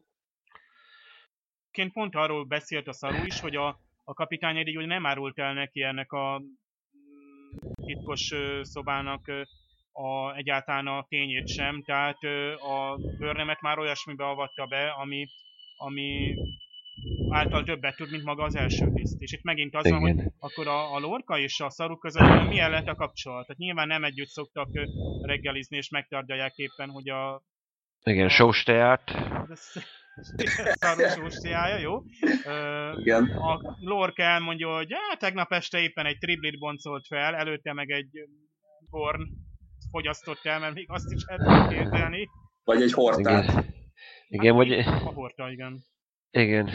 Pont arról beszélt a Saru is, hogy a kapitány eddig hogy nem árult el neki ennek a titkos szobának egyáltalán a tényét sem, tehát a Burnhamet már olyasmibe avatta be, ami által többet tud, mint maga az első tiszt. És itt megint az van, hogy Igen. akkor a Lorca és a Saru között milyen lehet a kapcsolat? Tehát nyilván nem együtt szoktak reggelizni, és megtárgyalják éppen, hogy Igen, sósteát. Saru sósteája, jó? Igen. A Lorca elmondja, hogy tegnap este éppen egy triblit boncolt fel, előtte meg egy Gorn fogyasztott el, mert még azt is el tudom képzelni. Vagy egy hortát. Igen, vagy... A horta, igen. Igen.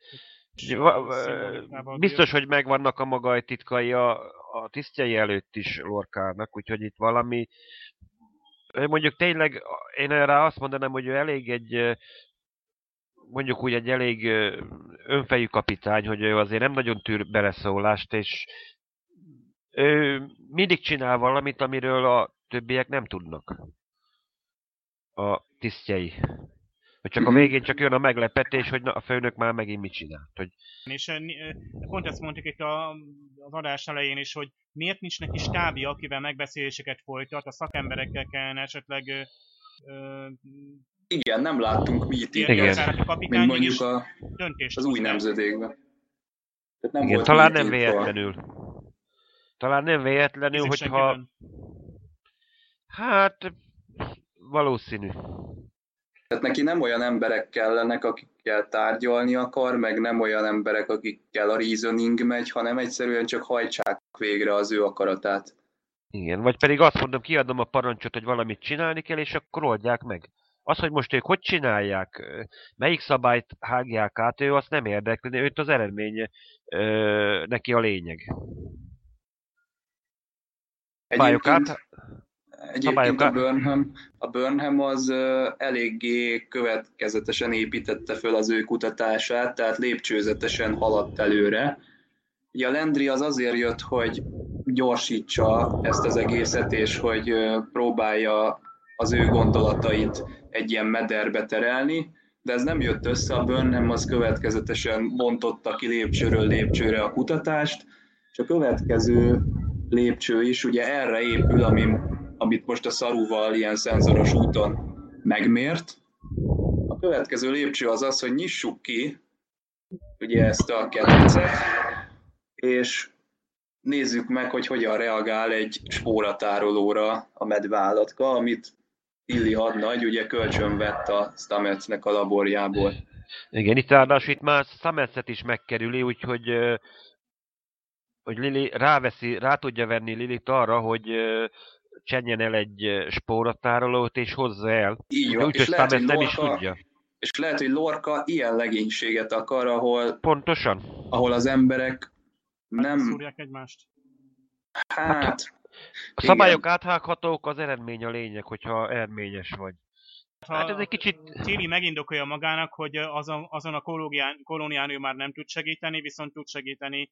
Biztos, hogy megvannak a maga titkai a tisztjei előtt is Lorcának, úgyhogy itt valami... Mondjuk tényleg, én erre azt mondanám, hogy ő elég mondjuk úgy egy elég önfejű kapitány, hogy ő azért nem nagyon tűr beleszólást, és ő mindig csinál valamit, amiről a többiek nem tudnak. A tisztjei. Hogy csak a végén csak jön a meglepetés, hogy a főnök már megint mit csinált. Hogy... És pont ezt mondtuk itt az adás elején is, hogy miért nincs neki stábja, akivel megbeszéléseket folytat, a szakemberekkel kellene esetleg... Igen, nem láttunk mint mondjuk az új nemzedékben. Nem igen, talán nem véletlenül. Talán nem véletlenül, hogyha... Hát, valószínű. Tehát neki nem olyan emberek kellenek, akikkel tárgyalni akar, meg nem olyan emberek, akikkel a reasoning megy, hanem egyszerűen csak hajtsák végre az ő akaratát. Igen, vagy pedig azt mondom, kiadom a parancsot, hogy valamit csinálni kell, és akkor oldják meg. Az, hogy most ők hogy csinálják, melyik szabályt hágják át, ő azt nem érdekli, őt az eredmény neki a lényeg. Egyébként a Burnham az eléggé következetesen építette föl az ő kutatását, tehát lépcsőzetesen haladt előre. Ugye a Landry az azért jött, hogy gyorsítsa ezt az egészet, és hogy próbálja az ő gondolatait egy ilyen mederbe terelni, de ez nem jött össze, a Burnham az következetesen bontotta ki lépcsőről lépcsőre a kutatást, és a következő lépcső is ugye erre épül, amit most a Saruval ilyen szenzoros úton megmért. A következő lépcső az az, hogy nyissuk ki ugye ezt a ketrecet, és nézzük meg, hogy hogyan reagál egy spóratárolóra a medveállatka, amit Tilly hadnagy ugye kölcsönvett a Stametsnek a laborjából. Igen, itt ráadásul itt már Stamets-et is megkerüli, úgyhogy hogy Lily rá tudja venni Lilit arra, hogy csenjen el egy spóratárolót és hozza el. Így van, úgy, hogy Stamets nem is tudja. És lehet, hogy Lorca ilyen legénységet akar, ahol... Pontosan. Ahol az emberek nem... Szúrják egymást. Hát... A szabályok áthághatók, az eredmény a lényeg, hogyha eredményes vagy. Hát ez egy kicsit... Tilly megindokolja magának, hogy azon a kolónián ő már nem tud segíteni, viszont tud segíteni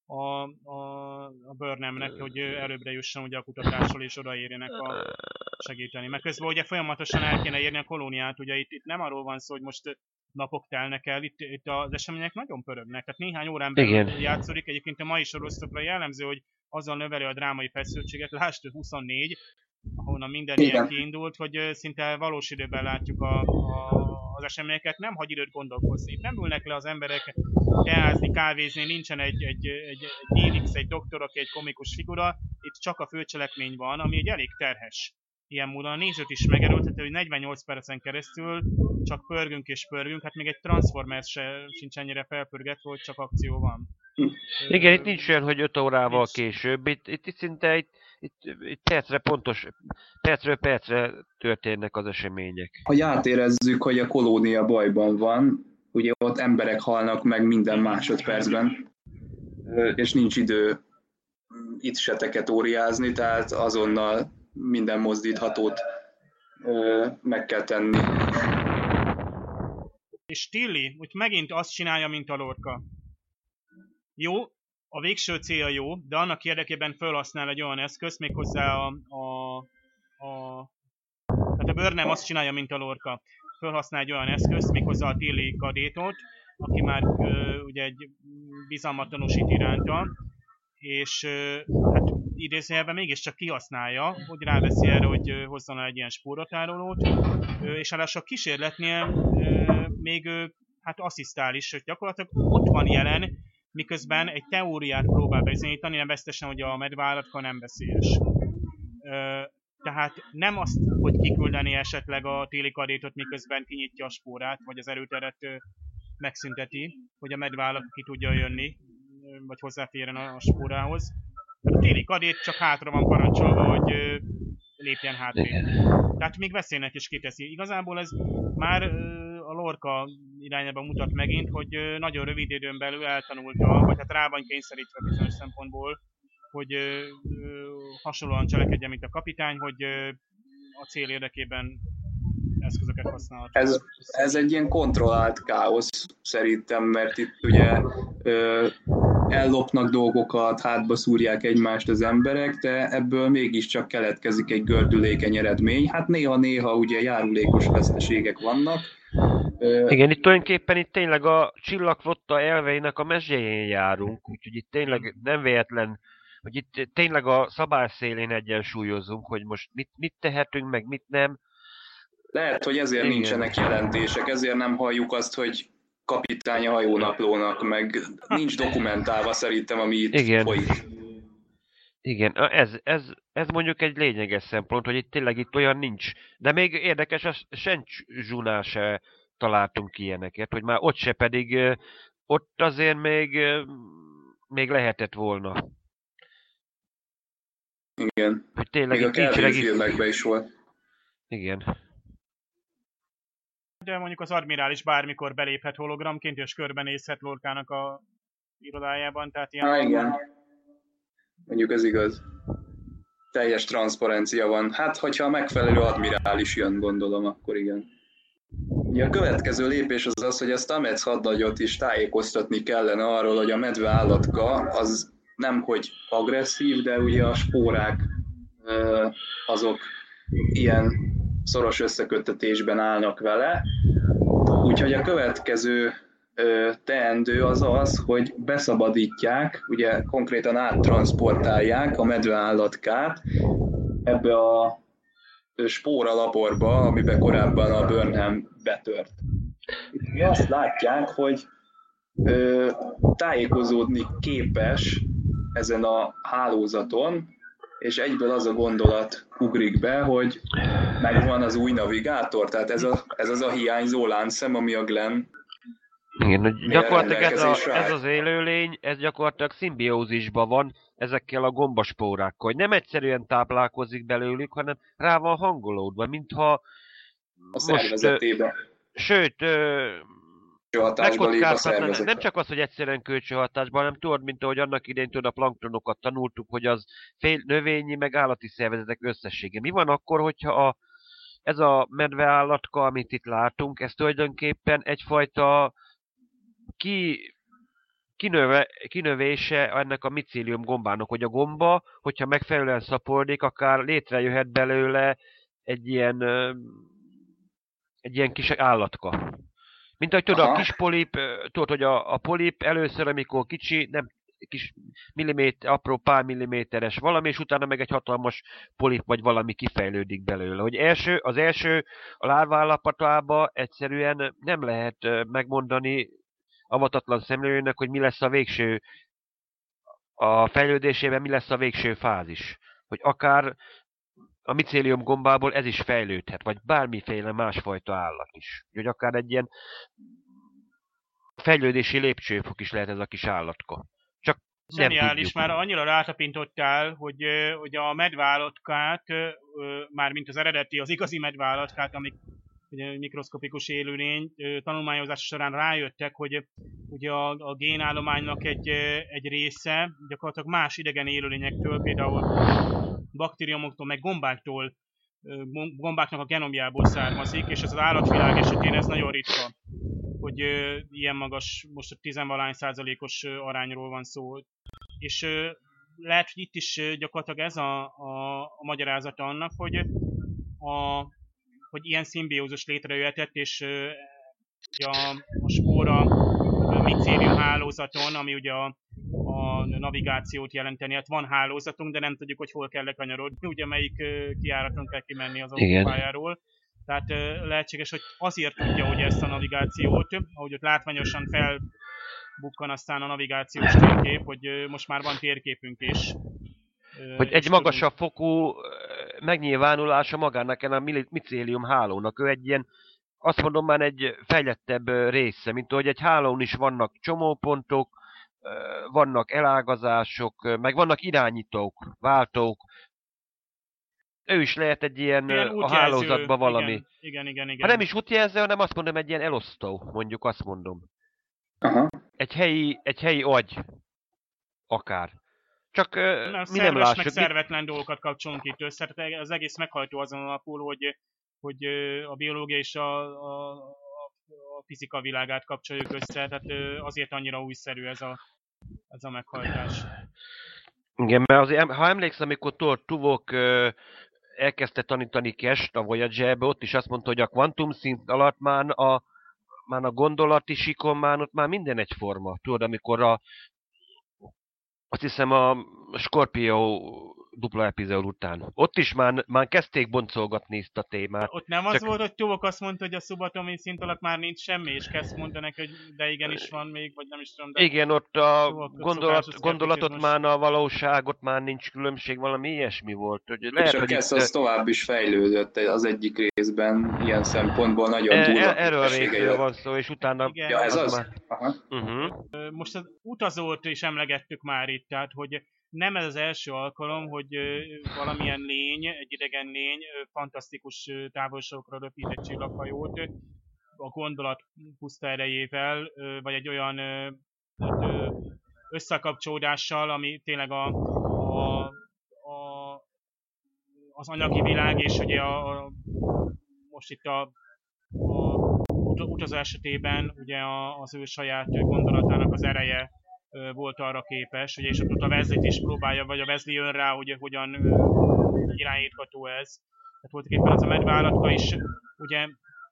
a Burnhamnek, hogy előbbre jusson ugye a kutatásról és odaérjenek segíteni. Mert közben ugye folyamatosan el kéne érni a kolóniát, ugye itt nem arról van szó, hogy most napok telnek el, itt az események nagyon pörögnek, tehát néhány órán belül játszódik, egyébként a mai sorosztokra jellemző, hogy azzal növeli a drámai feszültséget, lásd 24, ahonnan minden ilyen kiindult, hogy szinte valós időben látjuk az eseményeket, nem hagy időt gondolkozni. Itt nem ülnek le az emberek teázni, kávézni, nincsen egy Helix, egy doktor, aki egy komikus figura, itt csak a főcselekmény van, ami egy elég terhes. Ilyen módon a nézőt is megerőltető, hogy 48 percen keresztül csak pörgünk és pörgünk, hát még egy Transformers sincs ennyire felpörgetve, hogy csak akció van. Igen, itt nincs olyan, hogy 5 órával később, itt szinte itt percről percre történnek az események. Ha átérezzük, hogy a kolónia bajban van, ugye ott emberek halnak meg minden másodpercben, és nincs idő itt se teketóriázni, tehát azonnal minden mozdíthatót meg kell tenni. És Tilly úgy megint azt csinálja, mint a Lorca. Jó, a végső célja jó, de annak érdekében felhasznál egy olyan eszközt, méghozzá tehát a Burnham azt csinálja, mint a Lorca. Felhasznál egy olyan eszközt, méghozzá a Tilly kadétot, aki már ugye egy bizalmat tanúsít iránta, és hát idézőjelben mégiscsak kihasználja, hogy ráveszi erre, hogy hozzon el egy ilyen spóratárolót, és ráadásul a kísérletnél még hát asszisztál is, hogy gyakorlatilag ott van jelen, miközben egy teóriát próbál bizonyítani, nevezetesen, hogy a medveállatka nem veszélyes. Tehát nem azt, hogy kiküldeni esetleg a téli kadétot, miközben kinyitja a spórát, vagy az erőteret megszünteti, hogy a medveállatka ki tudja jönni, vagy hozzáférjen a spórához. A téli kadét csak hátra van parancsolva, hogy lépjen hátrébb. Tehát még veszélynek is kiteszi. Igazából ez már a Lorca irányába mutat megint, hogy nagyon rövid időn belül eltanulta, vagy hát rá van kényszerítve bizonyos szempontból, hogy hasonlóan cselekedjen, mint a kapitány, hogy a cél érdekében eszközöket használhat. Ez egy ilyen kontrollált káosz szerintem, mert itt ugye ellopnak dolgokat, hátba szúrják egymást az emberek, de ebből mégiscsak keletkezik egy gördülékeny eredmény. Hát néha-néha ugye járulékos veszteségek vannak. Igen, itt tulajdonképpen itt tényleg a csillagflotta elveinek a mezőjén járunk, úgyhogy itt tényleg nem véletlen, hogy itt tényleg a szabályszélén egyensúlyozunk, hogy most mit tehetünk, meg mit nem. Lehet, hogy ezért nincsenek jelentések, ezért nem halljuk azt, hogy kapitány a hajónaplónak, meg nincs dokumentálva szerintem, ami itt folyik. Igen, ez mondjuk egy lényeges szempont, hogy itt tényleg itt olyan nincs. De még érdekes, a Shenzhou-nál se találtunk ilyeneket, hogy már ott se pedig, ott azért még lehetett volna. Igen, hogy tényleg még a Kelvin filmekben is volt. Igen. De mondjuk az admirális bármikor beléphet hologramként, és körbenézhet Lorcának a irodájában, tehát ilyen... Igen. Mondjuk ez igaz. Teljes transzparencia van. Hát, hogyha a megfelelő admirális jön, gondolom, akkor igen. Ugye a következő lépés az az, hogy a Stamets hadnagyot is tájékoztatni kellene arról, hogy a medve állatka az nemhogy agresszív, de ugye a spórák azok ilyen szoros összeköttetésben állnak vele. Úgyhogy a következő teendő az az, hogy beszabadítják, ugye konkrétan áttranszportálják a medveállatkát ebbe a spóra laborba, amiben korábban a Burnham betört. Itt azt látják, hogy tájékozódni képes ezen a hálózaton, és egyből az a gondolat ugrik be, hogy megvan az új navigátor, tehát ez az a hiányzó láncszem, ami a Glenn. Igen, hogy gyakorlatilag ez az élőlény, ez gyakorlatilag szimbiózisban van ezekkel a gombaspórákkal, hogy nem egyszerűen táplálkozik belőlük, hanem rá van hangolódva, mintha a szervezetébe. Sőt, megkockáztatna, nem csak az, hogy egyszerűen kölcsönhatásban, hanem tudod, mint ahogy annak idején a planktonokat tanultuk, hogy az növényi meg állati szervezetek összessége. Mi van akkor, hogyha ez a medveállatka, amit itt látunk, ez tulajdonképpen egyfajta kinövése ennek a micélium gombának, hogy a gomba, hogyha megfelelően szaporodik, akár létrejöhet belőle egy ilyen kis állatka. Mint ahogy tudod, a kis polip, tudod, hogy a polip először, amikor kicsi, nem kis apró pár milliméteres valami, és utána meg egy hatalmas polip vagy valami kifejlődik belőle. Hogy az első a lárva állapotában egyszerűen nem lehet megmondani avatatlan szemlélőnek, hogy mi lesz a fejlődésében mi lesz a végső fázis. Hogy akár a micélium gombából ez is fejlődhet, vagy bármiféle másfajta állat is. Hogy akár egy ilyen fejlődési lépcsőfok is lehet ez a kis állatka. Csak zseniális, már annyira rátapintottál, hogy a medveállatkát, mármint az eredeti, az igazi medveállatkát, amik ugye mikroszkopikus élőlény tanulmányozása során rájöttek, hogy ugye a génállománynak egy része gyakorlatilag más idegen élőlényektől, például baktériumoktól, meg gombáknak a genomjából származik, és ez az állatvilág esetén ez nagyon ritka, hogy ilyen magas, most a 10% arányról van szó. És lehet, hogy itt is gyakorlatilag ez a magyarázata annak, hogy ilyen szimbiózus létrejöhetett, és a spóra micélium hálózaton, ami ugye a navigációt jelenteni. Hát van hálózatunk, de nem tudjuk, hogy hol kell lekanyarodni, ugye melyik kijáraton kell kimenni az autópályáról. Tehát lehetséges, hogy azért tudja ugye ezt a navigációt, ahogy ott látványosan felbukkan aztán a navigációs térkép, hogy most már van térképünk is. Hogy egy magasabb fokú megnyilvánulása magának a micélium hálónak. Ő egy ilyen, azt mondom már egy fejlettebb része, mint ahogy egy hálón is vannak csomópontok, vannak elágazások, meg vannak irányítók, váltók. Ő is lehet egy ilyen a hálózatban valami. Igen. Ha nem is útjelző, hanem azt mondom, egy ilyen elosztó, mondjuk azt mondom. Aha. Egy helyi agy. Akár. Csak mi nem lássuk. Meg szervetlen dolgokat kapcsolunk itt össze. Tehát az egész meghajtó azon alapul, hogy a biológia és a fizika világát kapcsoljuk össze, tehát azért annyira újszerű ez a meghajtás. Igen, mert azért, ha emlékszem, amikor Tuvok elkezdte tanítani Cache-t a Voyager-be, ott is azt mondta, hogy a kvantum szint alatt már a gondolati sikon már ott már minden egyforma. Tudod, amikor azt hiszem a Scorpio dupla epizód után. Ott is már kezdték boncolgatni ezt a témát. Ott nem az volt, hogy Tuvok azt mondta, hogy a szubatomi szint alatt már nincs semmi, és kezd mondta neki, hogy de igenis van még, vagy nem is tudom. De igen, ott a gondolatot már, a valóságot már nincs különbség, valami ilyesmi volt. Hogy lehet, és a Kesz az tovább is fejlődött az egyik részben, ilyen szempontból nagyon durva. Erről a részről van szó, és utána... Igen, ja, ez az? Már... Aha. Most az utazót is emlegettük már itt, tehát hogy nem ez az első alkalom, hogy valamilyen lény, egy idegen lény fantasztikus távolságokra röpít egy csillaghajót a gondolat puszta erejével, vagy egy olyan összekapcsolódással, ami tényleg az anyagi világ, és ugye most itt a utazó esetében ugye az ő saját gondolatának az ereje volt arra képes, ugye, és ott a Wesley-t is próbálja, vagy a Wesley jön rá, hogy hogyan irányítható ez. Tehát voltak éppen az a medveállatka is, ugye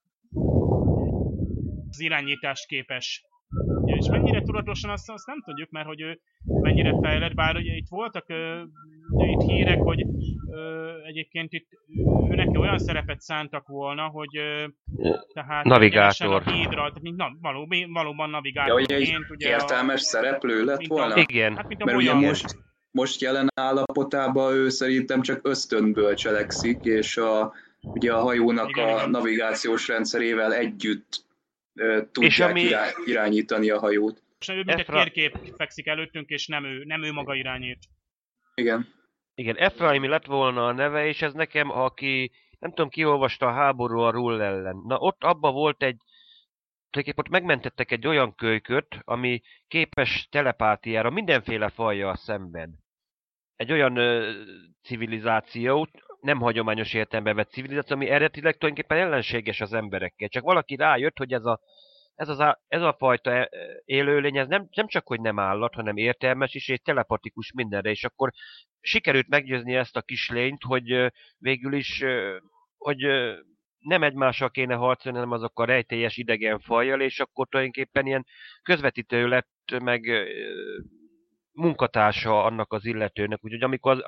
az irányítást képes. Ugye, és mennyire tudatosan azt nem tudjuk, mert hogy ő mennyire fejlett, bár ugye itt voltak ugye itt hírek, hogy egyébként itt neki olyan szerepet szántak volna, hogy tehát navigátor. A hídra, valóban navigátorként. Ugye értelmes szereplő lett volna? Igen. Hát, mert ugye most jelen állapotában ő szerintem csak ösztönből cselekszik, és ugye a hajónak igen. Navigációs rendszerével együtt tudják irányítani a hajót. És ő mint egy térkép fekszik előttünk, és nem ő maga irányít. Igen. Igen, Ephraim lett volna a neve, és ez nekem, aki nem tudom, ki olvasta a Háború a Rull ellen. Na ott abban volt tulajdonképpen ott megmentettek egy olyan kölyköt, ami képes telepátiára mindenféle fajjal szemben. Egy olyan civilizációt, nem hagyományos értelemben vett civilizáció, ami eredetileg tulajdonképpen ellenséges az emberekkel. Csak valaki rájött, hogy ez a fajta élőlény, ez nem csak, hogy nem állat, hanem értelmes is, és telepatikus mindenre, és akkor sikerült meggyőzni ezt a kis lényt, hogy végül is, hogy nem egymással kéne harcolni, hanem azokkal a rejtélyes idegen fajjal, és akkor tulajdonképpen ilyen közvetítő lett, meg munkatársa annak az illetőnek. Úgyhogy amikor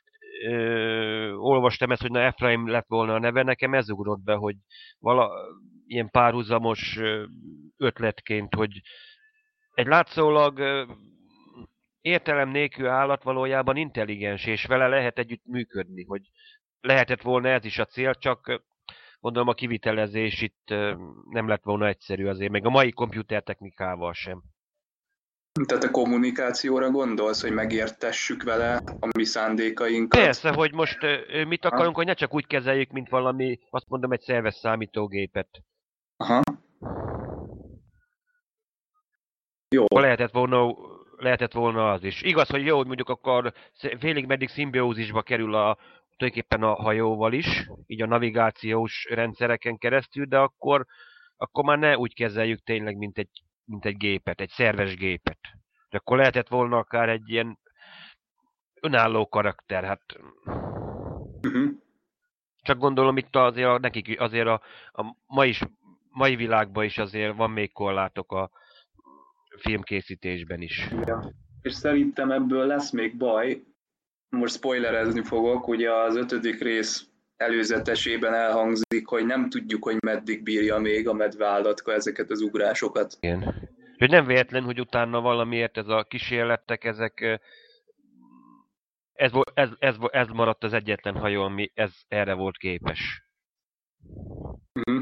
olvastam ezt, hogy na Ephraim lett volna a neve, nekem ez ugrott be, hogy ilyen párhuzamos ötletként, hogy egy látszólag értelem nélkül állat valójában intelligens, és vele lehet együtt működni, hogy lehetett volna ez is a cél, csak gondolom a kivitelezés itt nem lett volna egyszerű azért, meg a mai komputertechnikával sem. Tehát a kommunikációra gondolsz, hogy megértessük vele a mi szándékainkat? Persze, hogy most mit akarunk, hogy ne csak úgy kezeljük, mint valami, azt mondom, egy szerves számítógépet. Aha. Jó. Lehetett volna az is. Igaz, hogy jó, hogy mondjuk akkor félig meddig szimbiózisba kerül tulajdonképpen a hajóval is, így a navigációs rendszereken keresztül, de akkor már ne úgy kezeljük tényleg, mint egy gépet, egy szerves gépet. De akkor lehetett volna akár egy ilyen önálló karakter, hát... Csak gondolom itt azért nekik azért a mai világban is azért van még korlátok a filmkészítésben is. Ja. És szerintem ebből lesz még baj. Most spoilerezni fogok, ugye az 5. rész előzetesében elhangzik, hogy nem tudjuk, hogy meddig bírja még a medveállatka ezeket az ugrásokat. Igen. Hogy nem véletlen, hogy utána valamiért ez a kísérletek, ezek ez maradt az egyetlen hajó, ami erre volt képes. Mm.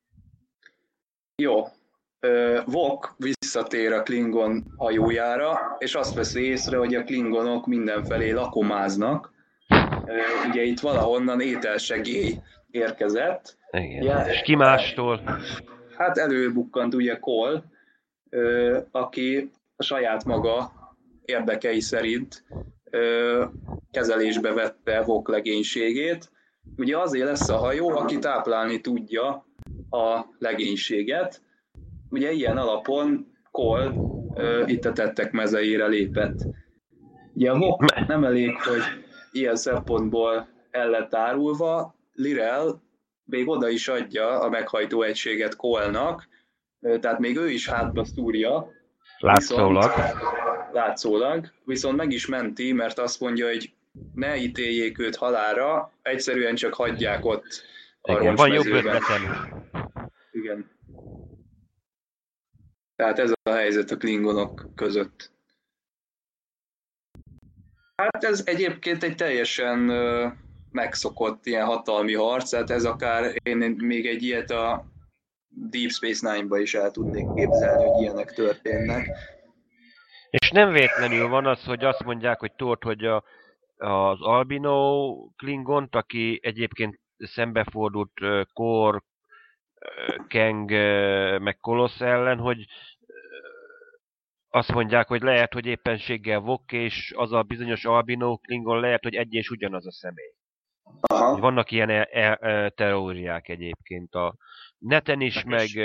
Jó. Vok visszatér a Klingon hajójára, és azt veszi észre, hogy a Klingonok mindenfelé lakomáznak. Ugye itt valahonnan ételsegély érkezett. Igen. Ja, És ki mástól? Hát előbukkant ugye Cole, aki a saját maga érdekei szerint kezelésbe vette Vok legénységét. Ugye azért lesz a hajó, aki táplálni tudja a legénységet. Ugye ilyen alapon Cole itt a tettek mezeire lépett. Ugye a Vok nem elég, hogy ilyen szempontból el lett árulva, Lirel még oda is adja a meghajtó egységet Cole-nak, tehát még ő is hátba szúrja. Látszólag, viszont meg is menti, mert azt mondja, hogy ne ítéljék őt halálra, egyszerűen csak hagyják ott a roncsmezőben. Van jobb ötletem. Igen. Tehát ez a helyzet a klingonok között. Hát ez egyébként egy teljesen megszokott ilyen hatalmi harc, tehát ez akár én még egy ilyet a Deep Space Nine-ba is el tudnék képzelni, hogy ilyenek történnek. És nem véletlenül van az, hogy azt mondják, hogy tudod, hogy az albino klingont, aki egyébként szembefordult Kor, Kang meg Kolosz ellen, hogy azt mondják, hogy lehet, hogy éppenséggel Vok és az a bizonyos albino klingon lehet, hogy egy és ugyanaz a személy. Aha. Vannak ilyen teóriák egyébként a neten is,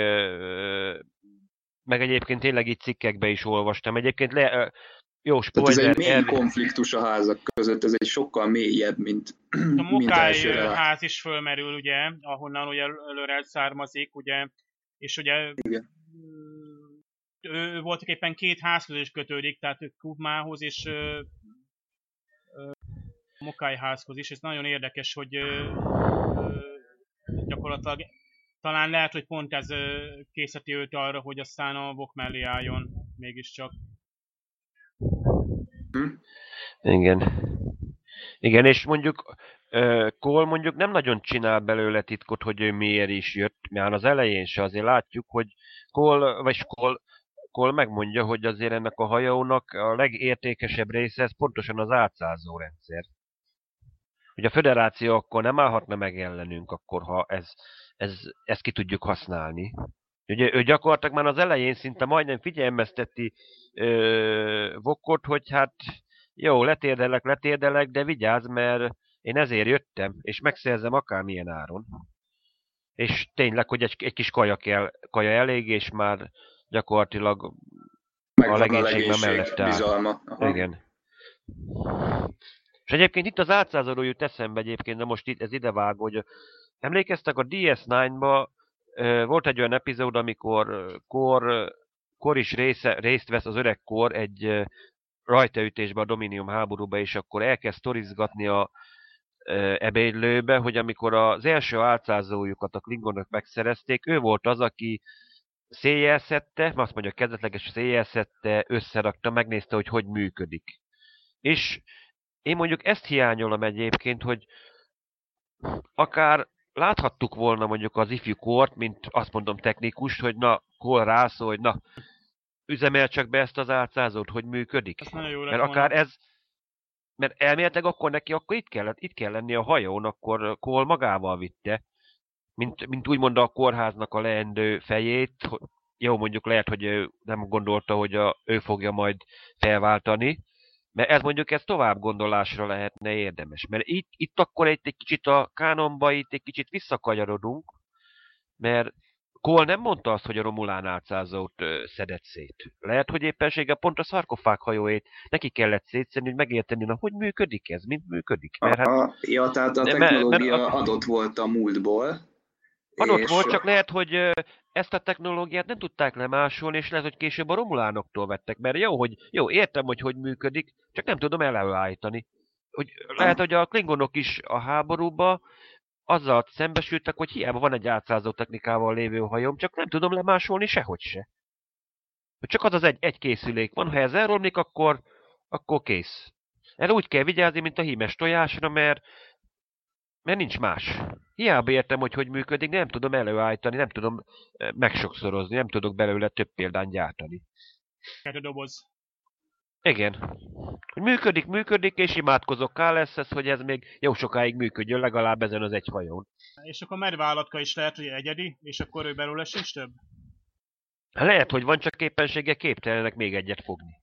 meg egyébként tényleg így cikkekbe is olvastam. Egyébként jó spoiler. Tehát ez egy mély konfliktus a házak között, ez egy sokkal mélyebb, mint a Mokály ház is fölmerül, ugye, ahonnan ugye Lirel származik, ugye, és ugye igen. Ő voltak éppen két házhoz is kötődik, tehát Kubmához és Mokály házhoz is. Ez nagyon érdekes, hogy gyakorlatilag talán lehet, hogy pont ez készíti őt arra, hogy aztán a Vok mellé álljon mégiscsak. Igen. Igen, és mondjuk Cole mondjuk nem nagyon csinál belőle titkot, hogy ő miért is jött, mert az elején se azért látjuk, hogy Cole megmondja, hogy azért ennek a hajónak a legértékesebb része ez pontosan az átszázó rendszer. Hogy a föderáció akkor nem állhatna meg ellenünk, akkor ha ezt ki tudjuk használni. Ugye ő gyakorlatilag már az elején szinte majdnem figyelmezteti Vokot, hogy hát jó, letérdelek, de vigyázz, mert én ezért jöttem, és megszerzem akármilyen áron. És tényleg, hogy egy kis kaja elég, és már gyakorlatilag megvan a legénység mellette bizalma. Igen. És egyébként itt az átszázadról jut eszembe egyébként, de most ez idevág, hogy emlékeztek a DS9-ba, volt egy olyan epizód, amikor Kor is részt vesz, az öreg Kor egy rajtaütésbe a Dominium háborúba, és akkor elkezd sztorizgatni a ebédlőbe, hogy amikor az első álcázójukat a klingonok megszerezték, ő volt az, aki széjjelszedte, azt mondja, kezdetleges széjjelszedte, összerakta, megnézte, hogy működik. És én mondjuk ezt hiányolom egyébként, hogy akár láthattuk volna mondjuk az ifjú Kort, mint azt mondom technikust, hogy na, Kor rászól, hogy na, üzemel csak be ezt az álcázót, hogy működik. Mert akár ez, mert elméletileg akkor neki akkor itt kell lenni a hajón, akkor Cole magával vitte, mint úgymond a kórháznak a leendő fejét. Jó, mondjuk lehet, hogy ő nem gondolta, hogy ő fogja majd felváltani, mert ez tovább gondolásra lehetne érdemes. Mert itt akkor egy kicsit a kánonba itt egy kicsit visszakanyarodunk, mert Cole nem mondta azt, hogy a Romulán átszázót szedett szét. Lehet, hogy éppenséggel pont a szarkofág hajóét neki kellett szétszedni, hogy megérteni, na, hogy működik ez, mint működik. Mert ja, tehát a technológia adott volt a múltból. Adott volt, csak lehet, hogy ezt a technológiát nem tudták lemásolni, és lehet, hogy később a romulánoktól vettek. Mert jó, értem, hogy működik, csak nem tudom előállítani. Lehet, hogy a klingonok is a háborúba azzal szembesültek, hogy hiába van egy átszázó technikával lévő hajóm, csak nem tudom lemásolni sehogy se. Csak az egy készülék van, ha ez elromlik, akkor kész. Erre úgy kell vigyázni, mint a hímes tojásra, mert nincs más. Hiába értem, hogy működik, nem tudom előállítani, nem tudom megsokszorozni, nem tudok belőle több példányt gyártani. A doboz. Igen. Hogy működik, és imádkozok KLS-hez, hogy ez még jó sokáig működjön, legalább ezen az egy fajon. És akkor medvállatka is lehet, hogy egyedi, és akkor ő belőle sincs több? Lehet, hogy van, csak éppenséggel képtelenek még egyet fogni.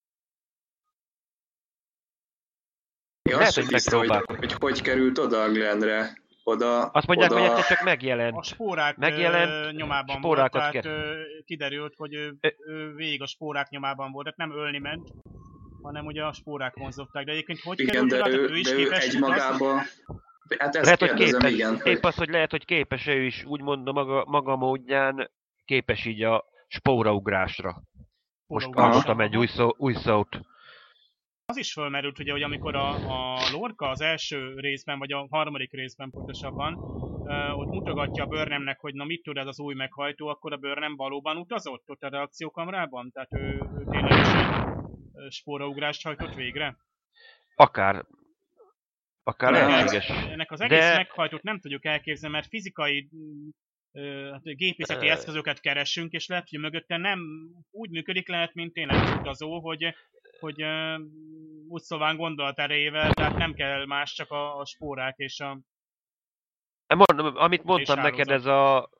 Lehet, hogy megpróbálkozom. Hogy került oda a Glenre? Azt mondják, hogy egyszer csak megjelent. A spórák nyomában spórákat volt, tehát kiderült, hogy ő végig a spórák nyomában volt, tehát nem ölni ment, hanem ugye a spórák vonzották. De egyébként hogy került oda? Ő is képes egymagában... Hát ezt lehet, kérdezem, hogy képes, igen. Épp az, hogy lehet, hogy képes ő is, úgymond a maga módján képes így a spóraugrásra. Most hallottam egy új szót. Az is fölmerült, ugye, hogy amikor a Lorca az első részben, vagy a harmadik részben pontosabban, ott mutogatja a Burnhamnek, hogy na mit tud ez az új meghajtó, akkor a Burnham valóban utazott ott a reakciókamrában? Tehát ő ténylegesen spóraugrást hajtott végre? Akár lehetséges. Ennek az egész meghajtót nem tudjuk elképzelni, mert fizikai gépészeti eszközöket keresünk, és lehet, hogy mögötte nem úgy működik, lehet, mint tényleg utazó, hogy úgy szóval gondolat erejével, tehát nem kell más, csak a spórák és a... Amit mondtam neked, ez a...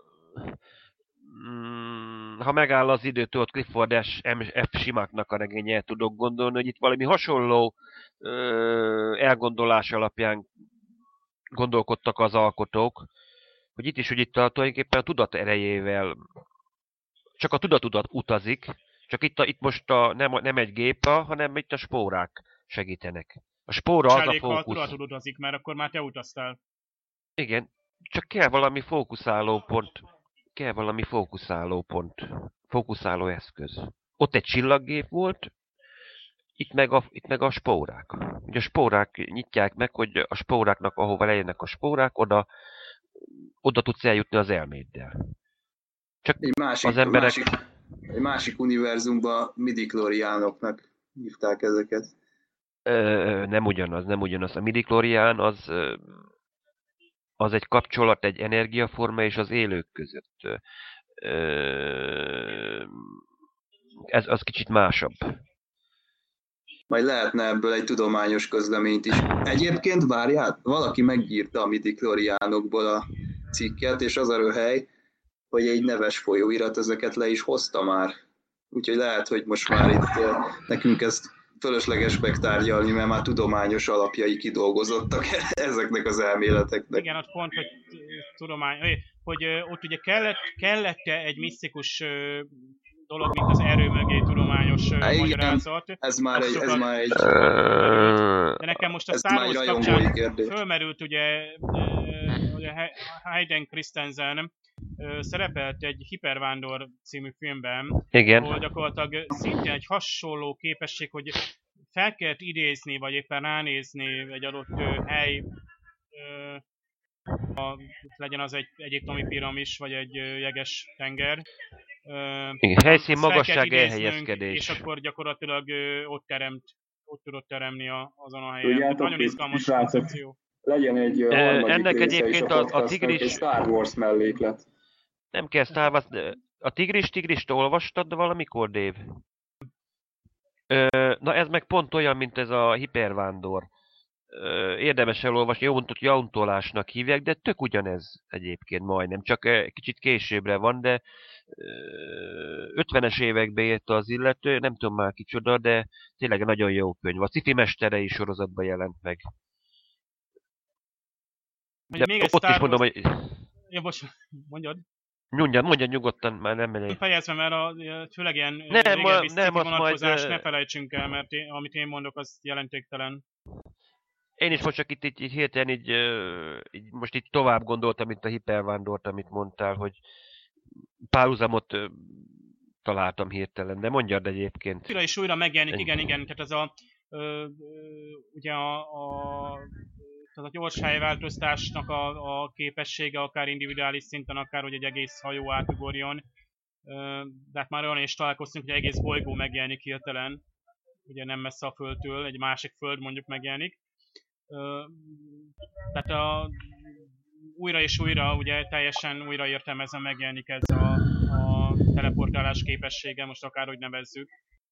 ha megáll az idő, tudod, Clifford F. Simaknak a regénye, tudok gondolni, hogy itt valami hasonló elgondolás alapján gondolkodtak az alkotók, hogy itt tulajdonképpen a tudat erejével, csak a tudat utazik, csak itt most nem egy gép, hanem itt a spórák segítenek. A spóra az a fókusz. Ha a tudatod utazik, mert akkor már te utaztál. Igen, csak kell valami fókuszáló eszköz. Ott egy csillaggép volt, itt meg a spórák. Ugye a spórák nyitják meg, hogy a spóráknak, ahova lejönnek a spórák, oda tudsz eljutni az elméddel. Csak egy másik univerzumban midichloriánoknak hívták ezeket. Nem ugyanaz. A midichlorián az egy kapcsolat, egy energiaforma és az élők között. Ez az kicsit másabb. Majd lehetne ebből egy tudományos közleményt is. Egyébként várjál, valaki megírta a midichloriánokból a cikket, és az a röhely, hogy egy neves folyóirat ezeket le is hozta már. Úgyhogy lehet, hogy most már itt nekünk ezt fölösleges megtárgyalni, mert már tudományos alapjai kidolgozottak ezeknek az elméleteknek. Igen, ott pont, hogy hogy ott ugye kellett egy misztikus dolog, mint az erő mögé tudományos magyarázat. Ez már egy... De nekem most a Star Wars kapcsán fölmerült ugye Hayden Christensen szerepelt egy Hipervándor című filmben, igen, ahol gyakorlatilag szintén egy hasonló képesség, hogy fel kellett idézni, vagy éppen ránézni egy adott hely, legyen az egy egyiptomi piramis, vagy egy jeges tenger. Igen, helyszín, magasság, elhelyezkedés. És akkor gyakorlatilag ott tudott teremni azon a helyen. Tudjátok, nagyon izgalmas koncepció. Legyen egy harmadik ennek része egyébként is a tigris... egy Star Wars melléklet. Nem kell Star Wars... A tigrist olvastad valamikor, Dave? Na ez meg pont olyan, mint ez a hipervándor. Érdemes elolvasni, jauntolásnak hívják, de tök ugyanez egyébként majdnem. Csak kicsit későbbre van, de 50-es években írta az illető, nem tudom már kicsoda, de tényleg nagyon jó könyv. A Sci-fi mesterei sorozatban jelent meg. De még ott is mondom, hogy... Ja, mondjad. Mondjad nyugodtan, már nem megyek. Fejezve, mert főleg ilyen régebbi Sci-fi vonatkozás ne felejtsünk el, mert amit én mondok, az jelentéktelen. Én is most csak itt hirtelen így most itt tovább gondoltam, mint a hipervándort, amit mondtál, hogy párhuzamot találtam hirtelen, de mondjad egyébként. Újra és újra megjelenik, igen, tehát ez ugye a tehát a gyors helyváltoztásnak a képessége, akár individuális szinten, akár hogy egy egész hajó átugorjon. De hát már olyan is találkoztunk, hogy egész bolygó megjelenik hirtelen, ugye nem messze a Földtől, egy másik Föld mondjuk megjelenik. Tehát újra és újra, ugye teljesen újra értelmezve megjelenik ez a teleportálás képessége, most akárhogy nevezzük.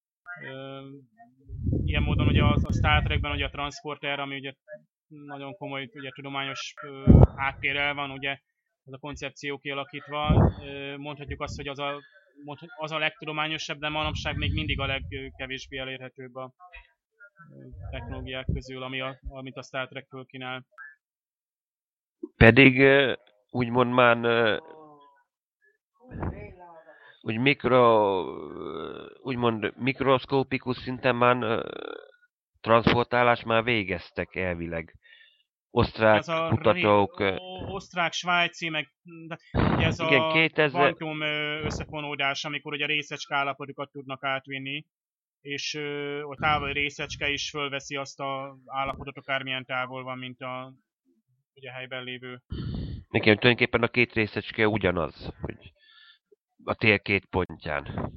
Ilyen módon ugye a Star Trekben ugye a transporter, ami ugye nagyon komoly ugye, tudományos háttérrel van, ugye az a koncepció kialakítva. Mondhatjuk azt, hogy az a legtudományosabb, de manapság még mindig a legkevésbé elérhetőbb a technológiák közül, amit a Star Trek kínál. Pedig úgymond már úgy úgymond mikroszkópikus szinten már transportálás már végeztek elvileg. Osztrák kutatók. Osztrák, svájci, meg ugye ez igen, a 2000... kvantum összefonódás, amikor ugye részecske állapotokat tudnak átvinni, és a távoli részecske is fölveszi azt az állapotot, akármilyen távol van, mint a ugye helyben lévő. Igen, tulajdonképpen a két részecske ugyanaz, hogy a tér két pontján.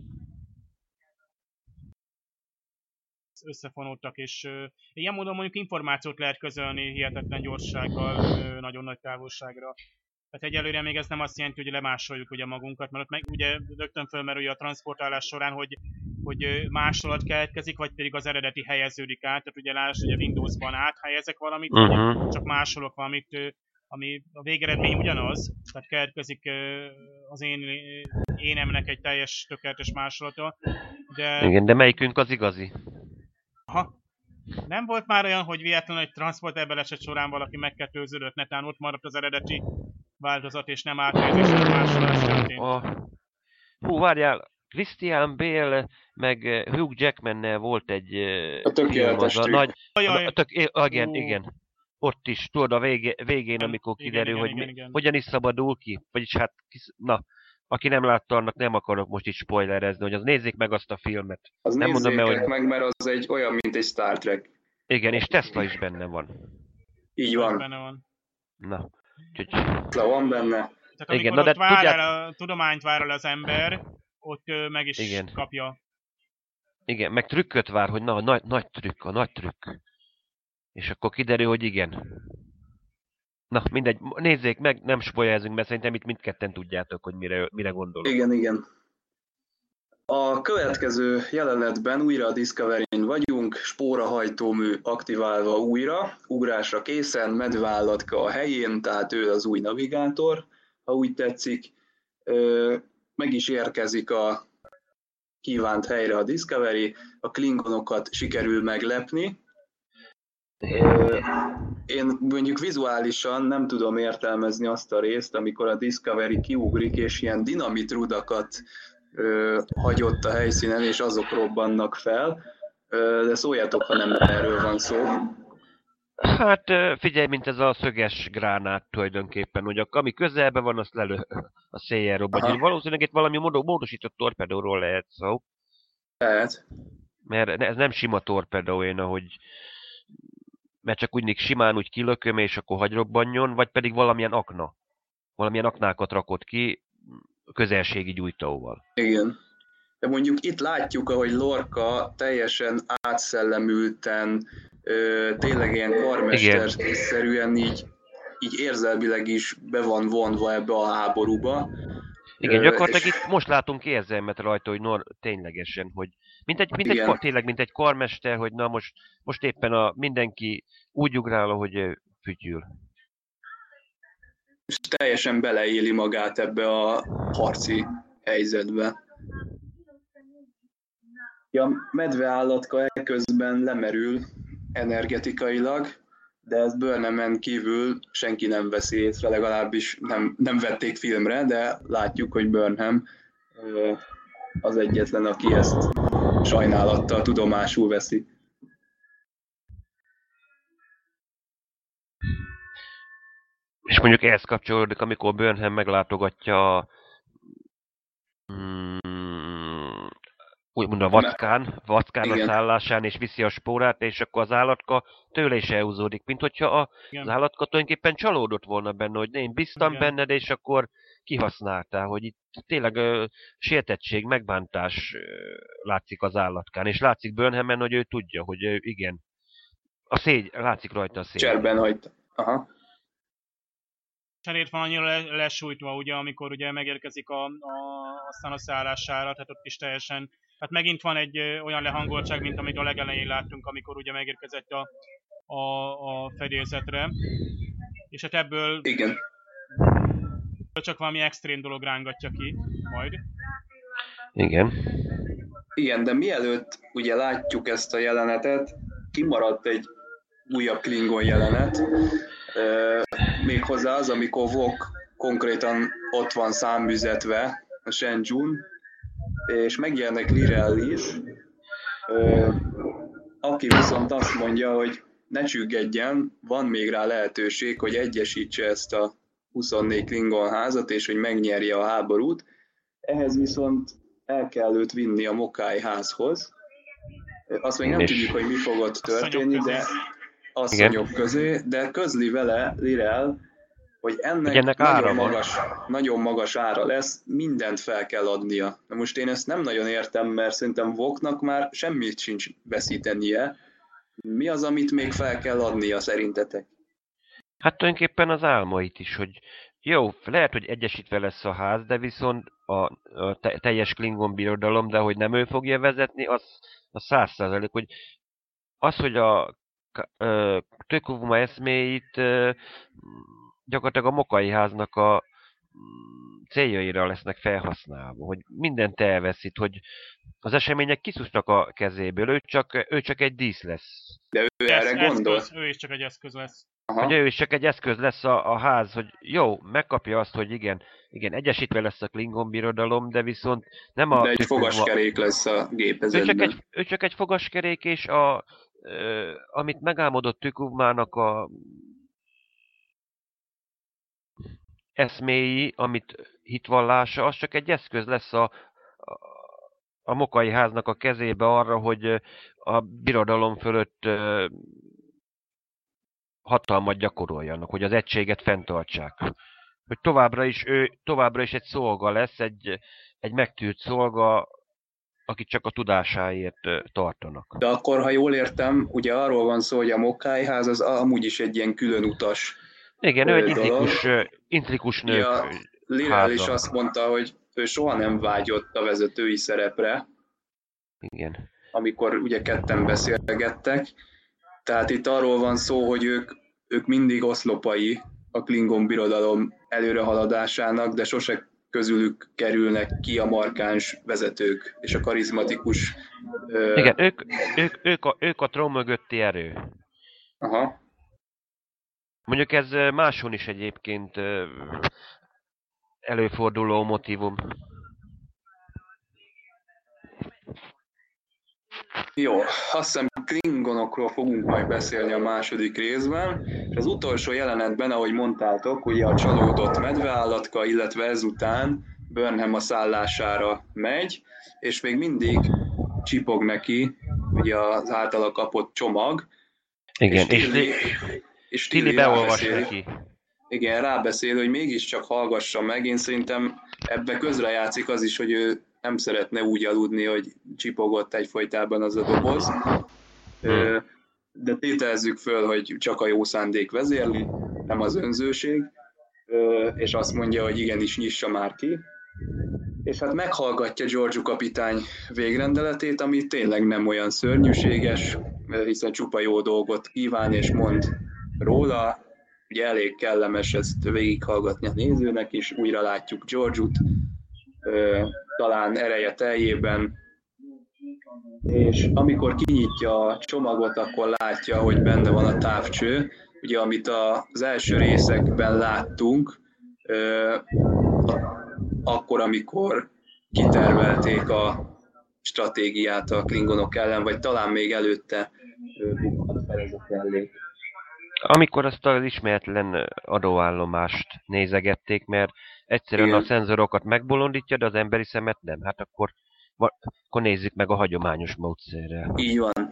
Összefonódtak, és ilyen módon mondjuk információt lehet közölni hihetetlen gyorsággal, nagyon nagy távolságra. Tehát egyelőre még ez nem azt jelenti, hogy lemásoljuk ugye magunkat, mert ott meg ugye rögtön fölmerül a transportálás során, hogy másolat keletkezik, vagy pedig az eredeti helyeződik át. Tehát ugye lásd, hogy a Windowsban áthelyezek valamit, vagy csak másolok valamit, ami a végeredmény ugyanaz, tehát keletkezik az én énemnek egy teljes tökéletes másolata. De... Igen, de melyikünk az igazi? Aha. Nem volt már olyan, hogy véletlenül egy transporter baleset során valaki megkettőződött, netán ott maradt az eredeti változat, és nem áthelyezés, hanem másolás történt. Hú, várjál, Christian Bale meg Hugh Jackmannel volt egy a tökéletes igen. Ott is, tudod, a végén, amikor kiderül, hogy hogyan is szabadul ki. Vagyis hát, aki nem látta, annak nem akarok most itt spoilerezni, hogy az nézzék meg azt a filmet. Az nem nézzék meg, mert az egy olyan, mint egy Star Trek. Igen, és Tesla is benne van. Így van. Benne van. Na, Tesla van benne. Tehát amikor igen, ott a tudományt vár el az ember, ott meg is igen. Kapja. Igen, meg trükköt vár, hogy a nagy trükk. És akkor kiderül, hogy igen. Na, mindegy, nézzék meg, nem spoilerzünk, mert szerintem itt mindketten tudjátok, hogy mire gondolok. Igen. A következő jelenetben újra a Discovery-n vagyunk, spórahajtómű aktiválva újra, ugrásra készen, medveállatka a helyén, tehát ő az új navigátor, ha úgy tetszik. Meg is érkezik a kívánt helyre a Discovery, a klingonokat sikerül meglepni. Én mondjuk vizuálisan nem tudom értelmezni azt a részt, amikor a Discovery kiugrik, és ilyen dinamitrudakat hagyott a helyszínen, és azok robbannak fel. De szóljátok, ha nem erről van szó. Hát figyelj, mint ez a szöges gránát tulajdonképpen, hogy ami közelben van, azt lelő a széjjel robban. Valószínűleg itt valami módosított torpedóról lehet szó. Lehet. Mert ez nem sima torpedó, mert csak úgy simán úgy kilököm, és akkor hagy robbanjon, vagy pedig valamilyen akna. Valamilyen aknákat rakott ki közelségi gyújtóval. Igen. De mondjuk itt látjuk, ahogy Lorca teljesen átszellemülten, tényleg ilyen karmesterszerűen így érzelmileg is be van vonva ebbe a háborúba. Igen, gyakorlatilag itt most látunk érzelmet rajta, hogy ténylegesen, hogy tényleg mint egy karmester, hogy na most éppen mindenki úgy ugrál, hogy fütyül. És teljesen beleéli magát ebbe a harci helyzetbe. A medveállatka ekközben lemerül energetikailag, de ezt Burnhamen kívül senki nem veszi észre, legalábbis nem vették filmre, de látjuk, hogy Burnham az egyetlen, aki ezt sajnálattal tudomásul veszi. És mondjuk ehhez kapcsolódik, amikor Burnham meglátogatja úgymond a vackán a Igen. szállásán, és viszi a spórát, és akkor az állatka tőle is elhúzódik, mint hogyha az Igen. állatka tulajdonképpen csalódott volna benne, hogy én bíztam Igen. benned, és akkor kihasználtál, hogy itt tényleg sértettség, megbántás látszik az állatkán, és látszik Burnhamen, hogy ő tudja, hogy igen, látszik rajta a szégyen. Cserben hagyta. Aha. Cserét van annyira lesújtva, ugye, amikor ugye megérkezik aztán a szállására, tehát ott is teljesen, hát megint van egy olyan lehangoltság, mint amit a legelején láttunk, amikor ugye megérkezett a fedélzetre, és hát ebből Igen. csak valami extrém dolog rángatja ki majd. Igen. Igen, de mielőtt ugye látjuk ezt a jelenetet, kimaradt egy újabb Klingon jelenet, méghozzá az, amikor Vok konkrétan ott van száműzetve a Shenzhun, és megjelenik Lirel is, aki viszont azt mondja, hogy ne csüggedjen, van még rá lehetőség, hogy egyesítse ezt a 24 Klingon házat, és hogy megnyerje a háborút. Ehhez viszont el kell őt vinni a Mokai házhoz. Azt még nem tudjuk, hogy mi fog ott történni, de asszonyok közé, de közli vele Lirel, hogy ennek nagyon magas ára lesz, mindent fel kell adnia. Na most én ezt nem nagyon értem, mert szerintem Voknak már semmit sincs veszítenie. Mi az, amit még fel kell adnia szerintetek? Hát tulajdonképpen az álmait is, hogy jó, lehet, hogy egyesítve lesz a ház, de viszont a teljes Klingon birodalom, de hogy nem ő fogja vezetni, az 100%, hogy az, hogy a Tökuvma eszméit gyakorlatilag a Mokai háznak a céljaira lesznek felhasználva, hogy mindent elveszít, hogy az események kiszusznak a kezéből, ő csak egy dísz lesz. De ő erre gondol? Ő is csak egy eszköz lesz. Aha. Hogy ő is csak egy eszköz lesz a ház, hogy jó, megkapja azt, hogy igen, egyesítve lesz a Klingon birodalom, de viszont nem a... De egy fogaskerék lesz a gépezetben. Ő csak egy fogaskerék, és amit megálmodott Tükuvmának a eszméi, amit hitvallása, az csak egy eszköz lesz a Mokai háznak a kezébe arra, hogy a birodalom fölött hatalmat gyakoroljanak, hogy az egységet fenntartsák. Hogy továbbra is egy szolga lesz, egy megtűrt szolga, akit csak a tudásáért tartanak. De akkor, ha jól értem, ugye arról van szó, hogy a Mokai ház az amúgy is egy ilyen külön utas. Igen, ő egy intrikus nő. Ja, Lirel is azt mondta, hogy ő soha nem vágyott a vezetői szerepre. Igen. Amikor ugye ketten beszélgettek. Tehát itt arról van szó, hogy ők mindig oszlopai a Klingon birodalom előrehaladásának, de sose közülük kerülnek ki a markáns vezetők és a karizmatikus... Igen, ők a trón mögötti erő. Aha. Mondjuk ez máshol is egyébként előforduló motívum. Jó, azt hiszem Klingonokról fogunk majd beszélni a második részben, és az utolsó jelenetben, ahogy mondtátok, ugye a csalódott medveállatka, illetve ezután Burnham a szállására megy, és még mindig csipog neki ugye az általa kapott csomag. Igen, és Tilly beolvas neki. Igen, rábeszél, hogy mégiscsak hallgassa meg. Én szerintem ebbe közrejátszik az is, hogy ő nem szeretne úgy aludni, hogy csipogott egyfolytában az a doboz. De tételezzük föl, hogy csak a jó szándék vezérli, nem az önzőség, és azt mondja, hogy igenis nyissa már ki. És hát meghallgatja Georgiou kapitány végrendeletét, ami tényleg nem olyan szörnyűséges, hiszen csupa jó dolgot kíván és mond róla. Ugye elég kellemes ezt végighallgatni a nézőnek is, újra látjuk Georgiou-t, talán ereje teljében, és amikor kinyitja a csomagot, akkor látja, hogy benne van a távcső, ugye amit az első részekben láttunk, akkor, amikor kitervelték a stratégiát a klingonok ellen, vagy talán még előtte bukott fel ez a kellék. Amikor azt az ismeretlen adóállomást nézegették, mert egyszerűen a szenzorokat megbolondítja, de az emberi szemet nem. Hát akkor akkor nézzük meg a hagyományos módszerrel. Így van.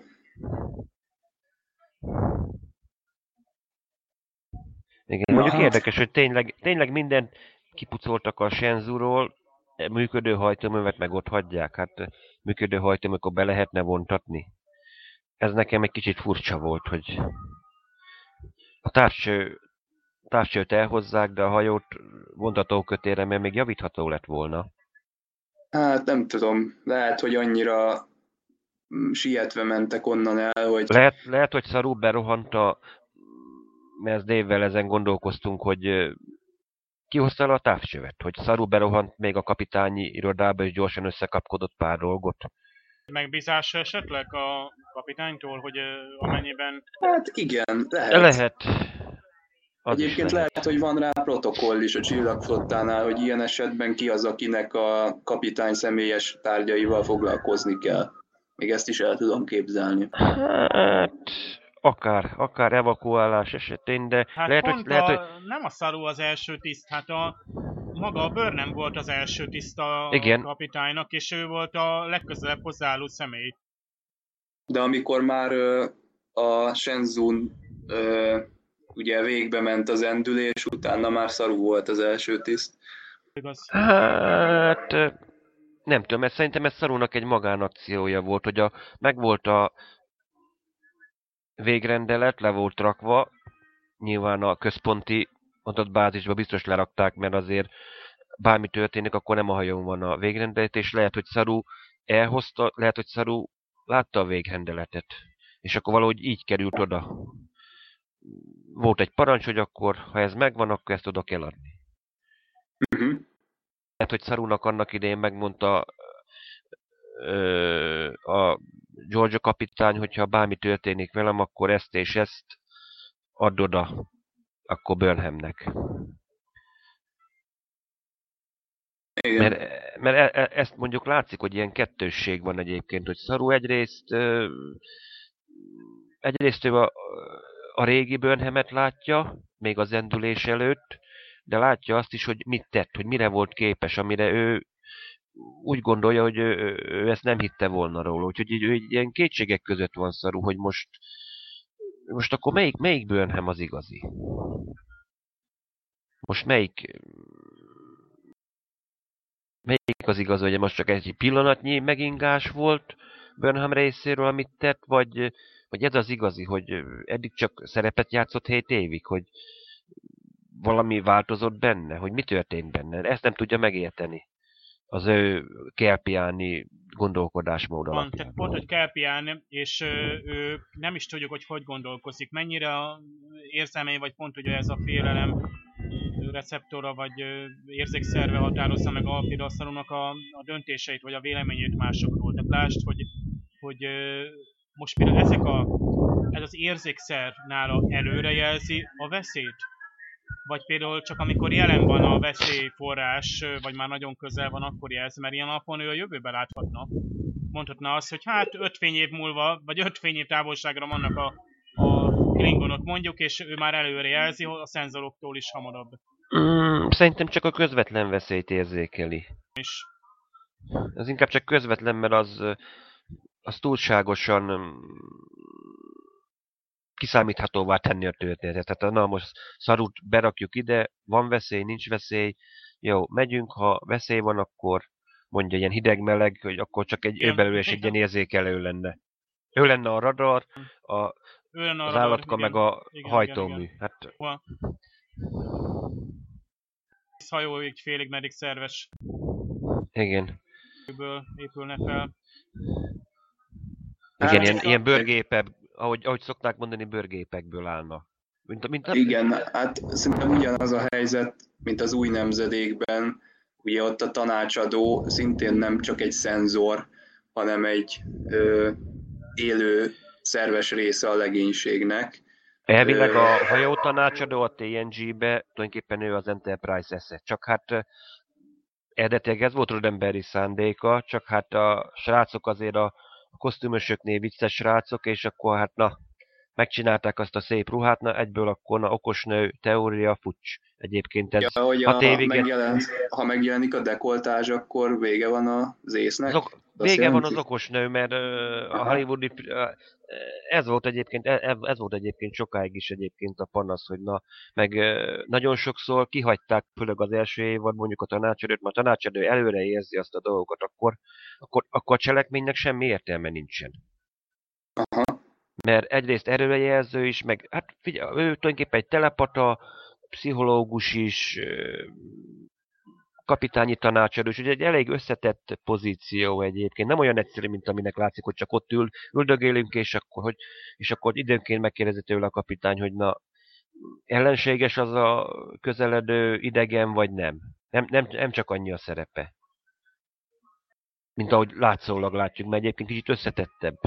Igen, mondjuk érdekes, hogy tényleg mindent kipucoltak a Shenzhouról, működő hajtóművet meg ott hagyják. Hát működő hajtóművekor be lehetne vontatni. Ez nekem egy kicsit furcsa volt, hogy a távcsőt elhozzák, de a hajót vontatókötélre, mert még javítható lett volna. Hát nem tudom, lehet, hogy annyira sietve mentek onnan el, hogy... Lehet, hogy szarul berohant mert Dave-vel ezen gondolkoztunk, hogy kihozta el a távcsövet, hogy szarul berohant még a kapitányi irodába, és gyorsan összekapkodott pár dolgot. Megbízás esetleg a kapitánytól, hogy amennyiben... Hát igen, lehet. Lehet. Egyébként lehet, hogy van rá protokoll is a Csillagflottánál, hogy ilyen esetben ki az, akinek a kapitány személyes tárgyaival foglalkozni kell. Még ezt is el tudom képzelni. Hát, akár evakuálás esetén, de Hát lehet, pont hogy nem a Saru az első tiszt, hát maga a Burnham volt az első tiszt a igen. kapitánynak, és ő volt a legközelebb hozzáálló személy. De amikor már a Shenzhou ugye végbe ment az endülés, utána már Saru volt az első tiszt. Igaz? Hát, nem tudom, mert szerintem ez Sarunak egy magánakciója volt, hogy megvolt a végrendelet, le volt rakva, nyilván a központi adatbázisba biztos lerakták, mert azért bármi történik, akkor nem a hajón van a végrendelet, és lehet, hogy Saru elhozta, lehet, hogy Saru látta a végrendeletet, és akkor valahogy így került oda. Volt egy parancs, hogy akkor, ha ez megvan, akkor ezt oda kell adni. Uh-huh. Lehet, hogy Sarunak annak idején megmondta a Georgia kapitány, hogyha bármi történik velem, akkor ezt és ezt add oda, akkor Burnhamnek. Igen. Mert ezt mondjuk látszik, hogy ilyen kettősség van egyébként, hogy Saru egyrészt ő a régi Burnhamet látja, még az endülés előtt, de látja azt is, hogy mit tett, hogy mire volt képes, amire ő úgy gondolja, hogy ő ezt nem hitte volna róla. Úgyhogy ő ilyen kétségek között van Saru, hogy most akkor melyik Burnham az igazi? Most melyik az igaz, hogy most csak egy pillanatnyi megingás volt Burnham részéről, amit tett, vagy ez az igazi, hogy eddig csak szerepet játszott 7 évig, hogy valami változott benne, hogy mi történt benne. Ezt nem tudja megérteni az ő kelpiáni gondolkodásmód alapján. Tehát pont, hogy Kelpián, és ő nem is tudjuk, hogy gondolkozik. Mennyire érzelmei, vagy pont ugye ez a félelem receptora, vagy érzékszerve határozza meg alapjára a Sarunak a döntéseit, vagy a véleményét másokról. Tehát lásd, hogy most például ez az érzékszer nála előrejelzi a veszélyt? Vagy például csak amikor jelen van a veszélyforrás, vagy már nagyon közel van, akkor jelzi, mert ilyen alapon ő a jövőbe láthatna. Mondhatna azt, hogy hát 5 fényév múlva, vagy 5 fényév távolságra vannak a klingonok mondjuk, és ő már előre jelzi a szenzoroktól is hamarabb. Szerintem csak a közvetlen veszélyt érzékeli. És ez inkább csak közvetlen, mert az túlságosan kiszámíthatóvá tenni a történetet. Tehát na most Sarut berakjuk ide, van veszély, nincs veszély, jó, megyünk, ha veszély van, akkor mondja ilyen hideg-meleg, hogy akkor csak ő belőle is egy ilyen érzékelő lenne. Ő lenne a radar, az állatka igen, meg a hajtómű. Igen. Hát... hajó így félig meddig szerves. Igen. Épülne fel. Igen, ilyen bőrgépek, ahogy szokták mondani, bőrgépekből állnak. Igen, hát szerintem ugyanaz a helyzet, mint az új nemzedékben. Ugye ott a tanácsadó szintén nem csak egy szenzor, hanem egy élő szerves része a legénységnek. Elvileg a hajó tanácsadó a TNG-be, tulajdonképpen ő az Enterprise esze. Csak hát eredetileg ez volt Roddenberry szándéka, csak hát a srácok azért a kosztümösöknél vicces srácok, és akkor hát megcsinálták azt a szép ruhát, na egyből akkor na okosnő teória fucs. Egyébként ez Ja, hogy 6 évig... ha megjelenik a dekoltázs, akkor vége van az észnek? Vége van az okosnő, mert a hollywoodi... Ez volt egyébként sokáig is egyébként a panasz, hogy na, meg nagyon sokszor kihagyták, főleg az első évad mondjuk a tanácsadőt, mert a tanácsadő előre érzi azt a dolgokat, akkor a cselekménynek semmi értelme nincsen. Aha. Mert egyrészt előrejelző is, meg hát figyelj, ő tulajdonképpen egy telepata, pszichológus is, kapitányi tanácsadó, úgyhogy egy elég összetett pozíció egyébként. Nem olyan egyszerű, mint aminek látszik, hogy csak ott üldögélünk, és akkor időnként megkérdezi tőle a kapitány, hogy na, ellenséges az a közeledő idegen, vagy nem. Nem csak annyi a szerepe. Mint ahogy látszólag látjuk, mert egyébként kicsit összetettebb.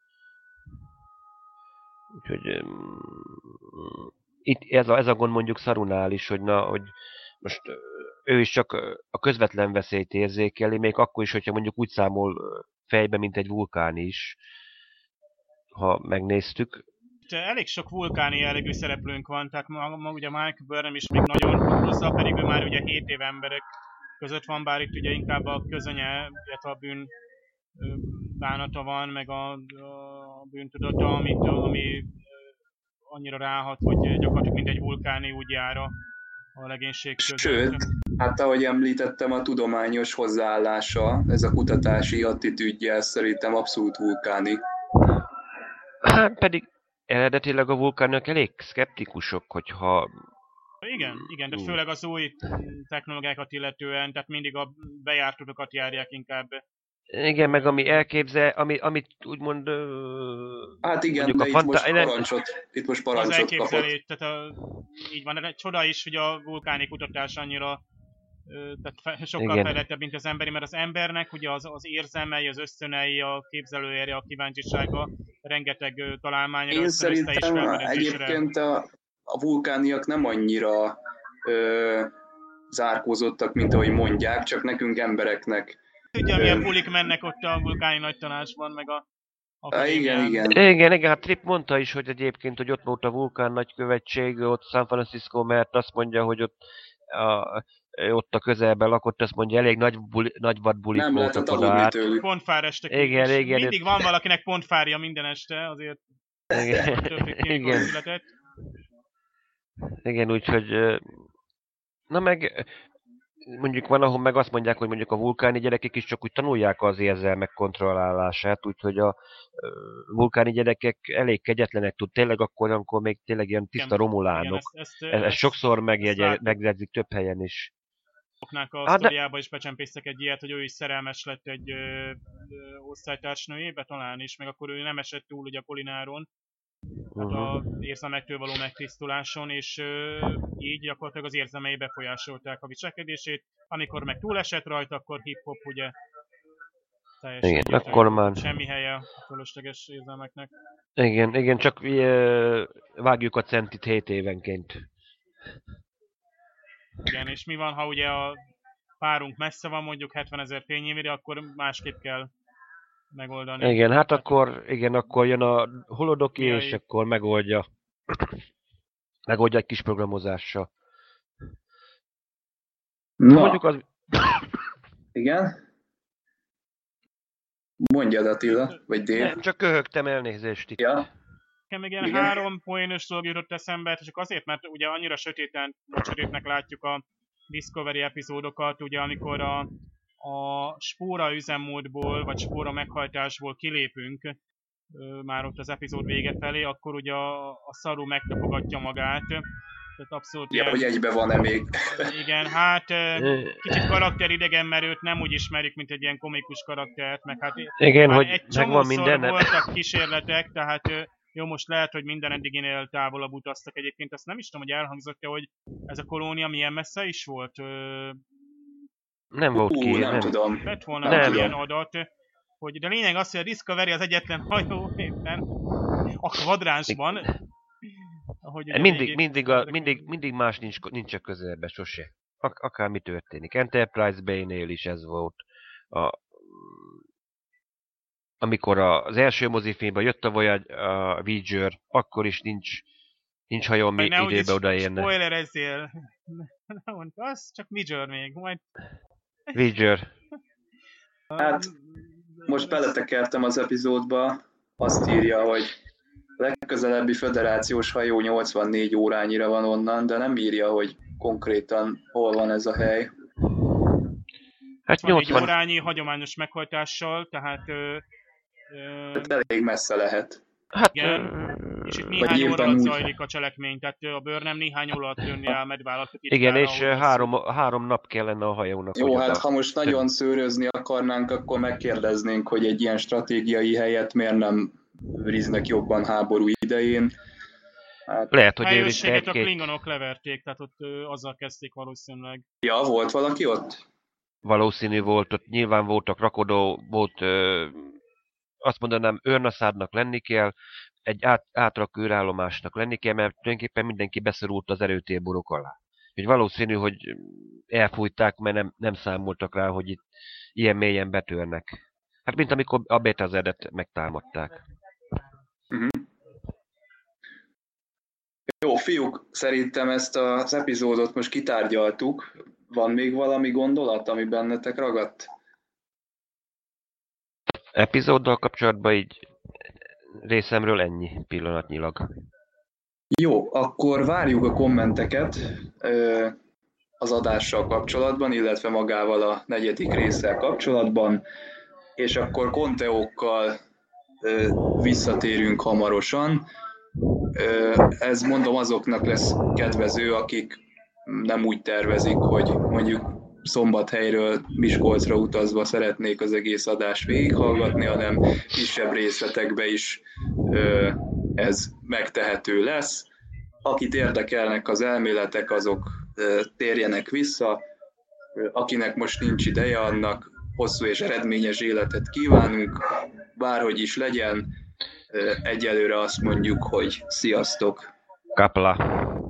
Úgyhogy itt ez a gond mondjuk Szarunál is, hogy most ő is csak a közvetlen veszélyt érzékeli, még akkor is, hogyha mondjuk úgy számol fejbe, mint egy vulkán is, ha megnéztük. Elég sok vulkáni jellegű szereplőnk van, tehát ma ugye Mike Burnham is még nagyon hozzá, pedig ő már ugye 7 év emberek között van, bár itt ugye inkább a közönye, illetve a bűn bánata van, meg a bűntudata, ami annyira ráhat, hogy gyakorlatilag mindegy vulkáni úgy jár a legénység között. Sőt, hát ahogy említettem, a tudományos hozzáállása, ez a kutatási attitűdje szerintem abszolút vulkáni. Hát pedig eredetileg a vulkánok elég szkeptikusok, hogyha... Igen, de főleg az új technológiákat illetően, tehát mindig a bejárt utakat járják inkább. Igen, meg amit úgymond... Hát igen, de itt most parancsot az elképzelés, kapott. Tehát így van, egy csoda is, hogy a vulkáni kutatás annyira tehát sokkal fejlettebb, mint az emberi, mert az embernek ugye az érzelmei, az ösztönei, a képzelőerje, a kíváncsisága, rengeteg találmányra, én szerintem egyébként a vulkániak nem annyira zárkózottak, mint ahogy mondják, csak nekünk embereknek. Tudja, milyen bulik mennek ott a vulkáni nagytanácsban, meg a Igen, hát Tripp mondta is, hogy egyébként, hogy ott volt a vulkán nagykövetség, ott San Francisco, mert azt mondja, hogy ott a közelben lakott, azt mondja, elég nagy vadbulik nem voltak oda át. Pontfár estek. Igen. Mindig van valakinek pontfárja minden este, azért igen. Igen, úgyhogy... Na meg... Mondjuk van, ahol meg azt mondják, hogy mondjuk a vulkáni gyerekek is csak úgy tanulják az érzelmek kontrollálását, úgyhogy a vulkáni gyerekek elég kegyetlenek tud, tényleg akkor, amikor még tényleg ilyen tiszta romulánok. Ezt sokszor megjegyzik több helyen is. A sztoriába is becsempésztek egy ilyet, hogy ő is szerelmes lett egy osztálytársnőjébe talán is, meg akkor ő nem esett túl ugye a Polináron, hát az érzelmektől való megtisztuláson, és így gyakorlatilag az érzelmei befolyásolták a viselkedését. Amikor meg túlesett rajta, akkor hip-hop ugye teljesen igen, akkor már... semmi helye a fölösleges érzelmeknek. Igen, csak vágjuk a centit 7 évenként. Igen, és mi van, ha ugye a párunk messze van, mondjuk 70 000 fényévére, akkor másképp kell megoldani. Igen, hát akkor jön a holodoki, és akkor megoldja egy kis programozással. Na. Mondjuk az... Igen? Mondjad, Attila, vagy Dave. Nem, csak köhögtem, elnézést itt. Ja. Nekem még ilyen 3 poénos dolog jutott eszembe, csak azért, mert ugye annyira sötétnek látjuk a Discovery epizódokat, ugye amikor a spóra üzemmódból, vagy spóra meghajtásból kilépünk, már ott az epizód vége felé, akkor ugye a Saru megtapogatja magát. Tehát abszolút ilyen... hogy egybe van-e még? Igen, hát kicsit karakteridegen, mert őt nem úgy ismerjük, mint egy ilyen komikus karaktert, meg hát igen, hogy egy csomószor voltak kísérletek, tehát jó, most lehet, hogy minden eddiginél távolabb utaztak egyébként, azt nem is tudom, hogy elhangzott-e, hogy ez a kolónia milyen messze is volt? Nem volt ki, nem tudom. Lett volna ilyen adat, hogy de lényeg az, hogy a Discovery az egyetlen hajó éppen a kvadránsban. Mindig más nincs a közelben, sose. Akármi történik. Enterprise Bay-nél is ez volt. amikor az első mozifilmben jött a Voyager, akkor is nincs hajón, mi Nehogy időbe itt odaérne. spoilerezzél. Ne mondd, az csak Midger még, majd... Voyager. Hát, most beletekertem az epizódba, azt írja, hogy legközelebbi föderációs hajó 84 órányira van onnan, de nem írja, hogy konkrétan hol van ez a hely. Hát 80 órányi hagyományos meghajtással, tehát... Tehát elég messze lehet. Hát, igen, és itt néhány óra alatt zajlik a cselekmény, tehát a bőr nem néhány óra alatt jönni el medvállatok itt. Igen, és 3 nap kellene a hajónak. Jó, hát ha most nagyon szőrözni akarnánk, akkor megkérdeznénk, hogy egy ilyen stratégiai helyet miért nem riznek jobban háború idején. Hát, lehet, hogy helyőrséget a klingonok leverték, tehát ott azzal kezdték valószínűleg. Ja, volt valaki ott? Valószínű volt, ott nyilván voltak rakodó, volt, azt mondanám, őrnaszádnak lenni kell, egy átrak őrállomásnak lenni kell, mert tulajdonképpen mindenki beszorult az erőtérburok alá. Úgyhogy valószínű, hogy elfújták, mert nem számoltak rá, hogy itt ilyen mélyen betörnek. Hát mint amikor a Betazedet megtámadták. Uh-huh. Jó, fiúk, szerintem ezt az epizódot most kitárgyaltuk. Van még valami gondolat, ami bennetek ragadt? Epizóddal kapcsolatban így részemről ennyi pillanatnyilag. Jó, akkor várjuk a kommenteket az adással kapcsolatban, illetve magával a 4. résszel kapcsolatban, és akkor konteókkal visszatérünk hamarosan. Ez mondom azoknak lesz kedvező, akik nem úgy tervezik, hogy mondjuk Szombathelyről Miskolcra utazva szeretnék az egész adást végighallgatni, hanem kisebb részletekbe is ez megtehető lesz. Akit érdekelnek az elméletek, azok térjenek vissza. Akinek most nincs ideje, annak hosszú és eredményes életet kívánunk, bárhogy is legyen. Egyelőre azt mondjuk, hogy sziasztok! Kapla!